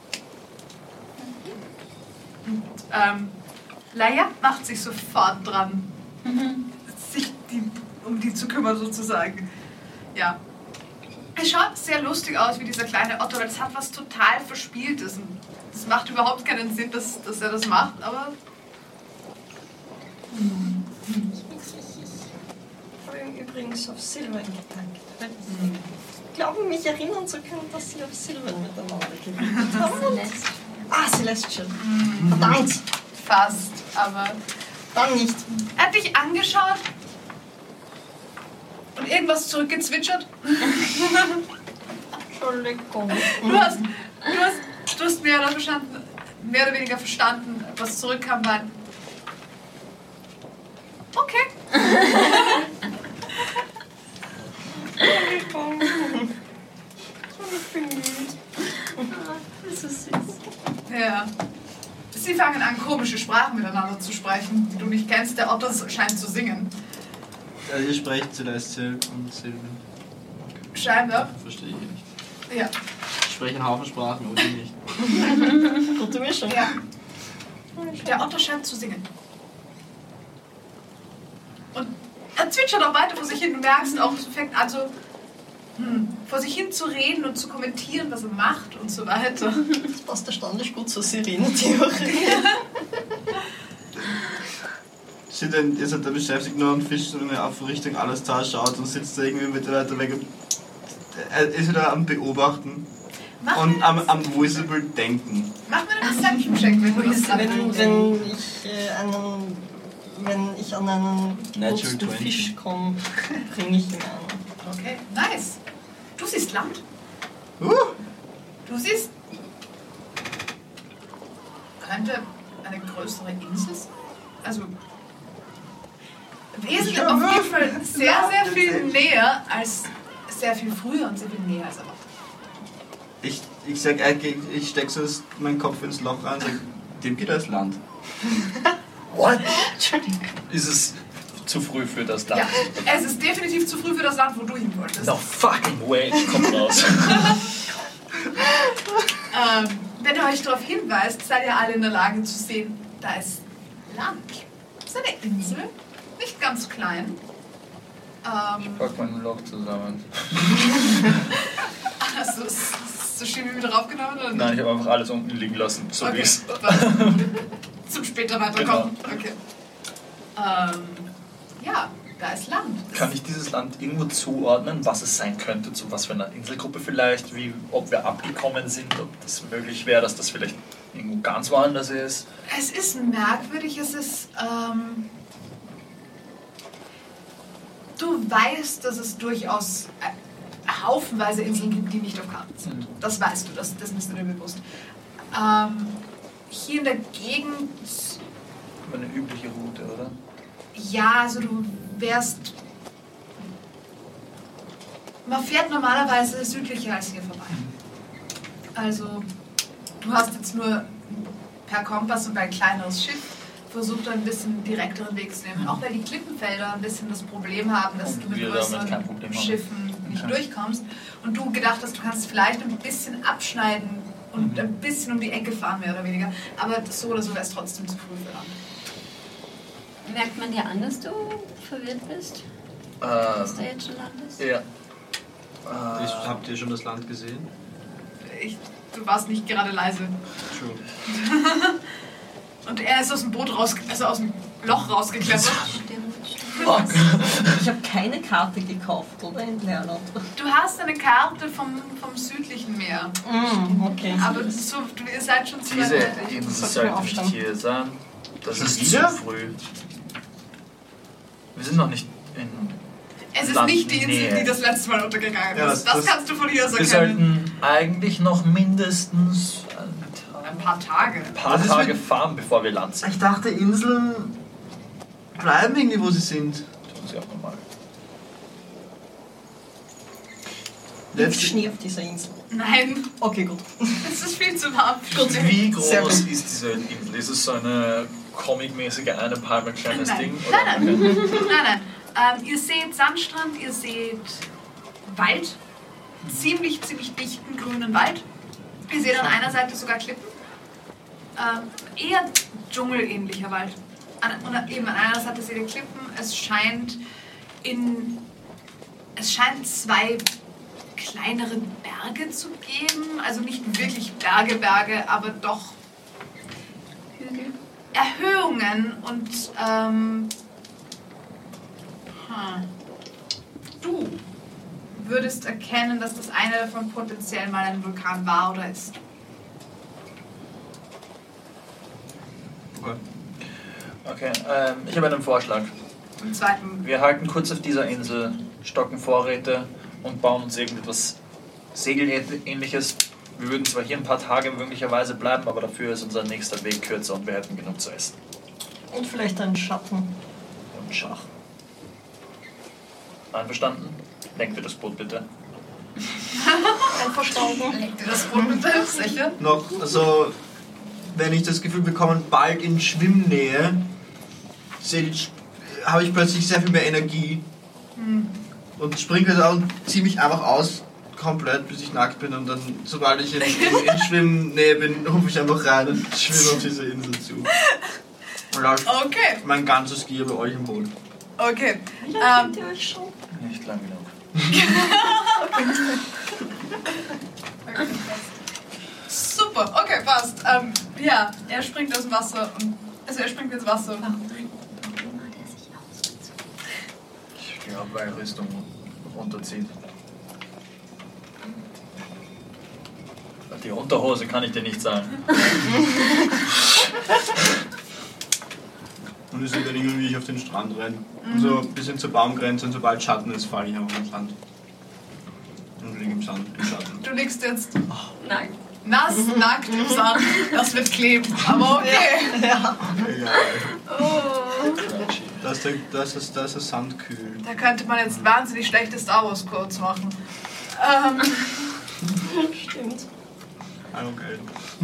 Und Laia macht sich sofort dran, sich die um die zu kümmern sozusagen. Ja. Es schaut sehr lustig aus wie dieser kleine Otto, weil es hat was total Verspieltes. Und es macht überhaupt keinen Sinn, dass er das macht, aber... Ich habe ihm übrigens auf Silvan gedankt. Ich glaube, mich erinnern zu können, dass sie auf Silvan miteinander geredet haben. Celestial. Verdammt! Fast, aber... Dann nicht. Er hat dich angeschaut und irgendwas zurückgezwitschert. Entschuldigung. Du hast mehr oder weniger verstanden, was zurückkam, war. Okay. Das ist süß. Ja. Sie fangen an, komische Sprachen miteinander zu sprechen, die du nicht kennst. Der Otto scheint zu singen. Ja, ihr sprecht Celestial und Sylvan. Scheinbar. Verstehe ich nicht. Ja. Ich spreche einen Haufen Sprachen, aber die nicht. Gute Mischung. Ja. Der Otto scheint zu singen. Und er zwitschert auch weiter vor sich hin. Du merkst auch, es fängt an so vor sich hin zu reden und zu kommentieren, was er macht und so weiter. Das passt erstaunlich gut zur Sirene-Theorie. Ihr seid da beschäftigt, nur am Fisch so eine auf Richtung Alastar schaut und sitzt da irgendwie mit weiter weg. Er ist wieder am Beobachten und am Visible denken. Mach mir einen Perception-Check, wenn du das Wenn ich an einen Natural großen 20. Fisch komme, bringe ich ihn an. Okay, nice. Du siehst Land. Du siehst... Könnte eine größere Insel sein? Also... Wesentlich auf jeden Fall sehr, sehr viel näher als... Sehr viel früher und sehr viel näher als erwartet. Ich steck so meinen Kopf ins Loch rein und sag, dem geht das Land. What? Ist es zu früh für das Land? Ja, es ist definitiv zu früh für das Land, wo du hin wolltest. No fucking way, ich komm raus. Wenn ihr euch darauf hinweist, seid ihr alle in der Lage zu sehen, da ist Land. Das ist eine Insel, nicht ganz klein. Pack mein Loch zusammen. Hast du es so schön wie wieder raufgenommen? Oder Nein, ich habe einfach alles unten liegen lassen, so wie es. Zum später weiterkommen. Genau. Okay. Ja, da ist Land. Kann ich dieses Land irgendwo zuordnen, was es sein könnte, zu was für einer Inselgruppe vielleicht, wie, ob wir abgekommen sind, ob das möglich wäre, dass das vielleicht irgendwo ganz woanders ist? Es ist merkwürdig, es ist... Du weißt, dass es durchaus haufenweise Inseln gibt, die nicht auf Karten sind. Das weißt du, das ist dir bewusst. Hier in der Gegend... Eine übliche Route, oder? Ja, also du wärst... Man fährt normalerweise südlicher als hier vorbei. Also, du hast jetzt nur per Kompass und ein kleineres Schiff versucht, ein bisschen direkteren Weg zu nehmen. Auch weil die Klippenfelder ein bisschen das Problem haben, dass du mit größeren Schiffen nicht durchkommst. Und du gedacht hast, du kannst vielleicht ein bisschen abschneiden und ein bisschen um die Ecke fahren, mehr oder weniger. Aber so oder so wäre es trotzdem zu früh für Land. Merkt man dir an, dass du verwirrt bist? Dass da jetzt schon Land ist? Ja. Habt ihr schon das Land gesehen? Du warst nicht gerade leise. True. Und er ist aus dem Boot aus dem Loch rausgeklettert. Stimmt. Ich habe keine Karte gekauft, oder in Leerlaut. Du hast eine Karte vom südlichen Meer. Okay. Aber ihr seid schon zu Diese weit weg. Insel sollte nicht hier sein. Das ist zu wieder? früh. Wir sind noch nicht in... Es ist Land nicht die Insel, Nähe. die das letzte Mal untergegangen Ja, ist. Das kannst du von hier aus Wir erkennen. sollten eigentlich noch mindestens Ein paar Tage. ein paar Was ist Tage mit- fahren, bevor wir Land sind. Ich dachte, Inseln bleiben irgendwie, wo sie sind. Tun sie auch nochmal. Gibt Schnee auf dieser Insel? Nein, Okay, gut. es ist viel zu warm. Wie Sehr groß gut. ist diese Insel? Ist es so eine comic-mäßige, eine Palme kleines Nein. Ding? Nein. Ihr seht Sandstrand, ihr seht Wald. Ziemlich dichten grünen Wald. Ihr seht an einer Seite sogar Klippen. Eher dschungelähnlicher Wald. Und eben an einer Seite seht ihr Klippen. Es scheint Es scheint 2 kleinere Berge zu geben. Also nicht wirklich Berge, aber doch Erhöhungen. Und du würdest erkennen, dass das eine davon potenziell mal ein Vulkan war oder ist. Okay, ich habe einen Vorschlag. Im zweiten. Wir halten kurz auf dieser Insel, stocken Vorräte und bauen uns irgendetwas Segelähnliches. Wir würden zwar hier ein paar Tage möglicherweise bleiben, aber dafür ist unser nächster Weg kürzer und wir hätten genug zu essen. Und vielleicht einen Schatten. Und Schach. Einverstanden? Lenkt ihr das Boot bitte. Einverstanden. Legt ihr das Boot bitte? Sicher? Noch, also, wenn ich das Gefühl bekomme, bald in Schwimmnähe, habe ich plötzlich sehr viel mehr Energie. Und springe da und ziehe mich einfach aus, komplett, bis ich nackt bin. Und dann, sobald ich in Schwimmnähe bin, rufe ich einfach rein und schwimme auf diese Insel zu. Und lasse mein ganzes Gier bei euch im Boot. Okay. Wie lange kennt ihr euch schon? Nicht lang genug. Super, okay, passt. Ja, er springt aus dem Wasser und. Also er springt ins Wasser. Ich glaube, weil Rüstung runterzieht. Die Unterhose kann ich dir nicht sagen. Und ich sehe dann irgendwie, wie ich auf den Strand renne. So ein bisschen zur Baumgrenze und sobald Schatten ist, falle ich einfach ins Sand. Und liege im Sand, im Schatten. Du liegst jetzt Nein. nass, nackt im Sand. Das wird kleben, aber okay. Ja. Egal. Oh. Das ist sandkühl. Da könnte man jetzt wahnsinnig schlechte Star Wars Quotes machen. Stimmt. Okay.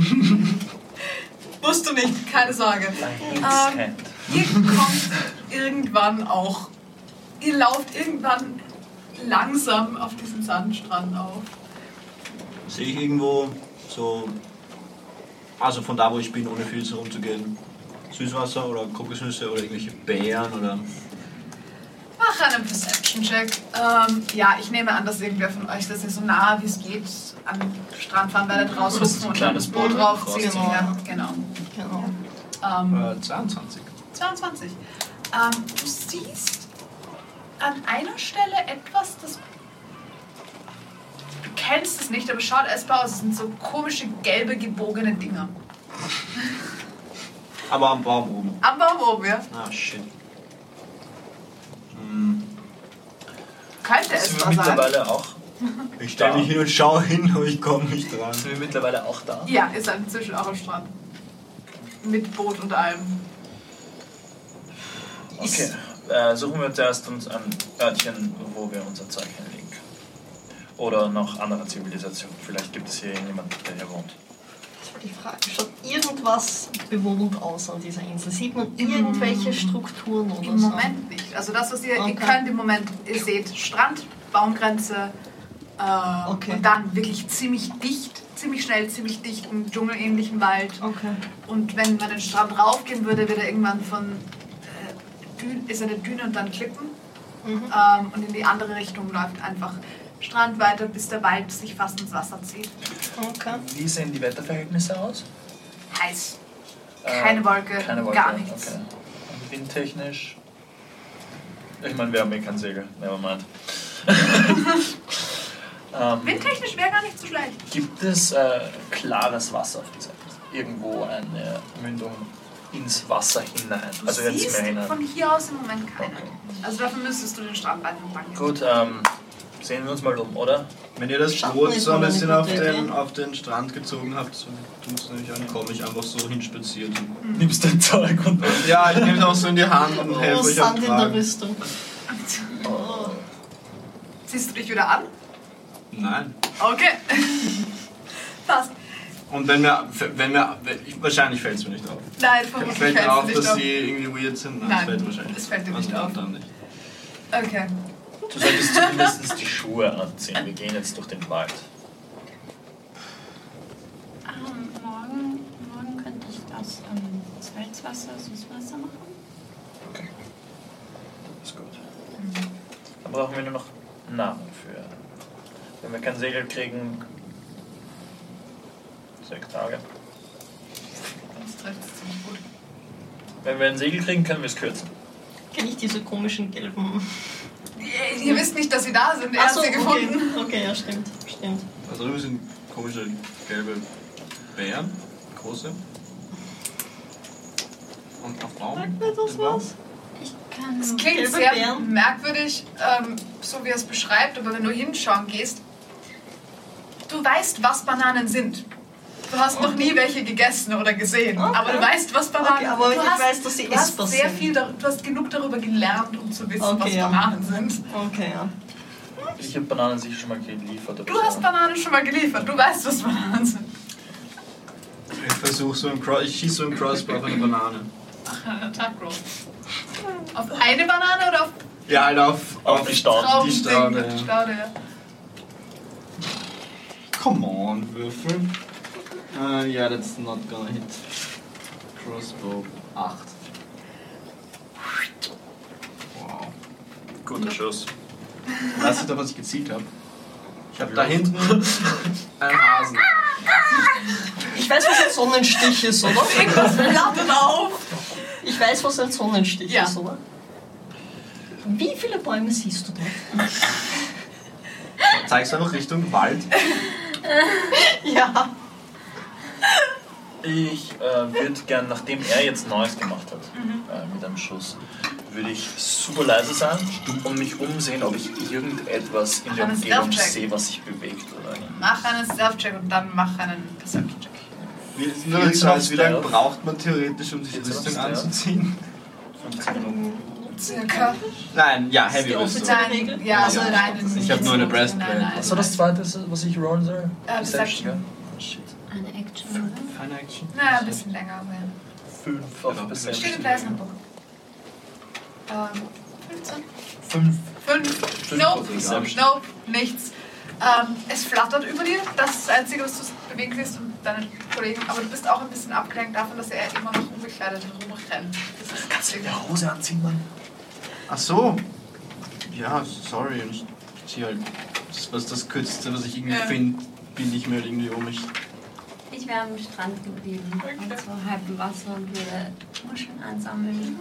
Musst du nicht, keine Sorge. Ihr kommt irgendwann auch. Ihr lauft irgendwann langsam auf diesem Sandstrand auf. Sehe ich irgendwo so, also von da wo ich bin, ohne viel rumzugehen, Süßwasser oder Kokosnüsse oder irgendwelche Beeren oder... Mach einen Perception-Check. Ja, ich nehme an, dass irgendwer von euch, dass ihr so nah wie es geht am Strand fahren werdet, raushupfen und ein Boot draufziehen. Genau. Ja, genau. 22. 22. Du siehst an einer Stelle etwas, das... Du kennst es nicht, aber schaut erstmal aus. Es sind so komische, gelbe, gebogene Dinger. Aber am Baum oben. Am Baum oben, ja. Ah, shit. Könnte es Sind wir was sein? mittlerweile auch? Ich stelle mich hin und schaue hin, aber ich komme nicht dran. Sind wir mittlerweile auch da? Ja, ist inzwischen auch am Strand. Mit Boot und allem. Okay, suchen wir zuerst uns ein Örtchen, wo wir unser Zeug hinlegen können. Oder noch andere Zivilisationen. Vielleicht gibt es hier jemanden, der hier wohnt. Das war die Frage. Schaut irgendwas bewohnt aus an dieser Insel? Sieht man irgendwelche Strukturen oder Im so? Moment nicht. Also das, was ihr Okay. könnt im Moment, ihr seht Strand, Baumgrenze Okay. und dann wirklich ziemlich dicht, ziemlich schnell, ziemlich dichten, dschungelähnlichen Wald. Okay. Und wenn man den Strand raufgehen würde, wird er irgendwann von ist eine Düne und dann Klippen. Und in die andere Richtung läuft einfach Strand weiter, bis der Wald sich fast ins Wasser zieht. Okay. Wie sehen die Wetterverhältnisse aus? Heiß. Keine Wolke, Keine Wolke, gar nichts. Okay. Und windtechnisch? Ich meine, wir haben kein Segel. Nevermind. Windtechnisch wäre gar nicht so schlecht. Gibt es klares Wasser auf dieser Insel? Irgendwo eine Mündung ins Wasser hinein? Du Also jetzt siehst mehr hinein. von hier aus im Moment keine. Okay. Also dafür müsstest du den Strand weiter entlang gehen. Gut, sehen wir uns mal um, oder? Wenn ihr das Schatten Boot ist so ein aber eine bisschen gute auf den Strand gezogen habt, so tut es nämlich an, komme ich einfach so hinspaziert. Nimmst dein Zeug und... Ja, ich nehme es auch so in die Hand und helfe Oh, euch Sand in der abtragen. Rüstung. Ziehst du dich wieder an? Nein. Okay. Passt. Und wahrscheinlich fällt es mir nicht auf. Nein, vermutlich Fällt fällt mir auf, es dass nicht auf. die irgendwie weird sind? Nein, fällt wahrscheinlich. es fällt dir nicht Also auf. Dann nicht. Okay. Du solltest zumindest die Schuhe anziehen. Wir gehen jetzt durch den Wald. Morgen könnte ich das Salzwasser, Süßwasser machen. Okay. Das ist gut. Dann brauchen wir nur noch Nahrung für. Wenn wir kein Segel kriegen, 6 Tage. Das trifft es ziemlich gut. Wenn wir ein Segel kriegen, können wir es kürzen. Kenne ich diese komischen gelben... Ihr wisst nicht, dass sie da sind. Er hat sie gefunden. Okay, ja, stimmt. Da drüben sind komische gelbe Bären, große. Und auf Baum. Sagt mir das was? Ich kann. Es klingt Gelbe sehr Beeren. merkwürdig, so wie er es beschreibt, aber wenn du hinschauen gehst, du weißt, was Bananen sind. Du hast noch nie welche gegessen oder gesehen, aber du weißt, was Bananen sind. aber du ich weiß, dass sie du hast essbar sehr sind. viel, du hast genug darüber gelernt, um zu wissen, Okay, was ja. Bananen sind. Okay, ja. Ich habe Bananen sicher schon mal geliefert. Oder Du so. hast Bananen schon mal geliefert, du weißt, was Bananen sind. Ich versuche ich schieße so im Crossbow auf eine Banane. Ach, ein Attack Roll. Auf eine Banane oder auf Ja, halt auf die Stauden. Traubending? Die Staude, ja. Staude, ja. Come on, Würfel. Yeah, that's not gonna hit. Crossbow 8. Wow. Guter Schuss. Weißt du da, was ich gezielt habe? Ich habe da hinten einen Hasen. Ich weiß, was ein Sonnenstich ist, oder? Irgendwas flattert auf. Ich weiß, was ein Sonnenstich Ja. ist, oder? Wie viele Bäume siehst du da? Zeigst du einfach Richtung Wald? Ja. Ich würde gern, nachdem er jetzt Neues gemacht hat, mit einem Schuss, würde ich super leise sein und mich umsehen, ob ich irgendetwas in der einen Umgebung Stealth-Check. sehe, was sich bewegt oder nicht. Mach einen Stealth-Check und dann mach einen Perception-Check. Wie lange braucht man theoretisch, um sich Jetzt Rüstung hast du, ja. anzuziehen? 15 Minuten. Circa. Nein, ja, ist die Heavy Rüstung. offizielle Nein, Regel? ja, also Ja. rein. Ich hab nur eine Breastplate. Nein, nein. Was war das zweite, was ich rollen soll? Deception. gell? Oh, shit. Eine Action, oder? Keine Action. Na, ein bisschen länger, aber ja. 5 Genau, auf Steht im Perception. Gleisnummer. 15. 5. 5. auf Nope. Perception. Nope. Nichts. Es flattert über dir. Das ist das Einzige, was du bewegen siehst und deine Kollegen. Aber du bist auch ein bisschen abgelenkt davon, dass er immer noch unbekleidet rumrennt. Das ist Kannst du eine Hose anziehen, Mann? Ach so. Ja, sorry. Ich ziehe halt. Das was das Kürzeste, was ich irgendwie Ja. finde, binde ich mir halt irgendwie um mich. Ich wäre am Strand geblieben und so halb im Wasser und würde Muscheln ansammeln.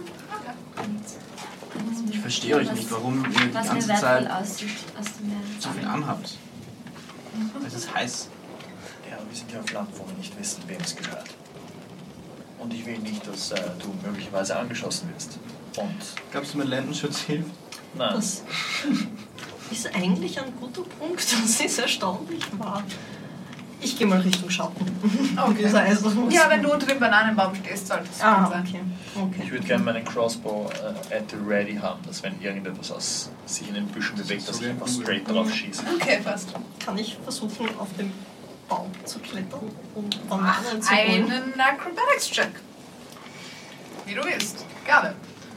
Und Ich verstehe euch nicht, warum ihr die was mir ganze wertvoll Zeit aussieht aus dem Meer. so viel anhabt. Es ist heiß. Ja, wir sind ja auf Land, wo wir nicht wissen, wem es gehört. Und ich will nicht, dass du möglicherweise angeschossen wirst. Und Glaubst du, mein Lendenschutz hilft? nein. Das ist eigentlich ein guter Punkt. Das ist erstaunlich wahr. Ich gehe mal Richtung Schatten. Okay. Dieser Eisen. Ja, wenn du unter dem Bananenbaum stehst, sollte es gut sein. Okay. Okay. Ich würde gerne meinen Crossbow at the ready haben, dass wenn irgendetwas aus sich in den Büschen bewegt, dass ich einfach straight drauf schieße. Okay, passt. Kann ich versuchen, auf den Baum zu klettern und Mach Bananen zu holen? einen Acrobatics-Check. Wie du willst. Gerne.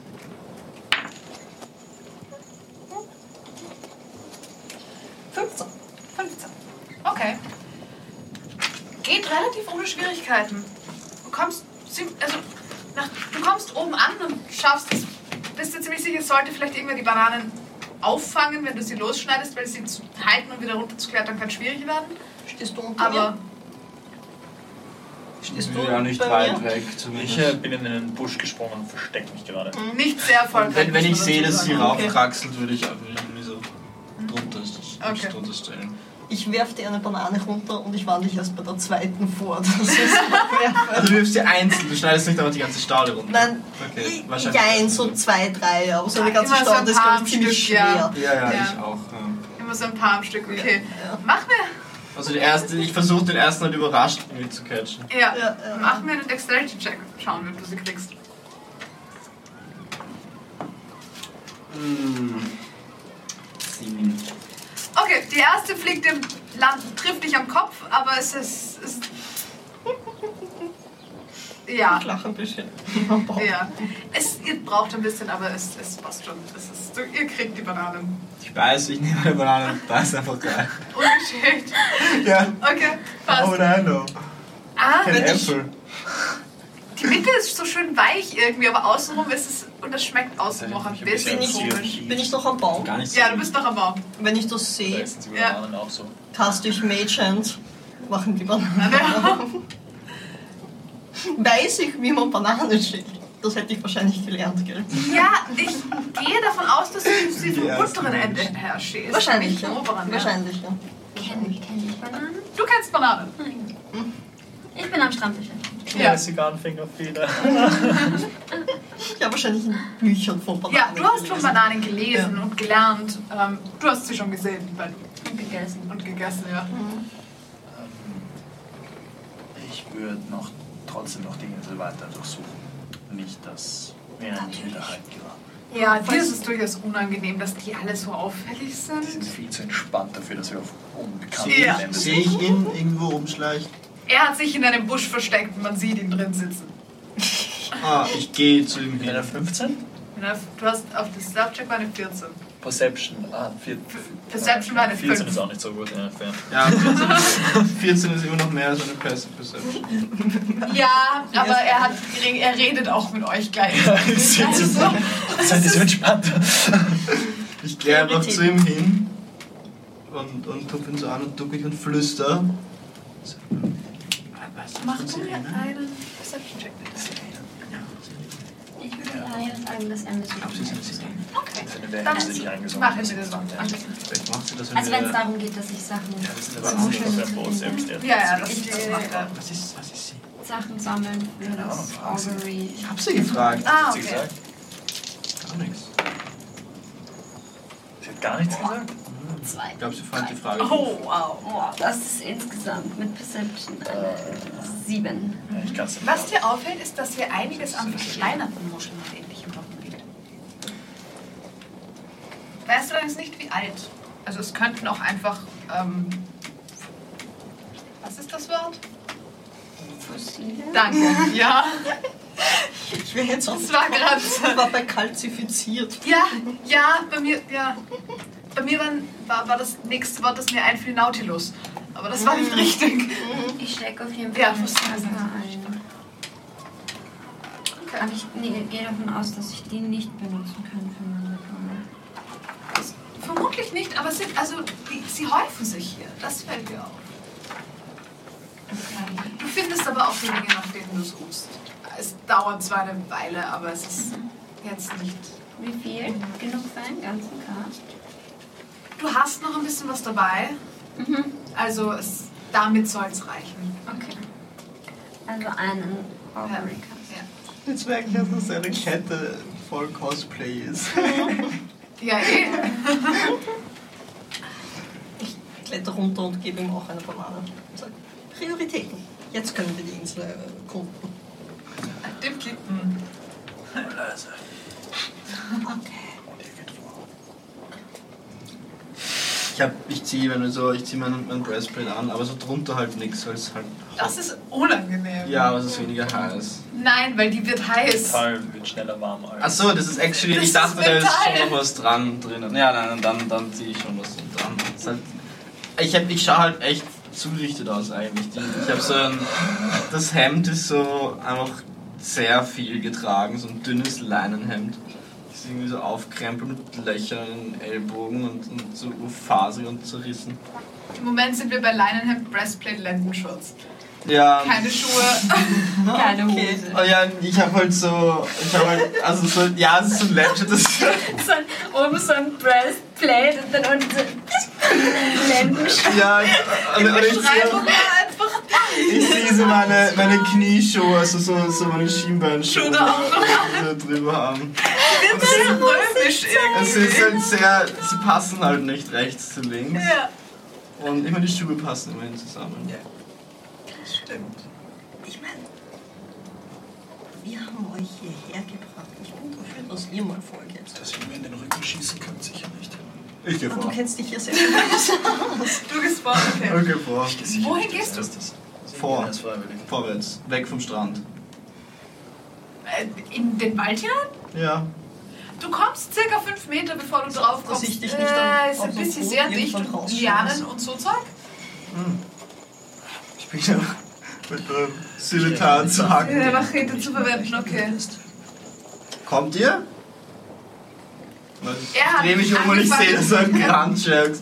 15. 15. Okay. Geht relativ ohne Schwierigkeiten. Du kommst, du kommst oben an und schaffst es. Bist dir ziemlich sicher, es sollte vielleicht irgendwer die Bananen auffangen, wenn du sie losschneidest, weil sie zu halten und wieder runter zu klettern kann schwierig werden. Stehst du unter Aber mir? Stehst Ich du bin ja nicht bei weit mir? weg Ich zumindest. bin in den Busch gesprungen und verstecke mich gerade. nicht sehr erfolgreich. Wenn ich muss man sehe, dazu dass sie sagen. raufkraxelt, würde ich irgendwie so drunter Okay. drunter stellen. Ich werfe dir eine Banane runter und ich warne dich erst bei der zweiten vor. Das ist werfe. Also du wirfst sie einzeln, du schneidest nicht einfach die ganze Staude runter. Nein, Okay, ja, so 2, 3, aber so eine Ja, ganze immer so ein Stunde ist, paar glaube ich, ziemlich Stück, ja. schwer. Ja, Ja. ich auch. Ja. Immer so ein paar am Stück, okay. Ja. Mach mir. Also ich versuche den ersten halt überrascht irgendwie zu catchen. Ja, Ja. mach mir einen Dexterity-Check. Schauen, wenn du sie kriegst. 7. Okay, die erste fliegt im Land, trifft dich am Kopf, aber es ist ja, Ich lache ein bisschen. ja. Ihr braucht ein bisschen, aber es passt schon. Ihr kriegt die Bananen. Ich weiß, ich nehme eine Banane und beiß einfach rein. Ungeschickt. Ja. Okay, passt. Oh nein, no. Ah, Kein wenn ich- Äpfel. Die Mitte ist so schön weich irgendwie, aber außenrum ist es, und das schmeckt außenrum auch ein bisschen komisch. Bin ich noch am Baum? Gar nicht so. Ja, du bist noch am Baum. Wenn ich das Da sehe, essen sie Bananen auch so. cast ich Mage Hand, machen die Bananen. Weiß ich, wie man Bananen schält? Das hätte ich wahrscheinlich gelernt, gell? Ja, ich gehe davon aus, dass du sie vom unteren Ende her schälst. Wahrscheinlich, nicht ja. vom oberen. Wahrscheinlich, ja. Kenn ich Bananen? Du kennst Bananen. Ich bin am Strand beschäftigt. Classic Anfängerfehler. Ja, wahrscheinlich in Büchern von Bananen. Ja, du hast von gelesen. Bananen gelesen und gelernt. Du hast sie schon gesehen Und gegessen. und gegessen, ja. Ich würde trotzdem noch die Insel weiter durchsuchen. Nicht, dass wir einen Hinterhalt geraten. Ja, dir ist es durchaus unangenehm, dass die alle so auffällig Die sind. sind viel zu entspannt dafür, dass wir auf unbekannten Ja. Gelände Sehe ich ihn irgendwo umschleichen? Er hat sich in einem Busch versteckt und man sieht ihn drin sitzen. Ah, ich gehe zu ihm In hin. einer 15? Du hast auf das Slapcheck war eine 14. Perception. Perception war eine 14 5. ist auch nicht so gut. Ja, fair. Ja, 14 ist immer noch mehr als eine Passive Perception. Ja, aber er redet auch mit euch gleich. Ich sehe Also, Seid ihr so entspannt? Ich gehe einfach zu ihm hin und tupfe ihn so an und ducke mich und flüster. mach du mir einen Perception-Check, bitte. Ich würde leider sagen, dass er ein bisschen Okay. Seine Welt Dann ist nicht eingesonnen. mach es bitte so. Vielleicht macht sie das, Also wenn es darum geht, dass ich Sachen Selbst jetzt. Ja, das macht er. Was ist sie? Sachen sammeln für das Augury. Ich hab sie gefragt. Ah, Hat sie okay. gesagt? Gar nichts. Sie hat gar nichts gesagt. Ich glaube, sie fand die Frage. Oh, wow. Oh, das ist insgesamt mit Perception eine 7. Ja, ich kann's nicht. Was dir auffällt, ist, dass hier einiges an verkleinerten Muscheln und ähnlichem rumliegt. Weißt du allerdings nicht, wie alt? Also es könnten auch einfach, was ist das Wort? Fossile? Danke. Ja, Ich wäre jetzt auch das war gerade. war bei kalzifiziert. Ja, bei mir, ja. Bei mir war das nächste Wort, das mir einfiel, Nautilus. Aber das war nicht richtig. Ich stecke auf jeden Fall Ja, ein fossile sind paar ein. Aber ich gehe davon aus, dass ich die nicht benutzen kann für meine Rituale. Vermutlich nicht, aber sie häufen sich hier. Das fällt dir auf. Du findest aber auch die Dinge, nach denen du suchst. Es dauert zwar eine Weile, aber es ist jetzt nicht. Wie viel? Genug für einen ganzen Cast? Du hast noch ein bisschen was dabei. Also damit soll es reichen. Okay. Also einen Augury Cast. Ja. Jetzt merke ich, dass das eine Kette voll Cosplay ist. Ja, eh. Ich kletter runter und gebe ihm auch eine Banane. Und sage, Prioritäten. Jetzt können wir die Insel erkunden. Dem Klick. Leise. Okay. Und ihr geht vor. Ich ziehe meinen Breastplate an, aber so drunter halt nichts, weil es halt. Das ist unangenehm. Ja, aber es ist weniger heiß. Nein, weil die wird heiß. Metall wird schneller warm. Als Achso, das ist actually. Das Ich dachte, ist da ist Metall. schon noch was drinnen. Ja, nein, dann ziehe ich schon was dran. Das ist halt, ich schaue halt echt zugerichtet aus eigentlich. Ich habe so das Hemd ist so einfach sehr viel getragen, so ein dünnes Leinenhemd. Das ist irgendwie so aufkrempelt mit Löchern in den Ellbogen und so faserig und zerrissen. Im Moment sind wir bei Leinenhemd, Breastplate, Lendenschurz. Ja. Keine Schuhe. Keine Hose. Oh ja, es ist so ein Legend, das Oben so ein Breastplate und dann unten so Lendenschutz. ja, und ich Beschreibung war einfach Ich sehe so meine Knieschuhe, also so meine Schienbeinschuhe, Schuhe da auch noch. die so drüber haben. Das ist römisch Es irgendwie. ist halt sehr, sie passen halt nicht rechts zu links. Ja, Und ich meine, die Schuhe passen immerhin zusammen. Ja. das stimmt. Ich meine, wir haben euch hierher gebracht. Ich bin dafür, dass ihr mal vorgeht. Dass ihr mir in den Rücken schießen könnt, sicher nicht. Ich gehe Und du vor. kennst dich hier sehr gut aus. Du gespawnt, okay. Ich gehe vor. Wohin gehst du? Vor. Das ist freiwillig. Vorwärts. Weg vom Strand. In den Wald hinein? Ja. Du kommst circa 5 Meter, bevor du drauf kommst. Dass ich dich nicht dann ist auf ein so bisschen Boot sehr dicht irgendwann und rausschmeiße. Lianen und so Zeug. Ich bin ja mit einem Scimitar zu hacken. Eine Machete zu verwenden, okay. Kommt ihr? Ich Er hat drehe mich um und ich sehe, dass so ein Grandjokes.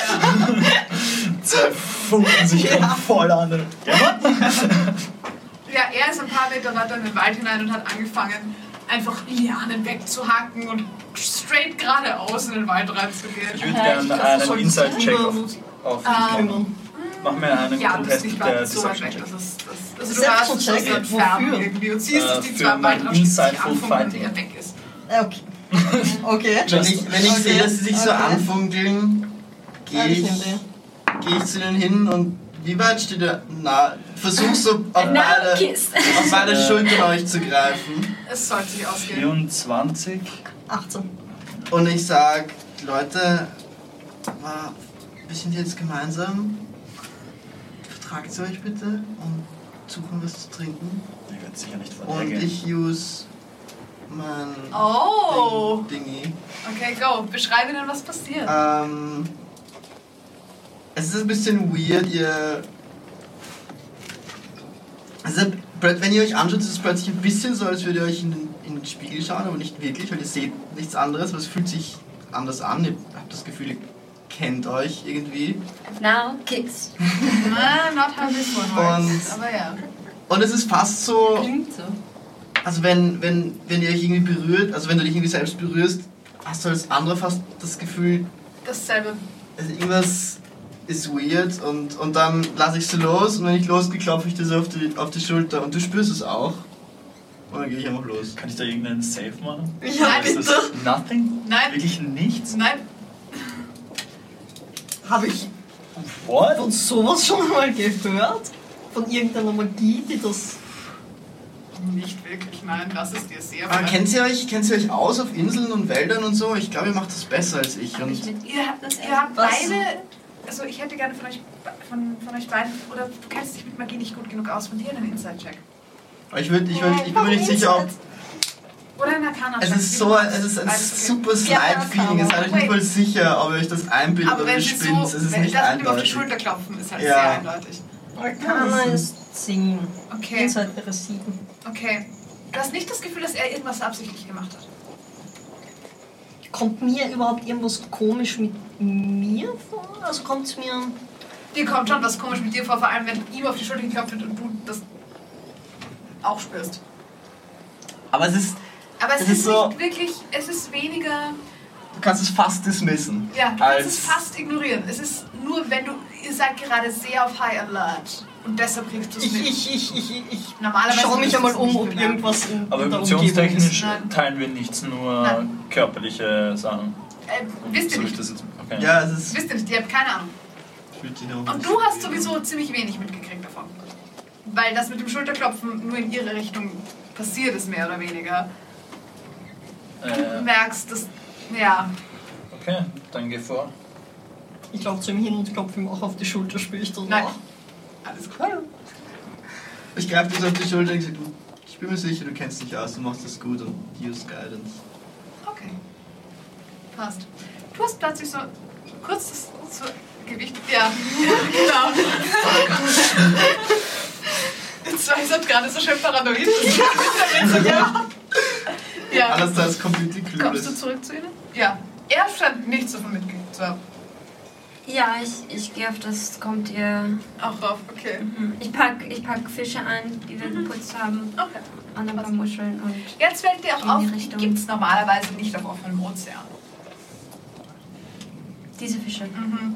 Zwei funken sich voll an. Ja, Ja, er ist ein paar Meter weiter in den Wald hinein und hat angefangen, einfach Lianen wegzuhacken und straight geradeaus in den Wald reinzugehen. ich würde gerne einen Inside-Check auf dich machen. Kümmern. Mach mir einen Ja, du bist Contest nicht der weit so weit weg. Deception-Check. Also du hörst es Selbstcheck? so entfernt Wofür? irgendwie und siehst, dass die Für zwei mein Waldranschen sich Insightful anfunken und Fighting. er weg ist. Okay. Okay. Wenn ich sehe, dass sie sich so anfunkeln, gehe Ich ich nehme die. zu ihnen hin und wie weit steht er? Na, versuch so auf Kiss. beide Schultern euch zu greifen. Es sollte sich ausgehen. 24. 18. Und ich sag, Leute, wir sind jetzt gemeinsam. Vertragt sie euch bitte und suchen was zu trinken. Ich werde sicher nicht von Und dir gehen. ich use mein Oh! Dingi. Okay, go. Beschreibe ihnen, was passiert. Es ist ein bisschen weird, also, wenn ihr euch anschaut, ist es plötzlich ein bisschen so, als würdet ihr euch in den Spiegel schauen, aber nicht wirklich, weil ihr seht nichts anderes, aber es fühlt sich anders an. Ihr habt das Gefühl, ihr kennt euch irgendwie. Now, Kiss. Not how this one works. Aber ja. Und es ist fast so, Klingt so. also wenn ihr euch irgendwie berührt, also wenn du dich irgendwie selbst berührst, hast du als anderer fast das Gefühl, Dasselbe. also irgendwas ist weird und dann lasse ich sie los und wenn ich losgehe, klopfe ich dir so auf die Schulter und du spürst es auch. Und dann gehe ich einfach los. Kann ich da irgendeinen Save machen? Ja, Nein, Ist bitte. das nothing? Nein. Wirklich nichts? Nein. Habe ich What? von sowas schon mal gehört? Von irgendeiner Magie, die das... Nicht wirklich, nein. Das ist dir sehr Aber kennt ihr euch aus auf Inseln und Wäldern und so? Ich glaube, ihr macht das besser als ich. Und Ihr habt Was? beide... Also ich hätte gerne von euch beiden... Oder du kennst dich mit Magie nicht gut genug aus. Von dir einen Inside-Check. aber ich bin mir nicht sicher, ob... Oder einen Arcana-Check. Es ist ein super Slide-Feeling. Ihr seid euch nicht mal sicher, ob ihr euch das einbildet Aber oder wenn ihr sie spinnt. so... Es ist Wenn nicht das mit ihm auf die eindeutig. Schulter klopfen, ist halt Ja. sehr eindeutig. Arcana ist 10. Okay. Inside wäre 7. Okay. Du hast nicht das Gefühl, dass er irgendwas absichtlich gemacht hat. Kommt mir überhaupt irgendwas komisch mit mir vor? Also kommt es mir... Dir kommt schon was komisch mit dir vor, vor allem wenn ihm auf die Schulter geklopft wird und du das auch spürst. Aber es ist... Aber es Es ist ist so- nicht wirklich, es ist weniger, Du kannst es fast dismissen. ja, du kannst Als- es fast ignorieren. Es ist nur, wenn ihr seid gerade sehr auf High Alert und deshalb kriegst du es mit. Ich Normalerweise schau mich würdest einmal du es nicht ob bemerken. irgendwas in Aber der emotionstechnisch Nein. teilen wir nichts, nur Nein. körperliche Sachen. Wisst ihr Soll ich nicht. das jetzt? Okay. Ja, es ist... Wisst ihr nicht, ihr habt keine Ahnung. Fühlt sich auch Und du hast sowieso ziemlich wenig mitgekriegt davon. Weil das mit dem Schulterklopfen nur in ihre Richtung passiert ist, mehr oder weniger. Du merkst, dass, ja, Okay, dann geh vor. Ich laufe zu ihm hin und klopfe ihm auch auf die Schulter, spüre ich das nein. auch. Alles klar. Ich greife dir so auf die Schulter und sage, ich bin mir sicher, du kennst dich aus, du machst das gut und use guidance. Okay. Passt. Du hast plötzlich so kurz das so Gewicht. Ja, genau. Jetzt weiß ich gerade so schön paranoid. Ja. Alles das completely Kommst du clueless. zurück zu ihnen? Ja. Er scheint nichts davon mitgekriegt zu haben. Ja, ich gehe auf das, kommt ihr. Auch drauf, okay. Ich pack Fische ein, die wir geputzt haben. Okay. Und ein paar Muscheln und. Jetzt fällt dir auch In auf, die die Richtung. gibt es normalerweise nicht auf offenem Ozean. Diese Fische. Mhm.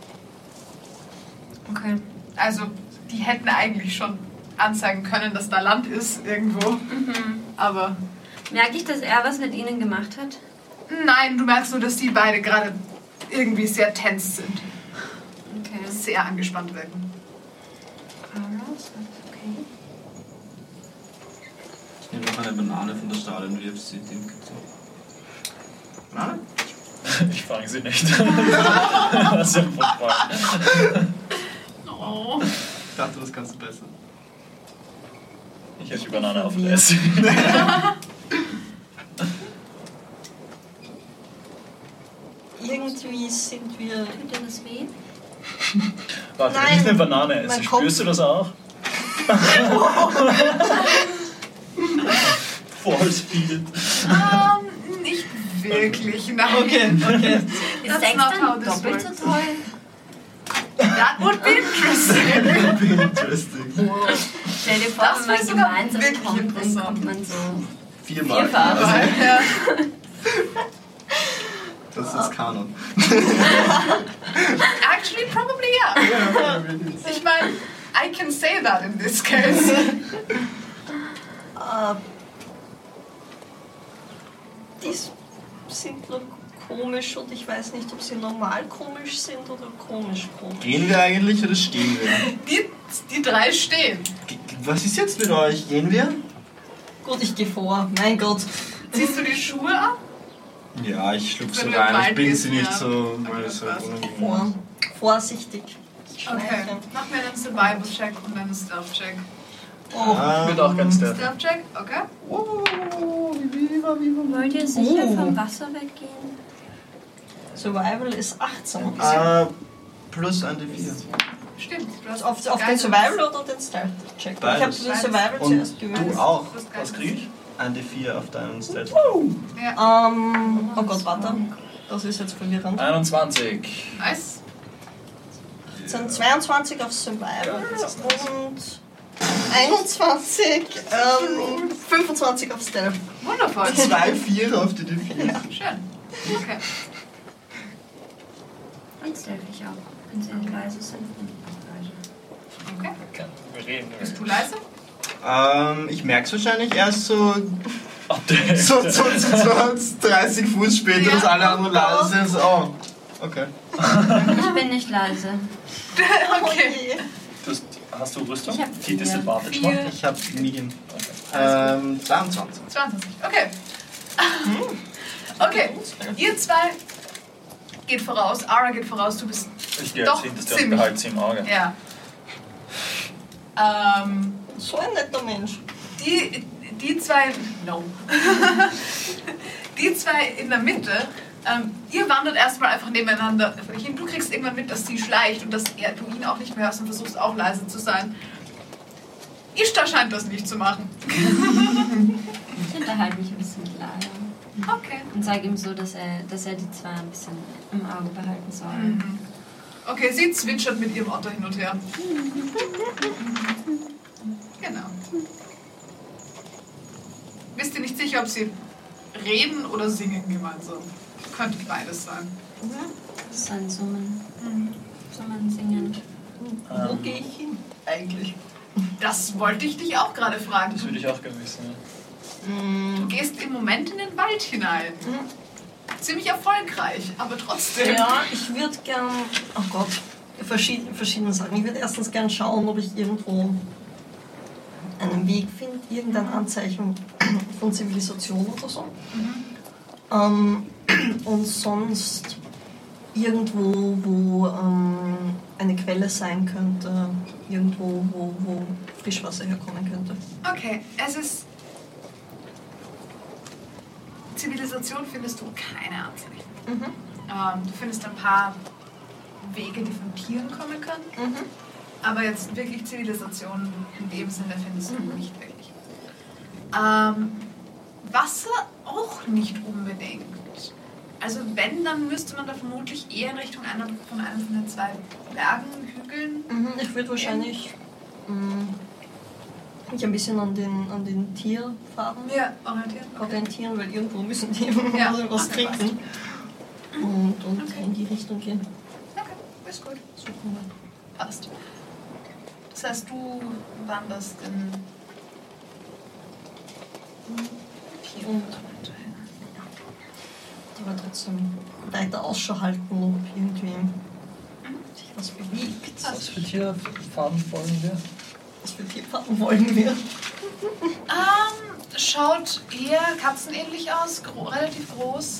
Okay. Also, die hätten eigentlich schon anzeigen können, dass da Land ist irgendwo. Aber Merke ich, dass er was mit ihnen gemacht hat? nein, du merkst nur, dass die beide gerade irgendwie sehr tense sind. Okay. Sehr angespannt wirken. Okay. Ich nehme noch eine Banane von der Stade und wirf sie dem zu. Banane? Ich fange sie nicht. Das ist ja vorbei. Oh. Ich dachte, das kannst du besser. Ich hätte die Banane aufessen. Irgendwie sind wir... Tut dir das weh? Warte, wenn Nein, ich eine Banane esse, man kommt- spürst du das auch? Vollspeed. Nicht wirklich, nein. Okay. Ist That's Sex not how dann this doppelt so works. toll? That would be interesting. Interesting. Stell dir vor, Das wenn man wäre sogar gemeinsam wirklich kommt, dann interessant. kommt man so... Viermal. Vierfach. Also, Ja. das ist Kanon. Actually, probably yeah. Ich meine, I can say that in this case. Die sind nur komisch und ich weiß nicht, ob sie normal komisch sind oder komisch. Gehen wir eigentlich oder stehen wir? Die drei stehen. Was ist jetzt mit euch? Gehen wir? Gut, ich gehe vor. Mein Gott. Ziehst du die Schuhe ab? Ja, ich schlug so Wenn wir rein. Ich weit bin gehen, sie nicht ja. so, Okay, weil es so das passt. unangenehm ist. Vorsichtig. Okay. Mach mir einen Survival-Check und einen Stealth-Check. Wird auch ganz der. Stealth-Check, okay. Wollt ihr sicher vom Wasser weggehen? Survival ist 18. Plus ein D4. Stimmt. Du hast Auf den Guidance. Survival oder den Stealth-Check? Ich habe Beides. den Survival Und zuerst gewählt. du auch. Du hast Was Guidance. krieg ich? Ein D4 auf deinen Stealth. Ja. Oh Gott, warte. Das ist jetzt verwirrend. 21. Nice. Es sind 22 auf Survival und 21, 25 auf Stealth. Wundervoll. 2 4 auf die D4. Schön. Okay. Und stealth ich auch. Wenn sie nicht leise sind, bin ich Okay. Wir reden. Bist du leise? Ich merk's wahrscheinlich erst so Update. so 30 Fuß später, Ja. dass alle anderen leise sind. So, oh, okay. Ich bin nicht leise. Okay. Hast du Rüstung? Ich hab Die Disadvantage 4. noch? Ich hab Medium. Alles 22. 22. Okay. Okay. Ihr zwei geht voraus. Ara geht voraus. Du bist Ich gehe Doch, als hinterste und ziemlich. behalte sie im Auge. ja. So ein netter Mensch. Die zwei. No. Die zwei in der Mitte. Ihr wandert erstmal einfach nebeneinander hin. Du kriegst irgendwann mit, dass sie schleicht und dass du ihn auch nicht mehr hörst und versuchst auch leise zu sein. Ishtar scheint das nicht zu machen. Ich unterhalte mich ein bisschen mit Lara. Okay. Und sage ihm so, dass er die zwei ein bisschen im Auge behalten soll. Mhm. Okay, sie zwitschert mit ihrem Otter hin und her. Genau. Wisst ihr nicht sicher, ob sie reden oder singen gemeinsam? Könnte beides sein. Das ist ein Summen. Summen, Singen. Wo gehe ich hin? Eigentlich. Das wollte ich dich auch gerade fragen. Das würde ich auch gerne wissen. Ja. Du gehst im Moment in den Wald hinein. Ziemlich erfolgreich, aber trotzdem. Ja, ich würde gern. Oh Gott, verschiedene Sachen. Ich würde erstens gern schauen, ob ich irgendwo einen Weg finde, irgendein Anzeichen von Zivilisation oder so. Und sonst irgendwo, wo eine Quelle sein könnte, irgendwo, wo Frischwasser herkommen könnte. Okay, es ist. Zivilisation findest du keine Anzeichen. Du findest ein paar Wege, die von Tieren kommen können. Aber jetzt wirklich Zivilisation in dem Sinne findest du nicht wirklich. Wasser auch nicht unbedingt. Also wenn, dann müsste man da vermutlich eher in Richtung einer von den zwei Bergen, Hügeln. Ich würde wahrscheinlich mich ein bisschen an den Tierfarben Ja, orientieren. orientieren, weil irgendwo müssen die Ja, was okay, trinken. Und in die Richtung gehen. Okay, ist gut. Passt. Das heißt, du wanderst in Und aber trotzdem weiter Ausschau halten, ob irgendwie sich was bewegt. Was für Tierfarben wollen wir? Was für Tierfarben wollen wir? schaut eher katzenähnlich aus, relativ groß.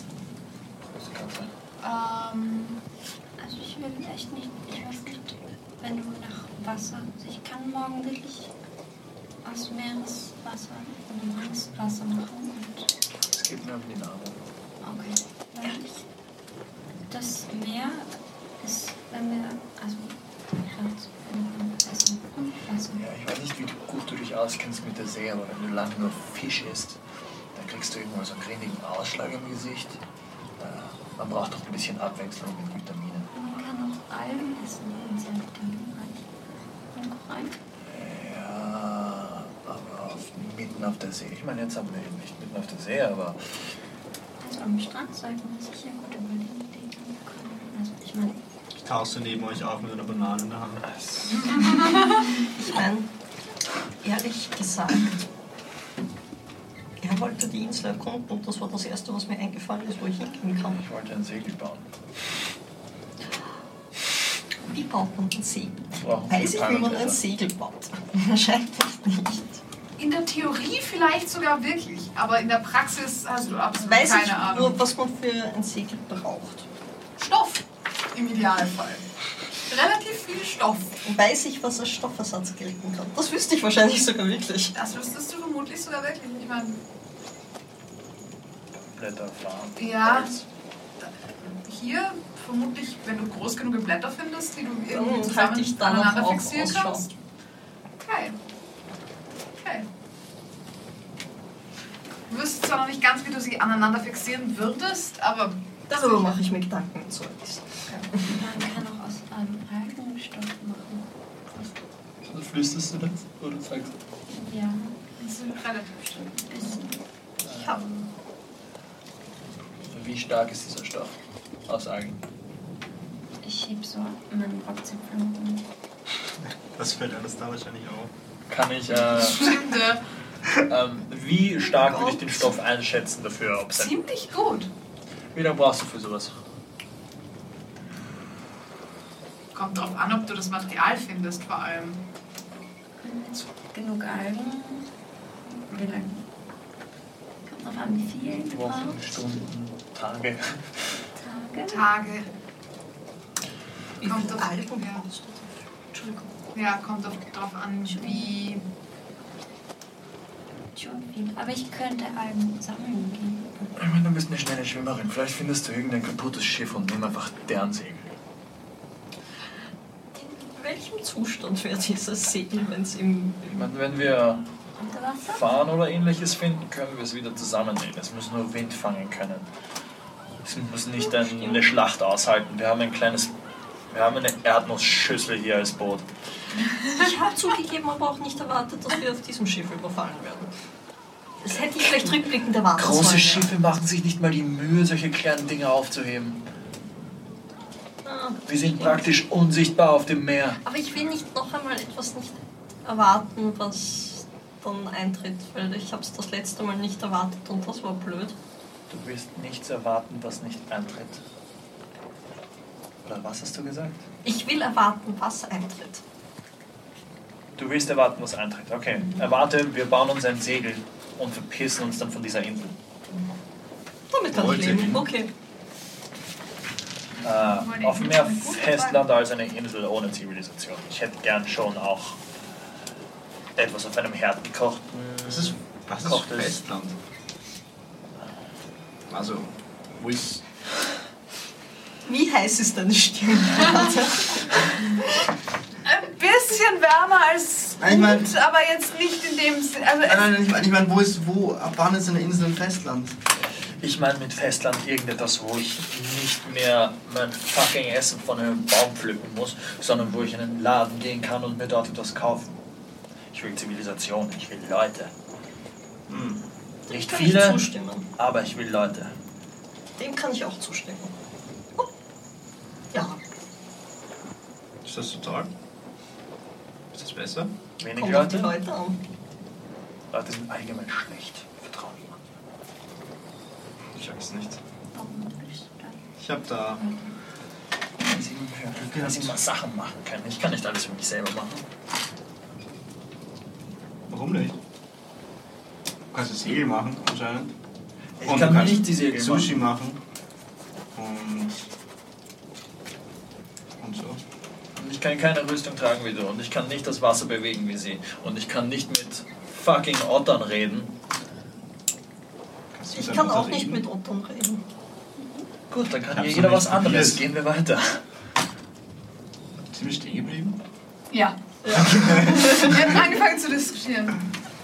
Also ich will echt nicht, ich weiß nicht, wenn du nach Wasser, also ich kann morgen wirklich aus Meereswasser oder Meereswasser machen und Es geht mir um die Nahrung. okay, weil das Meer ist, wenn wir, also gerade wenn wir essen und Wasser. Ja, ich weiß nicht, nicht, wie gut du dich auskennst mit der See, aber wenn du lange nur Fisch isst, dann kriegst du irgendwann so einen grindigen Ausschlag im Gesicht. Man braucht doch ein bisschen Abwechslung mit Vitaminen. Man kann auch Algen essen und sehr vitaminreich. Ja, aber mitten auf der See. Ich meine, jetzt haben wir eben nicht mitten auf der See, aber... Also am Strand sollten wir sicher gut überlegen können. Also ich meine... Ich tauche neben euch auf mit einer Banane in der Hand. Ich meine, ehrlich gesagt, er wollte die Insel erkunden und das war das Erste, was mir eingefallen ist, wo ich hingehen kann. Ich wollte ein Segel bauen. Wie baut man ein Segel? Brauchen Weiß ich, wie man ein besser. Segel baut. Wahrscheinlich nicht. In der Theorie vielleicht sogar wirklich, aber in der Praxis hast du absolut Weiß keine ich Ahnung. nur, was man für ein Segel braucht. Stoff im Idealfall. Relativ viel Stoff. Weiß ich, was als Stoffersatz gelten kann. Das wüsste ich wahrscheinlich sogar wirklich. Das wüsstest du vermutlich sogar wirklich. Ich meine, Blätter, Farben. ja, Holz. hier vermutlich, wenn du groß genug Blätter findest, die du irgendwie Dann zusammen halte ich danach aneinander auch fixieren Ausschau. kannst. Okay. Okay. Du wüsstest zwar noch nicht ganz, wie du sie aneinander fixieren würdest, aber Darüber mache ich mir Gedanken mit so etwas. Man kann auch aus Algenstoff machen. Flüsterst du das? Oder sagst Ja, das ist relativ schön. ein bisschen. Wie stark ist dieser Stoff aus Algen? Ich heb so meinen Rockzipfel rum. Das fällt alles da wahrscheinlich auf. Kann ich, Stimmt, wie stark würde ich den Stoff einschätzen dafür? Ob es ein, ziemlich gut. wie lange brauchst du für sowas? Kommt drauf an, ob du das Material findest, vor allem. Genug Algen. Wie lange? Kommt drauf an, wie viel du Wochen, brauchst. Stunden, Tage? Tage. Tage. Wie Kommt viel auf- Algen ja. brauchst du? Entschuldigung. Ja, kommt drauf an, wie. Schon viel. Aber ich könnte Algen sammeln gehen. Ich meine, du bist eine schnelle Schwimmerin. Vielleicht findest du irgendein kaputtes Schiff und nimm einfach deren Segel. In welchem Zustand wäre dieses Segel, wenn es im... Ich meine, wenn wir Unter Wasser? Fahren oder ähnliches finden, können wir es wieder zusammennähen. Es muss nur Wind fangen können. Es muss nicht eine Schlacht aushalten. Wir haben eine Erdnussschüssel hier als Boot. Ich habe zugegeben, aber auch nicht erwartet, dass wir auf diesem Schiff überfallen werden. Das hätte ich vielleicht rückblickend erwartet. Große sollen, ja. Schiffe machen sich nicht mal die Mühe, solche kleinen Dinge aufzuheben. Ah, Wir sind praktisch unsichtbar auf dem Meer. aber ich will nicht noch einmal etwas nicht erwarten, was dann eintritt, weil ich habe es das letzte Mal nicht erwartet und das war blöd. Du wirst nichts erwarten, was nicht eintritt. Oder was hast du gesagt? Ich will erwarten, was eintritt. Du willst erwarten, was eintritt. Okay. Erwarte, wir bauen uns ein Segel und verpissen uns dann von dieser Insel. Damit kann ich leben. Okay. Auf mehr Festland als eine Insel ohne Zivilisation. Ich hätte gern schon auch etwas auf einem Herd gekochten. Was ist Kochtes. Festland? Also, wo ist... Wie heiß ist deine Stirn? Warte. Ein bisschen wärmer als Nein, ich mein- gut, aber jetzt nicht in dem Sinne. Also Nein, ich meine, ab wann ist eine Insel ein Festland? Ich meine mit Festland irgendetwas, wo ich nicht mehr mein fucking Essen von einem Baum pflücken muss, sondern wo ich in einen Laden gehen kann und mir dort etwas kaufen. Ich will Zivilisation, ich will Leute. Nicht Kann ich viele, zustimmen. aber ich will Leute. Dem kann ich auch zustimmen. Oh. Ja, Ist das total? Ist das besser? Wenig kommt auf die Leute? Leute an. Leute sind allgemein schlecht. Vertrau niemandem. Ich weiß nicht. Warum willst du das? Ich habe da... Dass sie mal Sachen machen können. Ich kann nicht alles für mich selber machen. Warum nicht? Du kannst das Segel machen, anscheinend. Ich Und kann du kannst nicht die Segel Sushi machen. machen. Und so. Und ich kann keine Rüstung tragen wie du. Und ich kann nicht das Wasser bewegen wie sie. Und ich kann nicht mit fucking Ottern reden. Kannst du Ich mit kann einem auch Otter nicht reden? mit Ottern reden. Gut, dann kann Hab's jeder noch was nicht anderes. probiert. Gehen wir weiter. Sind wir stehen geblieben? ja, Wir haben angefangen zu diskutieren.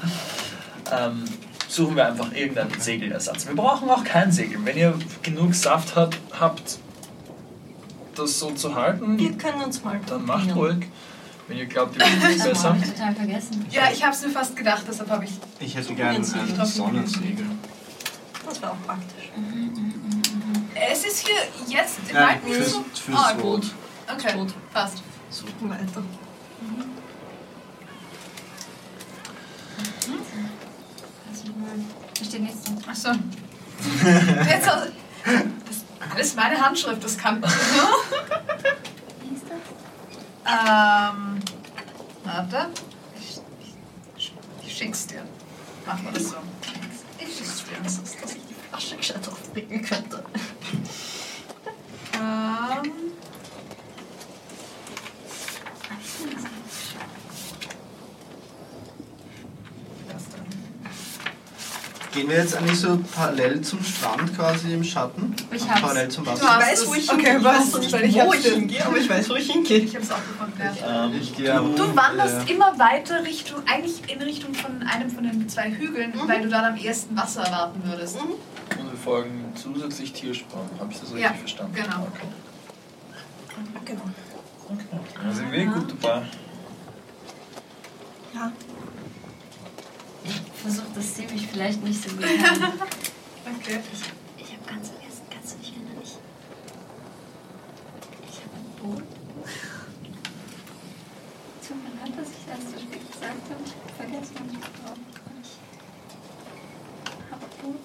Suchen wir einfach irgendeinen Segelersatz. Wir brauchen auch kein Segel. Wenn ihr genug Saft habt, das so zu halten, Wir können uns mal dann macht probieren. ruhig. Wenn ihr glaubt, ihr wisst es Das besser. habe ich total vergessen. Ja, ich habe es mir fast gedacht, deshalb habe ich... Ich hätte gerne ein Sonnensegel. Das wäre auch praktisch. Es ist hier jetzt im Ja, Wald nicht fürs so... Boot. Okay, Boot. passt. Suchen weiter. Da steht nichts drin. Achso. Jetzt, das ist alles meine Handschrift, das kann... Wie ist das? Warte. Ich schick's dir. Machen wir das so. Ich schick's dir. Das ist, dass ich die Flasche gescheit aufbringen könnte. Das dann. Gehen wir jetzt eigentlich so parallel zum Strand quasi im Schatten? Ich Also hab's. parallel zum Du Wasser. hast Ich weiß, es. wo ich Okay, hingehe. Ich was? weiß nicht, Weil ich wo hab's ich dir- hingehe, aber ich weiß, wo ich hingehe. Ich hab's auch gefunden, ja. Ich gehe aber Du wanderst immer weiter Richtung, eigentlich in Richtung von einem von den 2 Hügeln, weil du dann am ersten Wasser erwarten würdest. Und wir folgen zusätzlich Tierspuren. Habe ich das richtig Ja, verstanden? genau. Okay. Genau. Okay. Da sind wir gut dabei. Ja. Ich versuche das ziemlich vielleicht nicht so gut. Okay. Ich habe ganz vergessen, kannst du dich erinnern? Ich habe ein Boot. Tut mir leid, dass ich das so spät gesagt habe. Ich habe vergessen, was ich brauche. Ich habe ein Boot.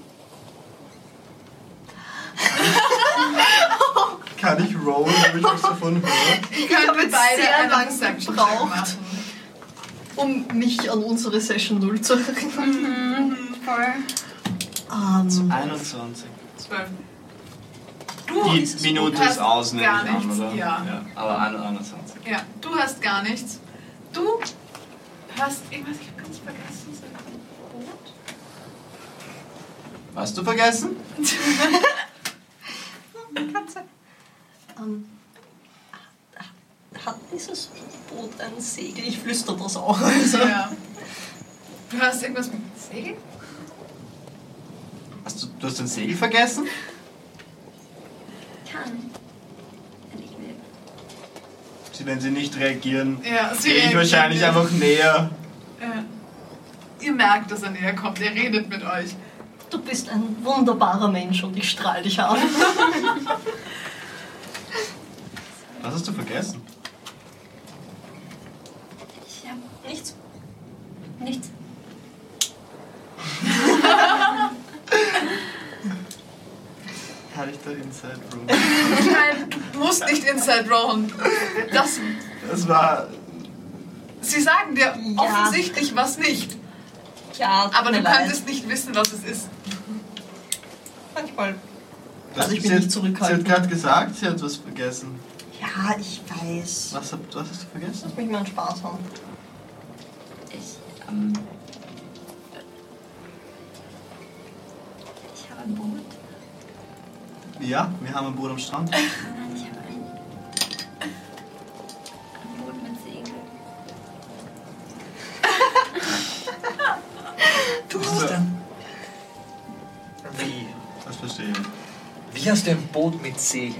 Kann ich rollen, damit ich was davon höre? Ich habe jetzt beide sehr einen lang Perception gebraucht. machen. Um mich an unsere Session 0 zu erinnern. Voll. 21. 12. Die Minute ist hast aus, nehme gar ich an, nichts, oder? ja. Aber 21. Ja, du hast gar nichts. Du hast irgendwas, ich habe ganz vergessen. So ein Boot? Hast du vergessen? Katze. Hat dieses Boot ein Segel? Ich flüstere das auch. Also. Ja. Du hast irgendwas mit Segel? Du hast den Segel vergessen? Kann. Wenn ich will. Wenn sie nicht reagieren, Ja, sie gehe ich reagieren wahrscheinlich nicht. einfach näher. Ihr merkt, dass er näher kommt. Er redet mit euch. Du bist ein wunderbarer Mensch und ich strahle dich an. Was hast du vergessen? Ich habe Nichts. nichts. Kann ich da Inside Room? Nein, du musst nicht Inside rollen. Das war. Sie sagen dir Ja. offensichtlich was nicht. Ja, Aber tut du mir leid. könntest nicht wissen, was es ist. Manchmal. Das, Also ich bin sie nicht hat zurückhaltend. gerade gesagt, sie hat was vergessen. Ja, ich weiß. Was hast du vergessen? Lass mich mal einen Spaß haben. Ich habe ein Boot. Ja, wir haben ein Boot am Strand. Nein, ich habe ein Boot mit Segel. Du hast ein... Wie? Das verstehe ich. Wie hast du ein Boot mit Segel?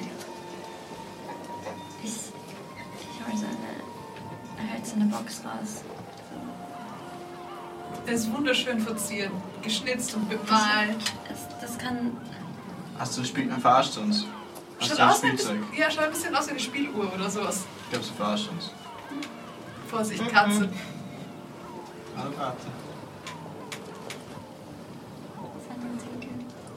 Ich hole so eine hölzerne Box raus. Er ist wunderschön verziert, geschnitzt und bemalt. Das kann. Verarscht uns? Hast Schaut du ein aus wie ein Spielzeug? bisschen, ja, schaut ein bisschen aus wie eine Spieluhr oder sowas. Ich glaube, sie verarscht uns. Vorsicht, Katze. Hallo Katze. Das hat ein Segel.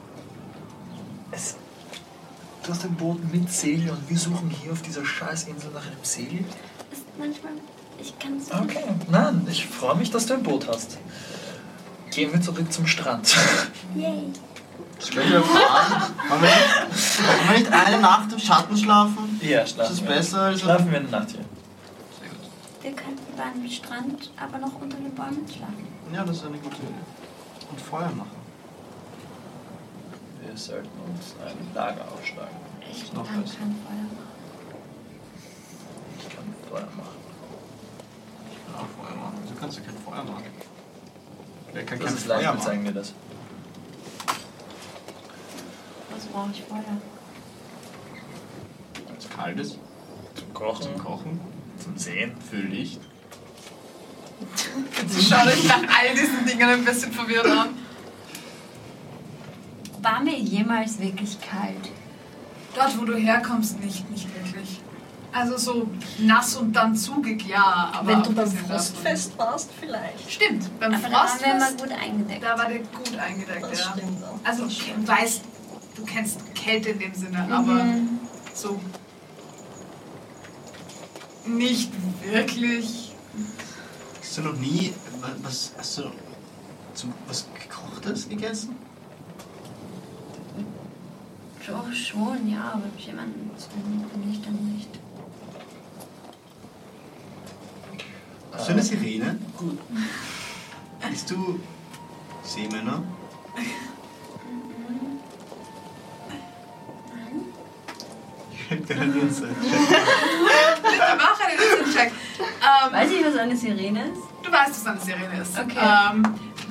Du hast ein Boot mit Segel und wir suchen hier auf dieser Scheißinsel nach einem Segel? Ist manchmal. Ich kann es Okay, nein, ich freue mich, dass du ein Boot hast. Gehen wir zurück zum Strand. Yay. Ich will wieder fragen. Wollen wir nicht eine Nacht im Schatten schlafen? Ja, Ist schlafen das wir. besser als... Schlafen wir eine Nacht hier. Wir könnten beim Strand aber noch unter den Bäumen schlafen. Ja, das ist eine gute Idee. Und Feuer machen. Wir sollten uns ein Lager aufschlagen. Ich noch kann besser. kein Feuer machen. Ich kann Feuer machen. Feuer machen. Wer kann Das kein ist Feuer leicht, machen? zeigen wir das. Was brauche ich vorher? Wenn es kalt ist, Zum Kochen, zum Kochen, zum Sehen. für Licht. Schaut euch nach all diesen Dingen ein bisschen verwirrt an. War mir jemals wirklich kalt? Dort, wo du herkommst, nicht wirklich. Also so nass und dann zugig, ja. Aber Wenn du beim abgesehen davon- Frostfest warst, vielleicht. Stimmt, beim Aber da waren wir immer Frostfest, gut eingedeckt. da war der gut eingedeckt, Das ja. stimmt auch. Also Das du stimmt. weißt, du kennst Kälte in dem Sinne, aber so nicht wirklich. Hast du noch nie hast du was Gekochtes gegessen? Doch schon, ja, aber jemanden bin ich dann nicht. Hast du eine Sirene? Gut. Bist du Seemänner? Ich hätte gerne einen Insight. Bitte mach einen Instant-Check. Weiß ich, was eine Sirene ist? Du weißt, dass eine Sirene ist. Okay.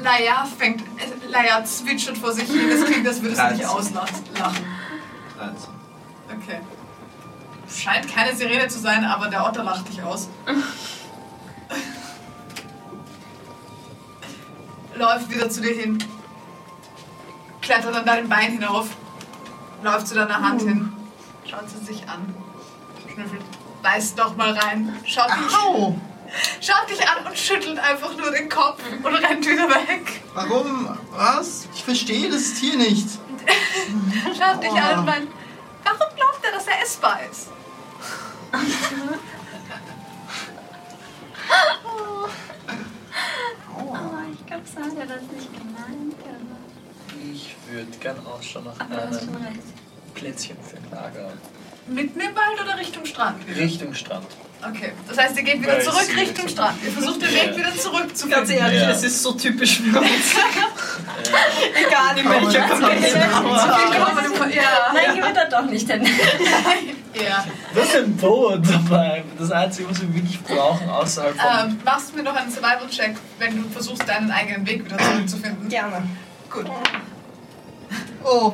Laia zwitschert vor sich hin. Es klingt, als würdest du dich 13. auslachen. 13. Okay. Scheint keine Sirene zu sein, aber der Otter lacht dich aus. Läuft wieder zu dir hin. Klettert an deinem Bein hinauf. Läuft zu deiner Hand hin. Schaut sie sich an. Schnüffelt. Beißt doch mal rein. Schaut dich an und schüttelt einfach nur den Kopf und rennt wieder weg. Warum? Was? Ich verstehe das Tier nicht. Schaut dich an und meint, warum glaubt er, dass er essbar ist? Aber ich glaube, so hat er das nicht gemeint. Aber Ich würde gern Ausschau nach du hast schon einem recht. Plätzchen für ein Lager. Mitten im Wald oder Richtung Strand? Wieder? Richtung Strand. Okay, das heißt, ihr geht wieder Weil zurück sie- Richtung Strand. Ihr versucht den Weg wieder zurückzufinden. Ganz ehrlich, Ja. es ist so typisch für uns. Egal in welcher Willkommen im Ja. Nein, geh wieder doch nicht hin. Ja. Das ist ein Boot dabei. Das Einzige, was wir wirklich brauchen, außerhalb von... Machst du mir noch einen Survival-Check, wenn du versuchst, deinen eigenen Weg wieder zurückzufinden? Gerne. Gut. Oh.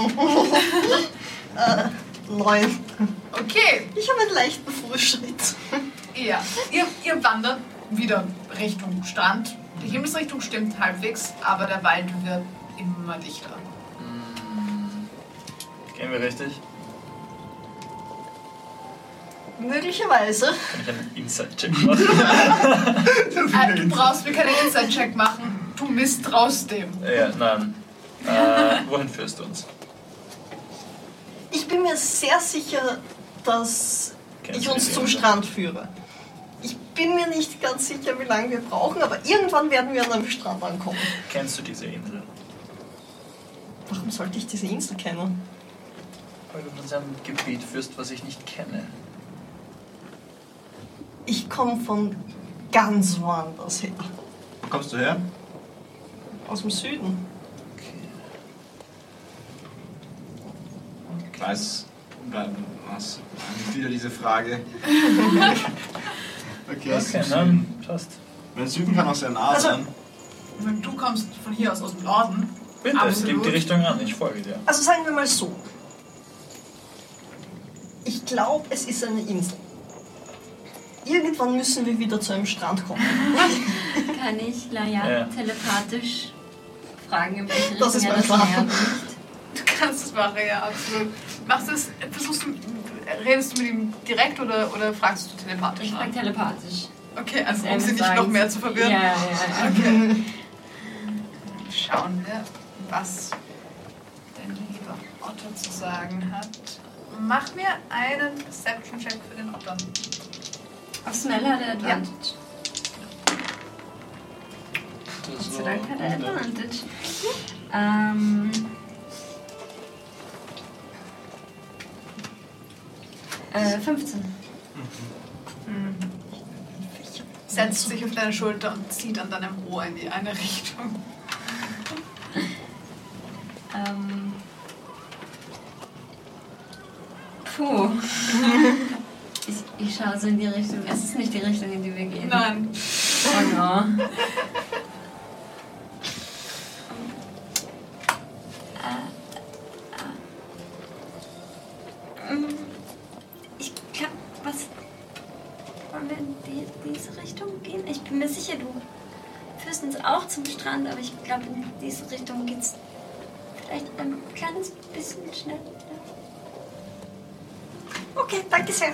9. Okay, Ich habe einen leichten Fußschritt. ja. Ihr wandert wieder Richtung Strand. Die Himmelsrichtung stimmt halbwegs, aber der Wald wird immer dichter. Gehen wir richtig? Möglicherweise. Kann ich einen Inside-Check machen? Du brauchst mir keinen Inside-Check machen. Du misstraust dem. Ja, nein. Wohin führst du uns? Ich bin mir sehr sicher, dass Kennst ich du uns die zum Insel? Strand führe. Ich bin mir nicht ganz sicher, wie lange wir brauchen, aber irgendwann werden wir an einem Strand ankommen. Kennst du diese Insel? Warum sollte ich diese Insel kennen? Weil du uns ein Gebiet führst, was ich nicht kenne. Ich komme von ganz woanders her. Wo kommst du her? Aus dem Süden. Was? Nicht wieder diese Frage. Okay, aus Okay, dem nein, Süden. passt. Mein Süden kann auch sehr nah Also- sein. Wenn du kommst von hier aus dem Norden. Bitte, Absolut. gib die Richtung an, ich folge dir. Also sagen wir mal so. Ich glaube, es ist eine Insel. Irgendwann müssen wir wieder zu einem Strand kommen. Kann ich Laia Ja. telepathisch fragen, in welche Das Richtung ist er mein das Plan. Meer riecht? Du kannst es machen, ja, absolut. Machst es, redest du mit ihm direkt oder fragst du telepathisch Ich frage an? telepathisch. Okay, also Er um sie muss nicht sagen- noch mehr zu verwirren. Ja. Okay. Schauen wir, was dein lieber Otter zu sagen hat. Mach mir einen Perception-Check für den Otter. Auf Smell hat er Advantage. Das Gott sei war Dank hat er 100. Advantage. 15. Setzt sich auf deine Schulter und zieht an deinem Ohr in die eine Richtung. Puh. Ich schaue so in die Richtung. Es ist nicht die Richtung, in die wir gehen. Nein. Oh no. Ich glaube, wollen wir in diese Richtung gehen? Ich bin mir sicher, du führst uns auch zum Strand, aber ich glaube, in diese Richtung geht's vielleicht ein kleines bisschen schneller. Okay, danke sehr.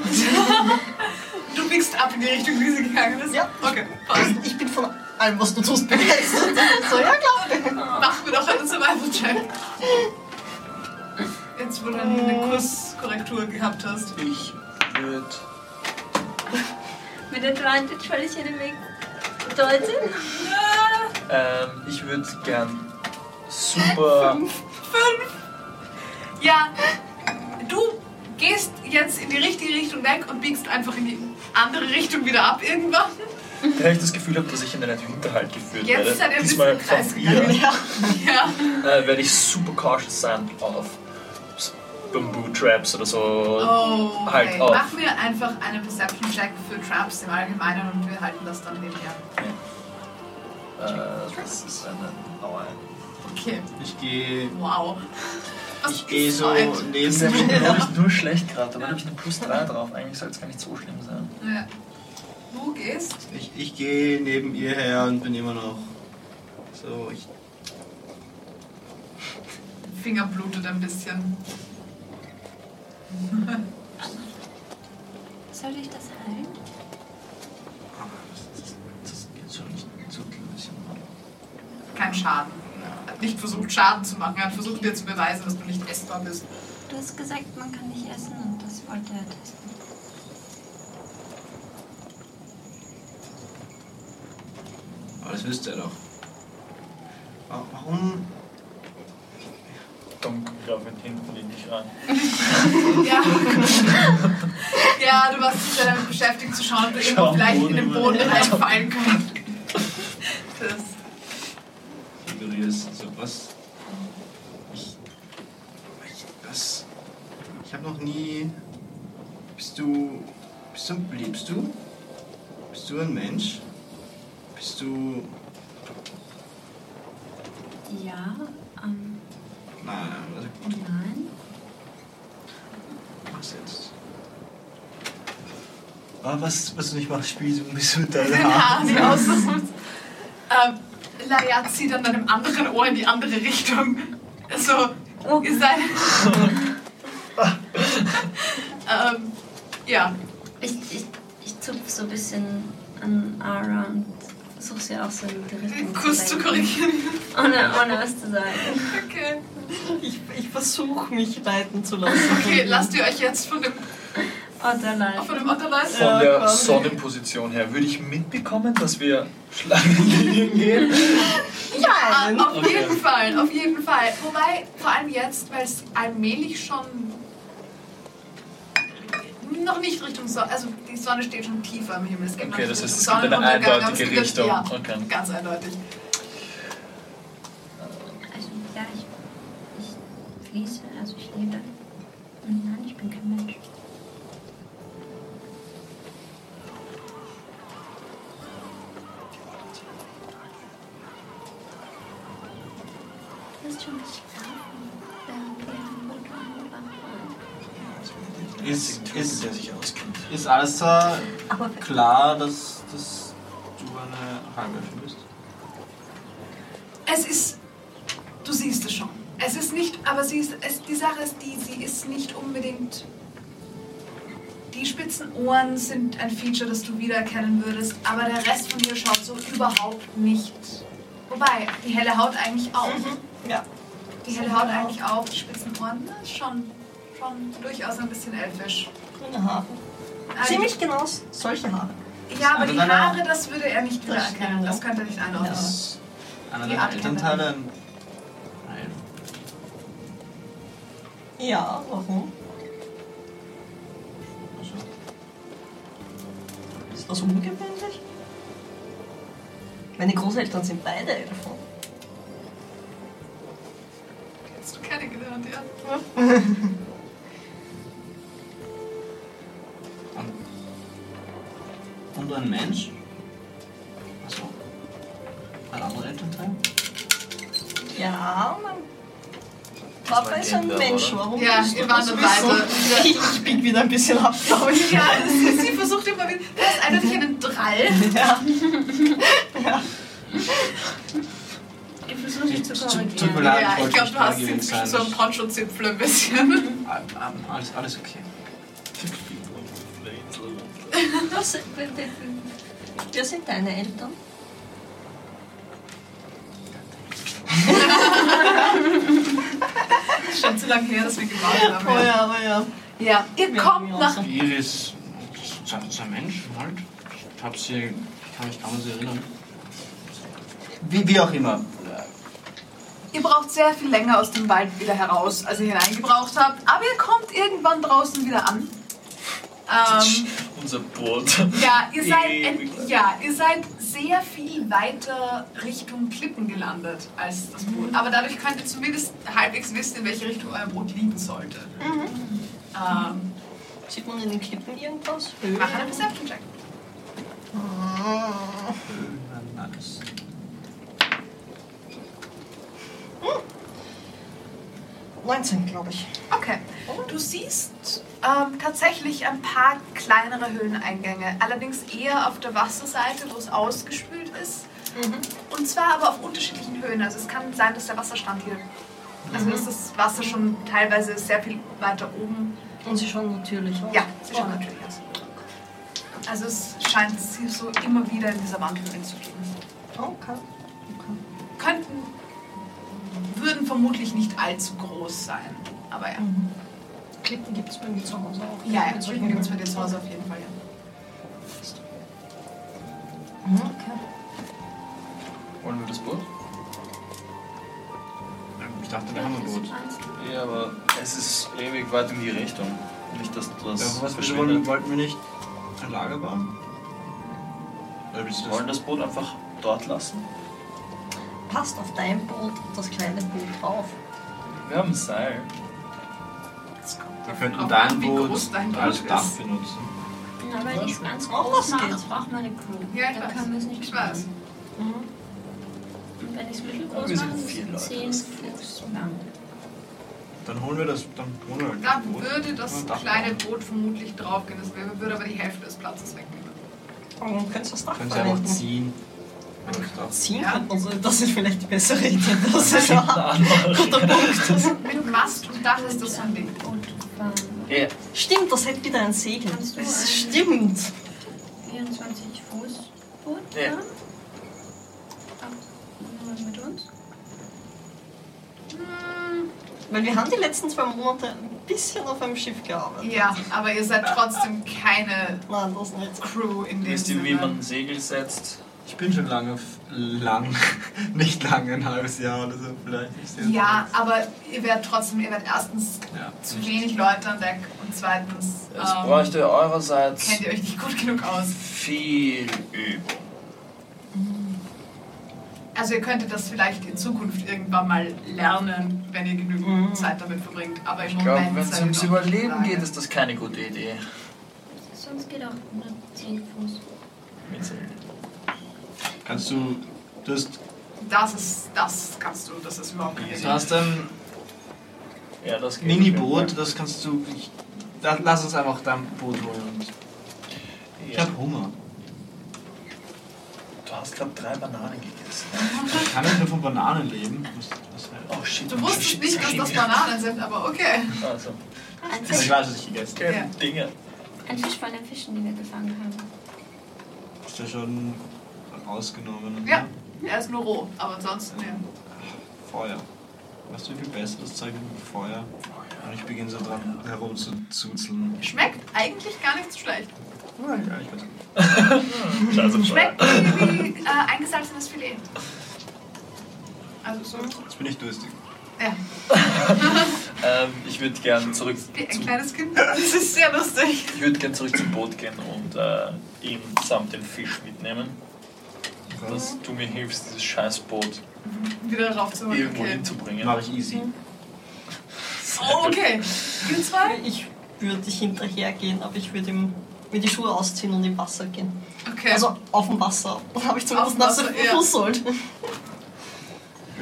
Du biegst ab in die Richtung, wie sie gegangen ist? Ja. Okay, passt. Ich bin von allem, was du tust, begeistert. So, ja klar. Machen wir doch einen Survival-Check. Jetzt, wo du eine Kurskorrektur gehabt hast. Ich würde... Mit Advantage, weil ich einen Weg deute. ich würde gern super... 5. Ja, du gehst jetzt in die richtige Richtung weg und biegst einfach in die andere Richtung wieder ab irgendwann. Da ich das Gefühl habe, dass ich in einen Hinterhalt geführt Jetzt werde. seid ihr ein Diesmal bisschen Kreis von ihr. gegangen. Ja. Werde ich super cautious sein auf Bamboo Traps oder so. Oh, Halt okay. auf. Machen wir einfach einen Perception-Check für Traps im Allgemeinen und wir halten das dann nebenher. Das ist eine Mauer. Okay. Ich gehe. Wow. Was Ich gehe ist so heute? neben Das ist glaube ich nur schlecht gerade, aber da habe ich eine +3 drauf. Eigentlich soll es gar nicht so schlimm sein. Ja. Du gehst. Ich gehe neben ihr her und bin immer noch so. Finger blutet ein bisschen. Soll ich das heilen? Das geht schon nicht so ein bisschen. Kein Schaden. Er hat nicht versucht, Schaden zu machen. Er hat versucht, dir zu beweisen, dass du nicht essbar bist. Du hast gesagt, man kann nicht essen und das wollte er testen. Aber das wüsste er doch. Warum? Dann laufe ich hinten in dich rein. Ja. Ja, du warst sicher damit beschäftigt zu schauen, ob du irgendwo Schau vielleicht in Boden den über- Boden reinfallen kannst. Das. Ich ignoriere es. Also was? Ich habe noch nie. Lebst du? Bist du ein Mensch? Bist du. Ja, Nein, also nein. mach's jetzt. Was du nicht machst, spielst du ein bisschen mit Den deinen Haaren, die Haaren. aussucht. Layat zieht an deinem anderen Ohr in die andere Richtung. So, ihr seid. Ja. Ich zupfe so ein bisschen an Ara und versuche sie auch so in die Richtung Kuss zu lenken. korrigieren. Ohne was zu sagen. Okay. Ich versuche mich leiten zu lassen. Okay, lasst ihr euch jetzt von dem Otterlein. Otterleis? Von der quasi. Sonnenposition her, würde ich mitbekommen, dass wir Schlangenlinien gehen? Ja, auf Okay. jeden Fall, auf jeden Fall. Wobei, vor allem jetzt, weil es allmählich schon noch nicht Richtung Sonne, also die Sonne steht schon tiefer am Himmel. Es geht noch Okay, nicht das heißt, Richtung es gibt eine Sonnenuntergang, aber eindeutige es gibt- Richtung. Ja, Okay. ganz eindeutig. Also ja, ich fließe, also ich lebe. Nein, ich bin kein Mensch. Du hast schon geschlafen, während wir im Boot waren. Der sich auskennt. Ist alles da Aber klar, dass du eine Halbelfe bist? Es ist, du siehst es schon. Es ist nicht, aber die Sache ist sie ist nicht unbedingt, die spitzen Ohren sind ein Feature, das du wiedererkennen würdest, aber der Rest von ihr schaut so überhaupt nicht. Wobei, die helle Haut eigentlich auch. ja. Die helle Haut eigentlich auch, die spitzen Ohren, na, ist schon durchaus ein bisschen elfisch. Grüne Haare. Ziemlich genau solche Haare. Ja, aber Also die deine- Haare, das würde er nicht Das wiedererkennen. stimmt, Das ja. könnte er nicht einordnen. Ist einer Die deiner Art Elternteile ein Elf? Ja, warum? Also, Ist das ungewöhnlich? Meine Großeltern sind beide Elfen. Hast du kennengelernt, ja? und du ein Mensch? Elternteil. Ja, mein Papa ist ein Mensch. Warum Ja, willst du ihr das wandert wissen? weiter. Ich bieg wieder ein bisschen ab, glaube ich. Ja, sie versucht immer wieder. Da ist eindeutig einen Drall. Ja. Ja. Ich versuche dich zu Tut mir korrigieren. leid, Ja, ich wollte glaube, nicht du hast neugierig sein. so einen Poncho-Zipfel ein bisschen. Alles okay. Wer sind deine Eltern? Schon zu lange her, dass wir gewartet haben. Oh ja, oh ja. Ja, ihr Ja, kommt mir auch nach. so. Iris ist ein Mensch, halt. Ich kann mich kaum an sie erinnern. Wie auch immer. Ihr braucht sehr viel länger aus dem Wald wieder heraus, als ihr hineingebraucht habt. Aber ihr kommt irgendwann draußen wieder an. Unser Boot. Ja, ihr Ewig seid sehr viel weiter Richtung Klippen gelandet als das Boot. Aber dadurch könnt ihr zumindest halbwegs wissen, in welche Richtung euer Boot liegen sollte. Sieht man in den Klippen irgendwas? Mach einen Perception-Check. Alles. 19, glaube ich. Okay. Du siehst tatsächlich ein paar kleinere Höhleneingänge, allerdings eher auf der Wasserseite, wo es ausgespült ist. Und zwar aber auf unterschiedlichen Höhen. Also es kann sein, dass der Wasserstand hier, also dass das Wasser schon teilweise sehr viel weiter oben. Und sie schauen natürlich aus. Ja, sie schaut natürlich aus. Also es scheint sie so immer wieder in dieser Wandhöhlen zu geben. Okay. Würden vermutlich nicht allzu groß sein, aber ja. Klippen gibt es bei mir zu Hause auch. Ja, Mit solchen Klippen gibt es bei Höhlen. dir zu Hause auf jeden Fall, ja. Okay. Wollen wir das Boot? Ich dachte, wir haben ein Boot. Ja, aber es ist ewig weit in die Richtung. Nicht, dass das Ja, was verschwindet. wollten wir nicht ein Lager bauen? Oder willst du Wir das? wollen das Boot einfach dort lassen. Passt auf dein Boot das kleine Boot drauf. Wir haben ein Seil. Wir könnten Auch dein wie Boot groß dein Boot als Dach ist. benutzen. Ja, weil ich es ganz Auch groß das mache, geht. braucht man eine Crew. Ja, ich Dann weiß. können wir es nicht Ich weiß. Und wenn ich es mittelgroß wir sind mache, vier ist es Leute, 10 das Fuß lang. Dann holen wir das. Dann holen wir halt Da das Boot. würde das Und ein Dach kleine bauen. Boot vermutlich draufgehen. Das würde aber die Hälfte des Platzes wegnehmen. Und dann könntest du das Dach Können sie einfach verwenden. ziehen. Wenn ich darf. Ziehen Ja. könnte man so. Das ist vielleicht die bessere Idee. Das ist ein guter Punkt. Mit Mast und Dach ist das so ein Ding. Und fahren. Ja. Stimmt, das hätte wieder ein Segel. Kannst du Das ein- stimmt. 24 Fuß Boot Ja. fahren? Mal mit uns? Weil wir haben die letzten 2 Monate ein bisschen auf einem Schiff gearbeitet. Ja, aber ihr seid trotzdem keine Nein, das nicht. Crew in dem Wisst ihr, Sinne. wie man ein Segel setzt? Ich bin schon nicht lange, ein halbes Jahr oder so vielleicht. Ja, aber ihr werdet erstens Ja. zu wenig Leute an Deck und zweitens Es bräuchte eurerseits kennt ihr euch nicht gut genug aus. viel Übung. Also ihr könntet das vielleicht in Zukunft irgendwann mal lernen, wenn ihr genügend Zeit damit verbringt. Aber im Ich glaube, Moment wenn es seid ihr ums noch Überleben nicht geht, in ist das keine gute Idee. Sonst geht auch nur 10 Fuß. Mit Segel. Kannst du. Du hast, Das kannst du, das ist überhaupt kein du hast ein Ja, das geht. Mini-Boot, das kannst du. Lass uns einfach dein Boot holen. Und ich Ja. habe Hunger. Du hast gerade 3 Bananen gegessen. Ich kann nicht nur von Bananen leben. Oh shit. Du wusstest shit, nicht, dass shit. das Bananen sind, aber okay. Also, Ein Ich Fisch, weiß, was ich gegessen habe. Ja. Dinge. ein Fisch von den Fischen, die wir gefangen haben. Ist ja schon rausgenommen. und Ja, so. er ist nur roh, aber ansonsten ja. Feuer. Weißt du, wie viel besser das Zeug mit Feuer? Und ich beginne so dran herumzuzuzeln. Schmeckt eigentlich gar nicht so schlecht. Ja, ich weiß. Scheiße, Schmeckt wie eingesalzenes Filet. Also so. Jetzt bin ich durstig. Ja, Ich würde gern zurück. wie ein kleines Kind. Das ist sehr lustig. Ich würde gern zurück zum Boot gehen und ihn samt dem Fisch mitnehmen. Dass du mir hilfst, dieses scheiß Boot Wieder raufzuholen. irgendwo Okay. hinzubringen. Mache ich easy. Oh, okay. Ihr zwei? Ich würde dich hinterhergehen, aber ich würde mir die Schuhe ausziehen und im Wasser gehen. Okay. Also auf dem Wasser. Dann habe ich Auf zumindest dem nasse Wasser, ja. Fußsohlen.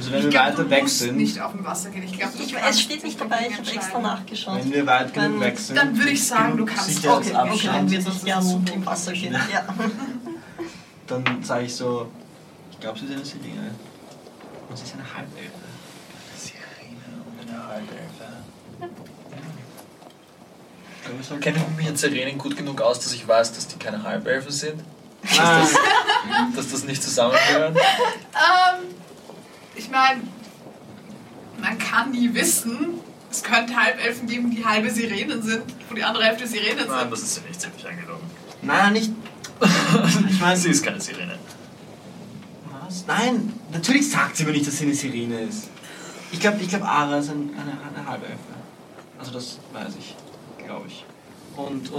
Also wenn Ich wir glaube, weiter du weg musst sind, nicht auf dem Wasser gehen. Ich glaube, Es steht nicht dabei, ich habe extra nachgeschaut. wenn wir weit genug weg sind, Dann würde ich sagen, du genug kannst Okay, okay, Sicherheitsabstand, dann wird es gern im Wasser gehen. Ja. dann sage ich so, ich glaube, sie ist eine Sirene. Und sie ist eine Halbelfe. Sirene und eine Halbelfe. Ich glaube, Kenne ich mich in Sirenen gut genug aus, dass ich weiß, dass die keine Halbelfen sind? Nein. Dass das nicht zusammengehört? Ich meine, man kann nie wissen. Es könnte Halbelfen geben, die halbe Sirenen sind, wo die andere Hälfte Sirenen Nein, sind. das ist ja nicht ziemlich angelogen. Nein, nicht. Ich meine, Sie ist keine Sirene. Was? Nein, natürlich sagt sie mir nicht, dass sie eine Sirene ist. Ich glaube, Ara ist eine Halbelfe. Also das weiß ich, glaube ich. Und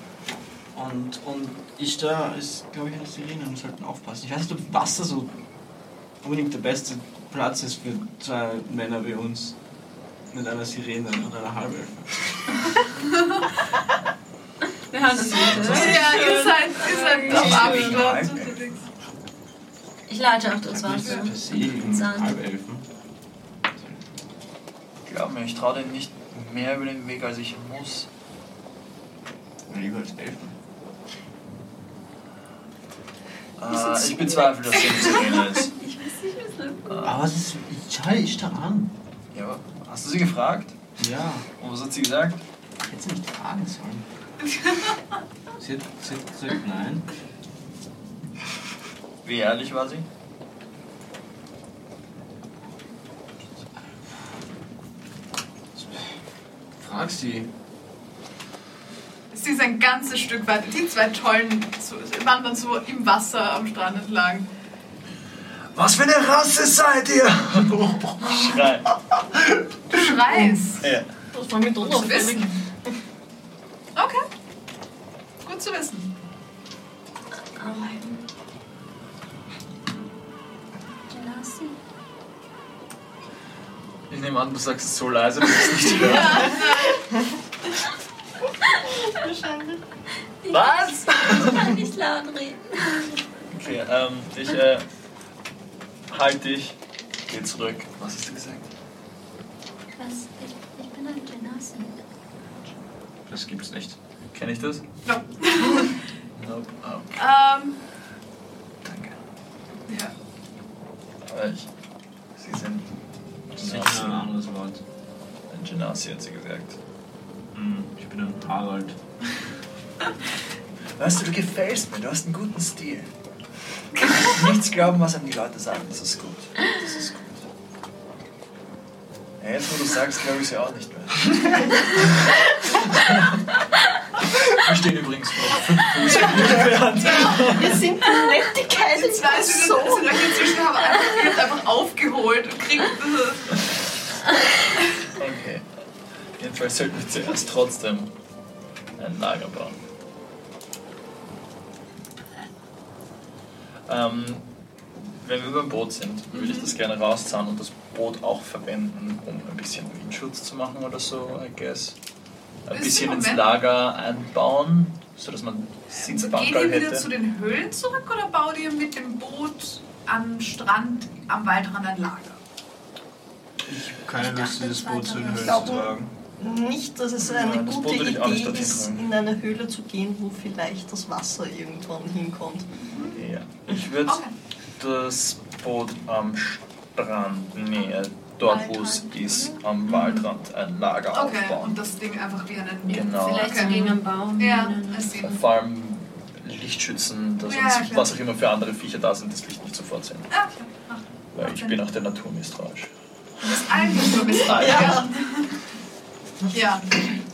Ishtar ist, glaube ich, eine Sirene und wir sollten aufpassen. Ich weiß nicht, ob Wasser so unbedingt der beste Platz ist für zwei Männer wie uns. Mit einer Sirene und einer Halbelfe. Wir haben das Ja, ihr seid auf Abstand. Ich latsche auf das Wasser. Per se gegen Sand. Halbelfen. Glaub mir, ich traue denen nicht mehr über den Weg, als ich muss. Lieber als Elfen. Ich bezweifle, dass sie eine Sirene ist. Ich weiß nicht, was das Aber was ist. Schau Ishtar an. Ja, aber hast du sie gefragt? Ja. Und was hat sie gesagt? Hätte sie nicht fragen sollen. Sie hat gesagt nein. Wie ehrlich war sie? Frag sie. Sie ist ein ganzes Stück weit. Die zwei Tollen wandern so im Wasser am Strand entlang. Was für eine Rasse seid ihr? Schrei. Du schreist. Ja. Das war mit Gut zu wissen. Okay. Gut zu wissen. Genasi. Ich nehme an, du sagst es so leise, dass ich es nicht höre. Was? Ich kann nicht laut reden. Okay, ich halte dich. Geh zurück. Was hast du gesagt? Was? Ich bin ein Genasi. Das gibt's nicht. Kenne ich das? No. Nope. Oh, danke. Ja. Aber sie sind Sicher ein anderes Wort. ein Genasi, hat sie gesagt. Ich bin ein Harald. Weißt du, du gefällst mir, du hast einen guten Stil. Nichts glauben, was einem die Leute sagen, das ist gut. Das ist gut. Ja, jetzt, wo du sagst, glaube ich sie auch nicht mehr. Wir stehen übrigens vor 5 Fuß entfernt. Wir sind Nettigkeit. Die zwei sind inzwischen haben einfach aufgeholt und kriegen Okay. Jedenfalls sollten wir zuerst trotzdem ein Lager bauen. Wenn wir beim Boot sind, würde ich das gerne rauszahlen und das Boot auch verwenden, um ein bisschen Windschutz zu machen oder so, I guess. Ein Ist bisschen im ins Moment- Lager einbauen, sodass man Geht Sitzbankerl ihr wieder hätte. zu den Höhlen zurück oder baut ihr mit dem Boot am Strand am Waldrand ein Lager? Ich habe keine Lust, dieses Boot zu den Höhlen glaube- zu tragen. Nicht, dass es Ja, eine das gute Boot würde ich auch nicht Idee dorthin ist, tragen. in eine Höhle zu gehen, wo vielleicht das Wasser irgendwann hinkommt. Ja. Ich würde Okay. das Boot am Strand näher, dort wo es ist, am Waldrand, ein Lager Okay, aufbauen. und das Ding einfach wie einen... Genau. Vielleicht so Okay. gegen einen Baum. Ja, Nein, es sieht... Vor allem Lichtschützen, dass Ja, uns, klar. was auch immer für andere Viecher da sind, das Licht nicht sofort sehen. Ah, okay. Ach, Weil ich bin auch der Natur misstrauisch. du bist eigentlich nur bis Ah, ja. Ja.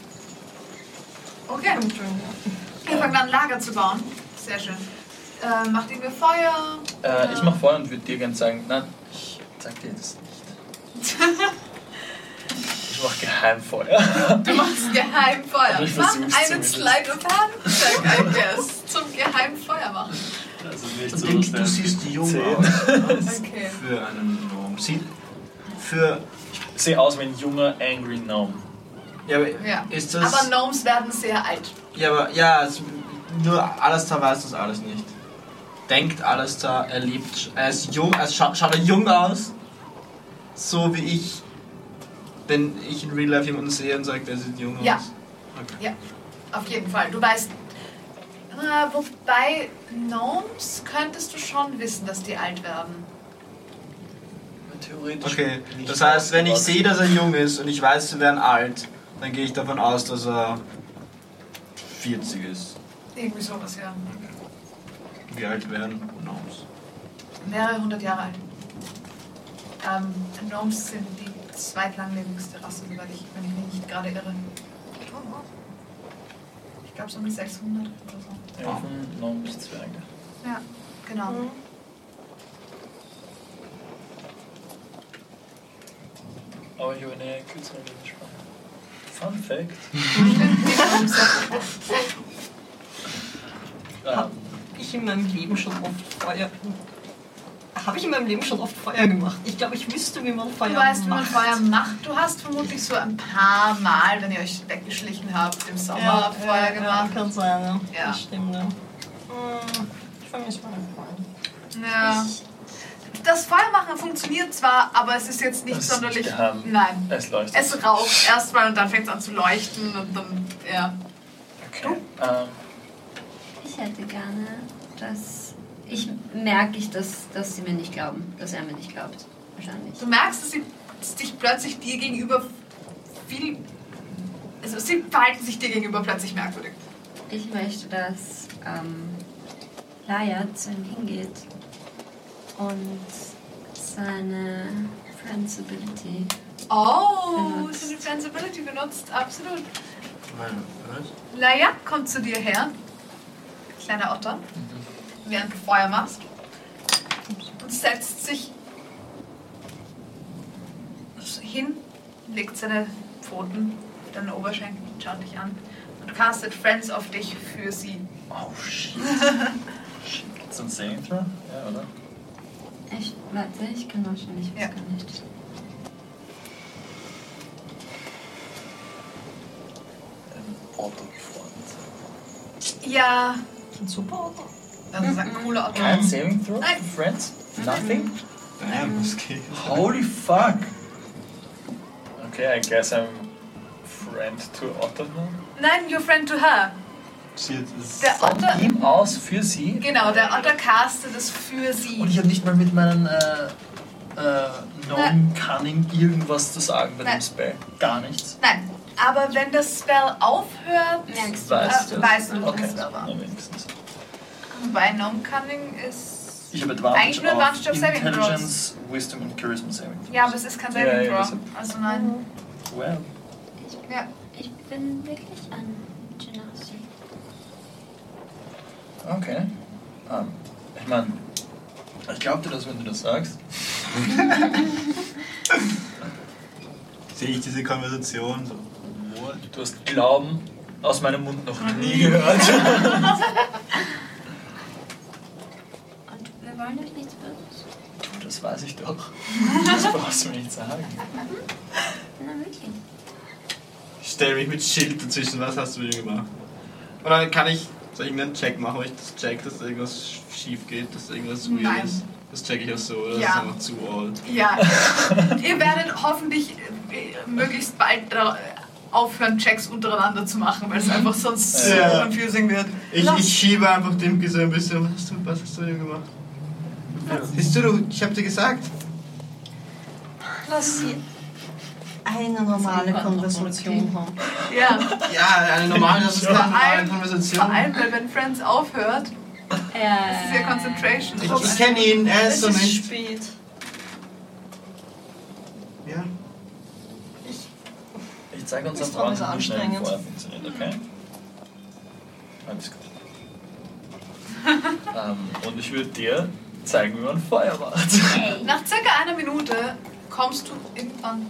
Okay. Ihr fangt an, ein Lager zu bauen. Sehr schön. Macht ihr Feuer? Ich mache Feuer und würde dir gerne sagen, nein, ich sag dir das nicht. Ich mache Geheimfeuer. Du machst Geheimfeuer. Aber ich Mach versuch's einen zumindest. Slide of Hand Check, I guess, zum Geheimfeuer machen. Das ist nicht Ich so, denke, dass du siehst jung 10. aus. Okay. Für einen Gnome. Für. Ich sehe aus wie ein junger Angry Gnome. Ja, aber Ja. ist das. Aber Gnomes werden sehr alt. Ja, aber ja, nur Alastar weiß das alles nicht. Denkt Alastar, er lebt. Er ist jung, schaut er jung aus? so wie ich, wenn ich in Real Life jemanden sehe und sage, der sieht jung aus? Ja. Okay. Ja, auf jeden Fall. Du weißt, wobei Gnomes könntest du schon wissen, dass die alt werden. Theoretisch. Okay, nicht das heißt, wenn ich ausgewachsen. sehe, dass er jung ist und ich weiß, sie werden alt, dann gehe ich davon aus, dass er 40 ist. Irgendwie sowas, ja. Wie alt werden Gnomes? Mehrere 100 Jahre alt. Gnomes sind die zweitlanglebigste Rasse, soweit ich, wenn ich mich nicht gerade irre. Ich glaube so mit 600 oder so. Ja, von Gnomen bis Zwerge. Ja, genau. Aber ich habe eine kürzere Lebensspanne. Fun Fact. Ich in meinem Leben schon oft Feuer. Habe ich in meinem Leben schon oft Feuer gemacht? Ich glaube, ich wüsste, wie man Feuer Du macht. weißt, wie man Feuer macht. Du hast vermutlich so ein paar Mal, wenn ihr euch weggeschlichen habt, im Sommer Feuer gemacht. Ja, kann sein, ja. Ja. Das stimmt, ja. Ich vermisse meinen Freund. Ja. Das Feuermachen funktioniert zwar, aber es ist jetzt nicht Es ist sonderlich. geheim. Nein. Es leuchtet. Es raucht erstmal und dann fängt es an zu leuchten und dann, ja. Okay. Ich hätte gerne, dass sie mir nicht glauben, dass er mir nicht glaubt. Wahrscheinlich. Du merkst, dass sie sich plötzlich dir gegenüber viel. Also sie verhalten sich dir gegenüber plötzlich merkwürdig. Ich möchte, dass Laia zu ihm hingeht und seine Friends-Ability. Oh, Benutzt. seine Sensibility benutzt, absolut. Was? Laia kommt zu dir her, kleiner Otter, während du Feuer machst und setzt sich hin, legt seine Pfoten auf deine Oberschenkel, schaut dich an und castet Friends auf dich für sie. Oh shit. Gibt's ein Saving Throw? Ja, oder? Ich kann wahrscheinlich was Ja. gar nicht. Ein Auto gefroren. Ja, Ein super Auto. das ist ein cooler Otter. Kein Saving Throw? Nein. Friends? Nothing? Damn, was geht? Holy fuck! Okay, I guess I'm friend to Otter now. Nein, your friend to her. Der Von Otter, ihm aus für sie. genau, der Otter castet es für sie. Und ich habe nicht mal mit meinen Gnome Cunning irgendwas zu sagen bei Nein. dem Spell. Gar nichts. Nein, aber wenn das Spell aufhört, Merkst Weißt du? weißt du, Okay, das Spell war. na wenigstens. Bei Gnome Cunning ist... Ich habe Eigentlich nur Advantage auf Saving Throws. Intelligence, Wisdom und Charisma Saving Throws. Ja, aber es ist kein Ja, Saving ja, Throw. Also nein. Well. Ja. Ich bin wirklich an Genasi. Okay. Ich meine, ich glaube dir das, wenn du das sagst. Sehe ich diese Konversation so. What? Du hast Glauben aus meinem Mund noch nie gehört. Und wir wollen euch nichts Böses. Du, das weiß ich doch. Das brauchst du mir nicht sagen. Na wirklich. Ich stelle mich mit Schild dazwischen, was hast du mit ihm gemacht? Und dann kann ich, soll ich einen Check machen, wo ich das check, dass irgendwas schief geht, dass irgendwas weird Nein. ist? Das check ich auch so, oder? Ja. Das ist einfach zu old. Ja. Ihr werdet hoffentlich möglichst bald aufhören, Checks untereinander zu machen, weil es einfach sonst so Ja. confusing wird. Ich schiebe einfach dem so ein bisschen, was hast du mit ihm gemacht? Siehst du, ich hab dir gesagt. Lass sie eine normale Konversation haben. Ja. Ja, eine normale, das ist eine Vor normale allem, Konversation. weil wenn Friends aufhört, das ist ja Concentration. Ich kenne ihn, er ist Es so ist nicht. spät. Ja. Ich zeige uns Das am Traum ist Brand, wie schnell ein anstrengend. Feuer funktioniert, okay? Alles gut. Und ich würde dir zeigen, wie man Feuer macht. Nach circa einer Minute kommst du irgendwann.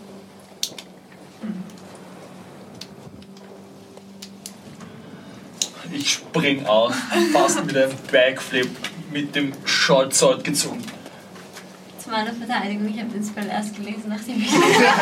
Ich spring auf, fast mit einem Backflip mit dem Short-Sword gezogen. Zu meiner Verteidigung, ich habe den Spell erst gelesen, nachdem ich...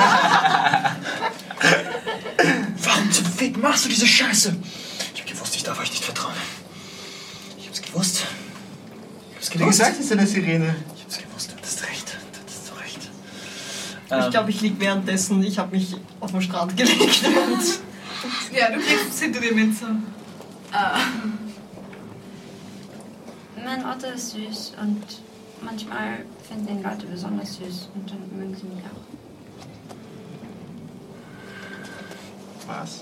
Warum zum Fick machst du diese Scheiße? Ich hab gewusst, ich darf euch nicht vertrauen. Ich hab's gewusst. Ich hab's Wie gewusst. gesagt, ist eine Sirene. Ich hab's gewusst, du hattest recht. Du hattest so recht. Ich glaube, ich liege währenddessen, ich habe mich auf den Strand gelegt und... Ja, du kriegst hinter dir mit so. Mein Otter ist süß und manchmal finden ihn Leute besonders süß und dann mögen sie mich auch. Was?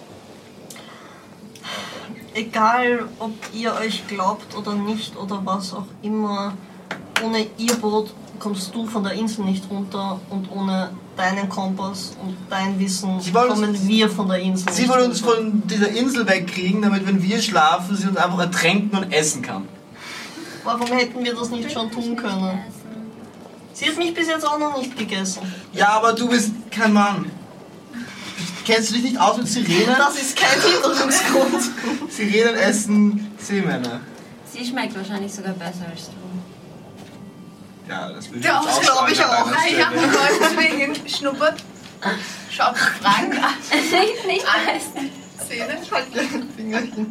Egal, ob ihr euch glaubt oder nicht oder was auch immer, ohne ihr Boot kommst du von der Insel nicht runter und ohne deinen Kompass und dein Wissen kommen wir von der Insel nicht Sie wollen uns runter. von dieser Insel wegkriegen, damit, wenn wir schlafen, sie uns einfach ertränken und essen kann. Warum hätten wir das nicht schon tun können? Sie hat mich bis jetzt auch noch nicht gegessen. Ja, aber du bist kein Mann. Kennst du dich nicht aus mit Sirenen? Das ist kein Hinderungsgrund. Sirenen essen Seemänner. Sie schmeckt wahrscheinlich sogar besser als du. Ja, das will ich Ja, jetzt das glaub ich aussagen, auch. an deiner Ja, Stelle. läuft zu dir hin, schnuppert, schaut Fragen an. Nicht meistens. Szene. Halt den Finger hin.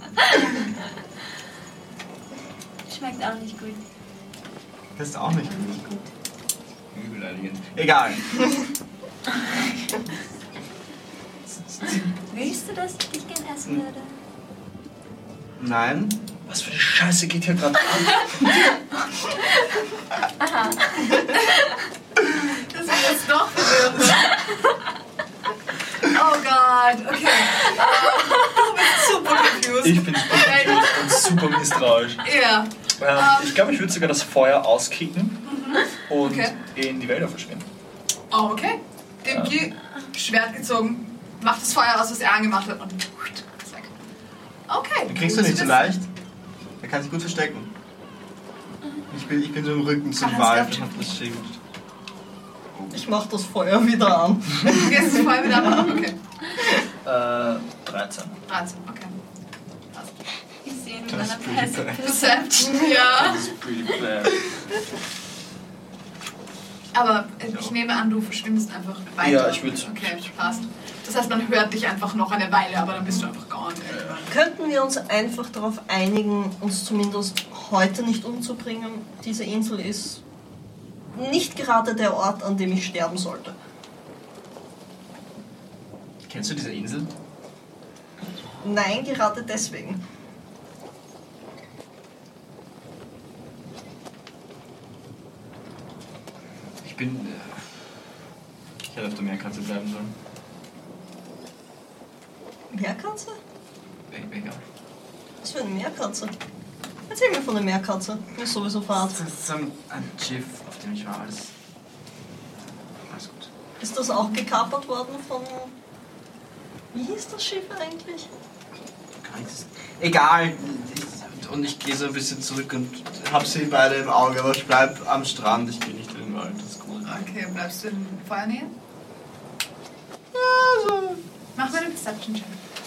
Schmeckt auch nicht gut. Das ist auch nicht gut. Beleidigend. Egal. Willst du, dass ich dich gern essen würde? Nein. Was für eine Scheiße geht hier gerade an? Das ist jetzt doch verwirrend. Oh Gott, okay. Du bist super confused. Ich bin super confused und super misstrauisch. Ja. Ich glaube, ich würde sogar das Feuer auskicken und Okay. in die Wälder verschwinden. Oh, okay. Dimki, Schwert gezogen, macht das Feuer aus, was er angemacht hat und ist weg. Okay. Den kriegst du nicht so leicht. Der kann sich gut verstecken. Ich bin so im Rücken zum Wald und hab das Schild. Ich mach das Feuer wieder an. Jetzt ist das Feuer wieder an. Okay. 13. 13, okay. Passt. Ich sehe ihn mit Das einer ist pretty bad. Perception, ja. Das ist pretty bad. Aber ich nehme an, du verschwindest einfach weiter. Ja, ich würde. Okay, passt. Das heißt, man hört dich einfach noch eine Weile, aber dann bist du einfach gone. Könnten wir uns einfach darauf einigen, uns zumindest heute nicht umzubringen? Diese Insel ist nicht gerade der Ort, an dem ich sterben sollte. Kennst du diese Insel? Nein, gerade deswegen. Ich hätte auf der Meerkatze bleiben sollen. Meerkatze? Egal. Was für eine Meerkatze? Erzähl mir von der Meerkatze. Mir ist sowieso Fahrt. Das ist ein Schiff, auf dem ich war. Alles gut. Ist das auch gekapert worden von... Wie hieß das Schiff eigentlich? Gar nichts. Egal. Und ich gehe so ein bisschen zurück und hab sie beide im Auge, aber ich bleib am Strand, ich gehe nicht in den Wald. Das ist gut. Okay, bleibst du in Feuernähe? Ja, so. Mach mal einen Perception-Check.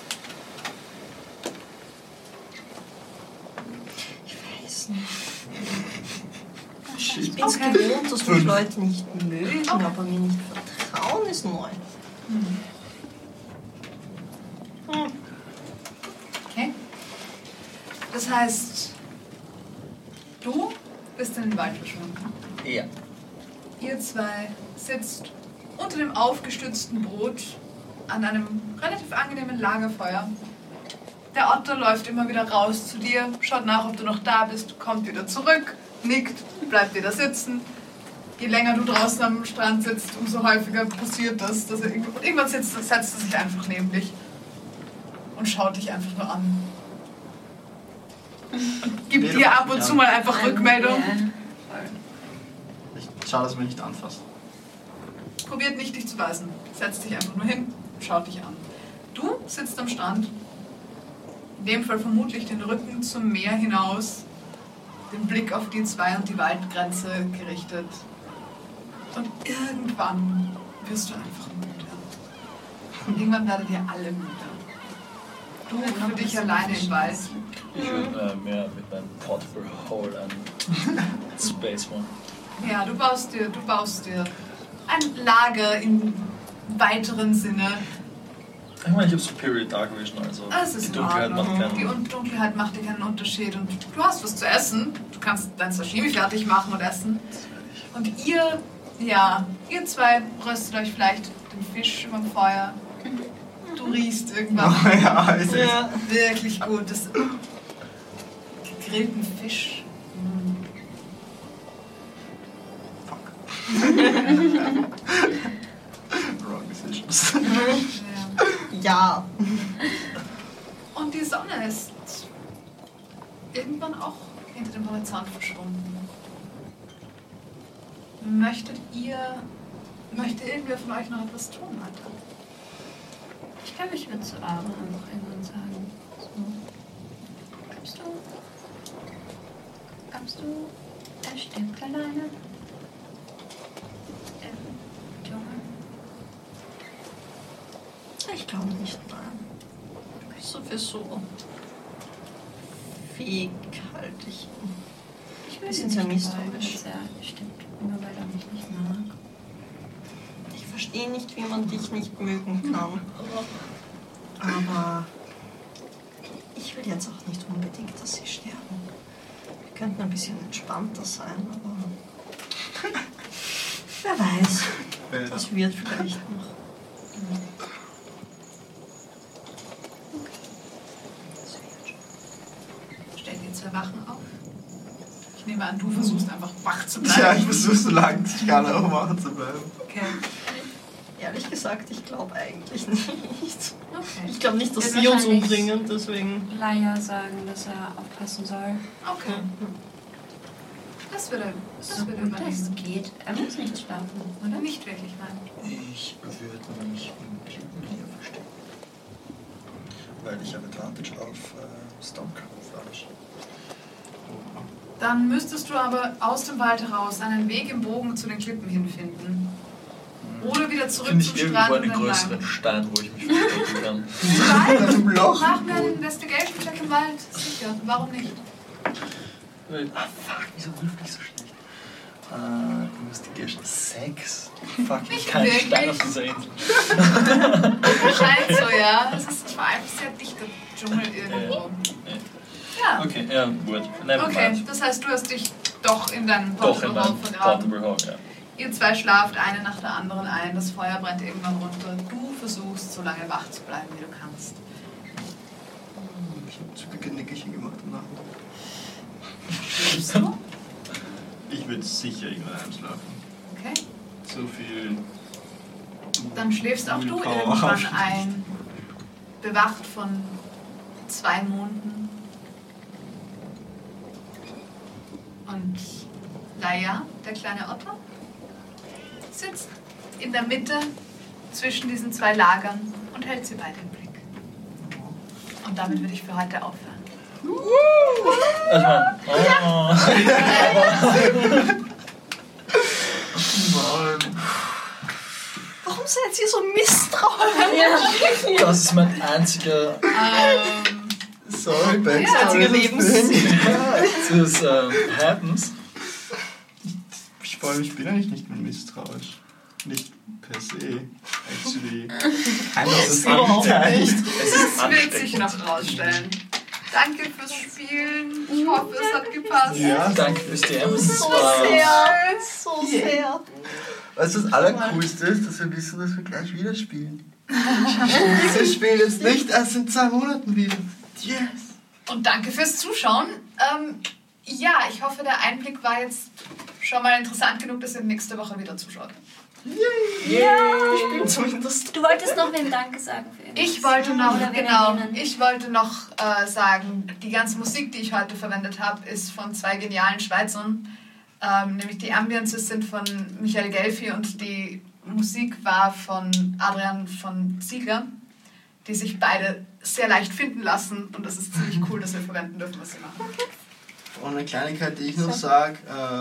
Ich weiß nicht. Shit. Ich bin's Okay. gewohnt, dass mich 5. Leute nicht mögen, Okay. aber mir nicht vertrauen ist neu. Okay. Das heißt, du bist in den Wald verschwunden. Ja. Ihr zwei sitzt unter dem aufgestützten Boot an einem relativ angenehmen Lagerfeuer. Der Otter läuft immer wieder raus zu dir, schaut nach, ob du noch da bist, kommt wieder zurück, nickt, bleibt wieder sitzen. Je länger du draußen am Strand sitzt, umso häufiger passiert das. Dass er irgendwann setzt er sich einfach neben dich und schaut dich einfach nur an. Und gibt dir ab und zu mal einfach Rückmeldung. Ich schau, dass er mich nicht anfasst. Probiert nicht, dich zu beißen. Setzt dich einfach nur hin, schaut dich an. Du sitzt am Strand, in dem Fall vermutlich den Rücken zum Meer hinaus, den Blick auf die zwei und die Waldgrenze gerichtet. Und irgendwann wirst du einfach müde. Und irgendwann werdet ihr alle müde. Du für dich alleine im Wald. Ich würde mehr mit meinem Portable Hole an Space machen. Ja, du baust dir ein Lager im weiteren Sinne. Ich meine, ich habe Superior Dark Vision, also Das ist die Dunkelheit in Ordnung. macht keinen... Die Dunkelheit macht dir keinen Unterschied und du hast was zu essen. Du kannst dein Sashimi fertig machen und essen. Und ihr Ja, ihr zwei röstet euch vielleicht den Fisch über dem Feuer. Du riechst irgendwann Ja, ist es. Ja. wirklich gut. Das gegrillten Fisch. Wrong decisions. Ja. Ja. Und die Sonne ist irgendwann auch hinter dem Horizont verschwunden. Möchte irgendwer von euch noch etwas tun heute? Ich glaube, ich würde zu Aaron einfach irgendwann sagen. So. Glaubst du, er stirbt alleine? Im Dschungel? Ich glaube nicht, nein. Sowieso. Fähig halte ich. Ich will Bisschen ihn sehr nicht misstrauisch. wollen, dass er stirbt, nur weil er mich nicht mag. Ich verstehe nicht, wie man dich nicht mögen kann. Aber ich will jetzt auch nicht unbedingt, dass sie sterben. Wir könnten ein bisschen entspannter sein, aber wer weiß. Das wird vielleicht noch. Stellt ihr zwei Wachen auf? Ich nehme an, du versuchst einfach wach zu bleiben. Ja, ich versuche so lange ich kann auch machen zu bleiben. Okay. Ehrlich gesagt, ich glaube eigentlich nicht. Okay. Ich glaube nicht, dass Wird sie uns wahrscheinlich umbringen, deswegen. Laia sagen, dass er aufpassen soll. Okay. Das würde So gut es übernehmen. geht. Er muss nicht schlafen, oder? Nicht wirklich, nein. Ich würde mich im Klippen hier verstecken. Weil ich habe Advantage auf Stormcamouflage. Dann müsstest du aber aus dem Wald heraus einen Weg im Bogen zu den Klippen hinfinden. Oder wieder zurück Finde zum ich irgendwo Strand einen und größeren entlang. Stein, wo ich mich verstecken kann. Im Wald? Im Loch. Machen wir einen Investigation-Check im Wald. Sicher. Warum nicht? Fuck, wieso würfel ich so schlecht? Investigation 6. Fuck, Nicht kein wirklich. Stein auf dieser Insel. Scheint so, ja. Es ist vor allem sehr dichter Dschungel irgendwo. Ja. Okay, ja, gut. Never Okay, mind. das heißt, du hast dich doch in deinem Doch in Portable Hole meinem vergraben. Portable Hole, ja. Ihr zwei schlaft eine nach der anderen ein. Das Feuer brennt irgendwann runter. Du versuchst, so lange wach zu bleiben, wie du kannst. Ich habe zu Beginn Nickerchen gemacht im Nachhinein. Schläfst du? Ich würde sicher irgendwann einschlafen. Okay. So viel. Dann schläfst auch du Willpower irgendwann habe ich ein. Bewacht von 2 Monden. Und Laia, der kleine Otter, sitzt in der Mitte zwischen diesen 2 Lagern und hält sie beide im Blick. Und damit würde ich für heute aufhören. Also, Warum seid ihr so misstrauisch? das ist mein einziger Sorry, Bex. Ja, einzige das Happens. Ich freue mich, ich bin eigentlich nicht mehr misstrauisch. Nicht per se. Actually. Es ist überhaupt ansteckend. Es ist Das wird sich ansteckend. noch rausstellen. Danke fürs Spielen. Ich hoffe, es hat gepasst. Ja, Danke fürs DM. So sehr. So sehr. Weißt du, das Allercoolste ist, dass wir wissen, dass wir gleich wieder spielen. Wir spielen jetzt nicht erst in 2 Monaten wieder. Yes! Und danke fürs Zuschauen. Ja, ich hoffe, der Einblick war jetzt schon mal interessant genug, dass ihr nächste Woche wieder zuschaut. Zumindest. Du wolltest noch wem Danke sagen für ihn. Ich wollte noch, Oder wen genau, erwähnen. ich wollte noch sagen, die ganze Musik, die ich heute verwendet habe, ist von 2 genialen Schweizern. Nämlich die Ambiences sind von Michael Gelfi und die Musik war von Adrian von Ziegler, die sich beide sehr leicht finden lassen und das ist ziemlich cool, dass wir verwenden dürfen, was sie machen. Und eine Kleinigkeit, die ich noch sage,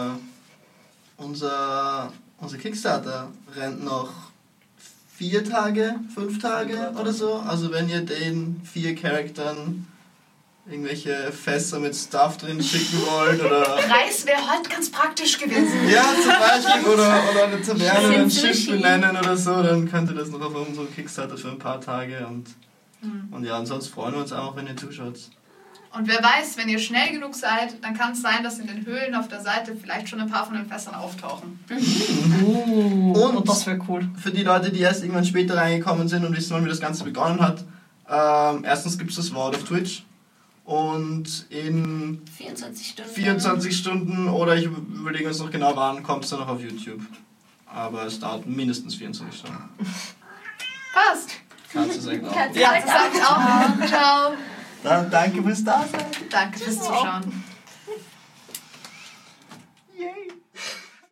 unser Kickstarter rennt noch 4 Tage, 5 Tage oder so. Also wenn ihr den 4 Charakteren irgendwelche Fässer mit Stuff drin schicken wollt oder... Reis wäre heute ganz praktisch gewesen. Ja, zum Beispiel, oder eine Taverne oder ein Sushi. Schiff benennen oder so, dann könnt ihr das noch auf unserem Kickstarter für ein paar Tage und ja, ansonsten freuen wir uns auch, wenn ihr zuschaut. Und wer weiß, wenn ihr schnell genug seid, dann kann es sein, dass in den Höhlen auf der Seite vielleicht schon ein paar von den Fässern auftauchen. Und das wäre cool. Für die Leute, die erst irgendwann später reingekommen sind und wissen wollen, wie das Ganze begonnen hat, erstens gibt es das Wort auf Twitch und in 24 Stunden oder ich überlege uns noch genau wann, kommt es dann noch auf YouTube. Aber es dauert mindestens 24 Stunden. Passt. Katze sagt auch. Ja, das sagt auch. Ciao. Dann danke fürs Dasein. Danke fürs Zuschauen.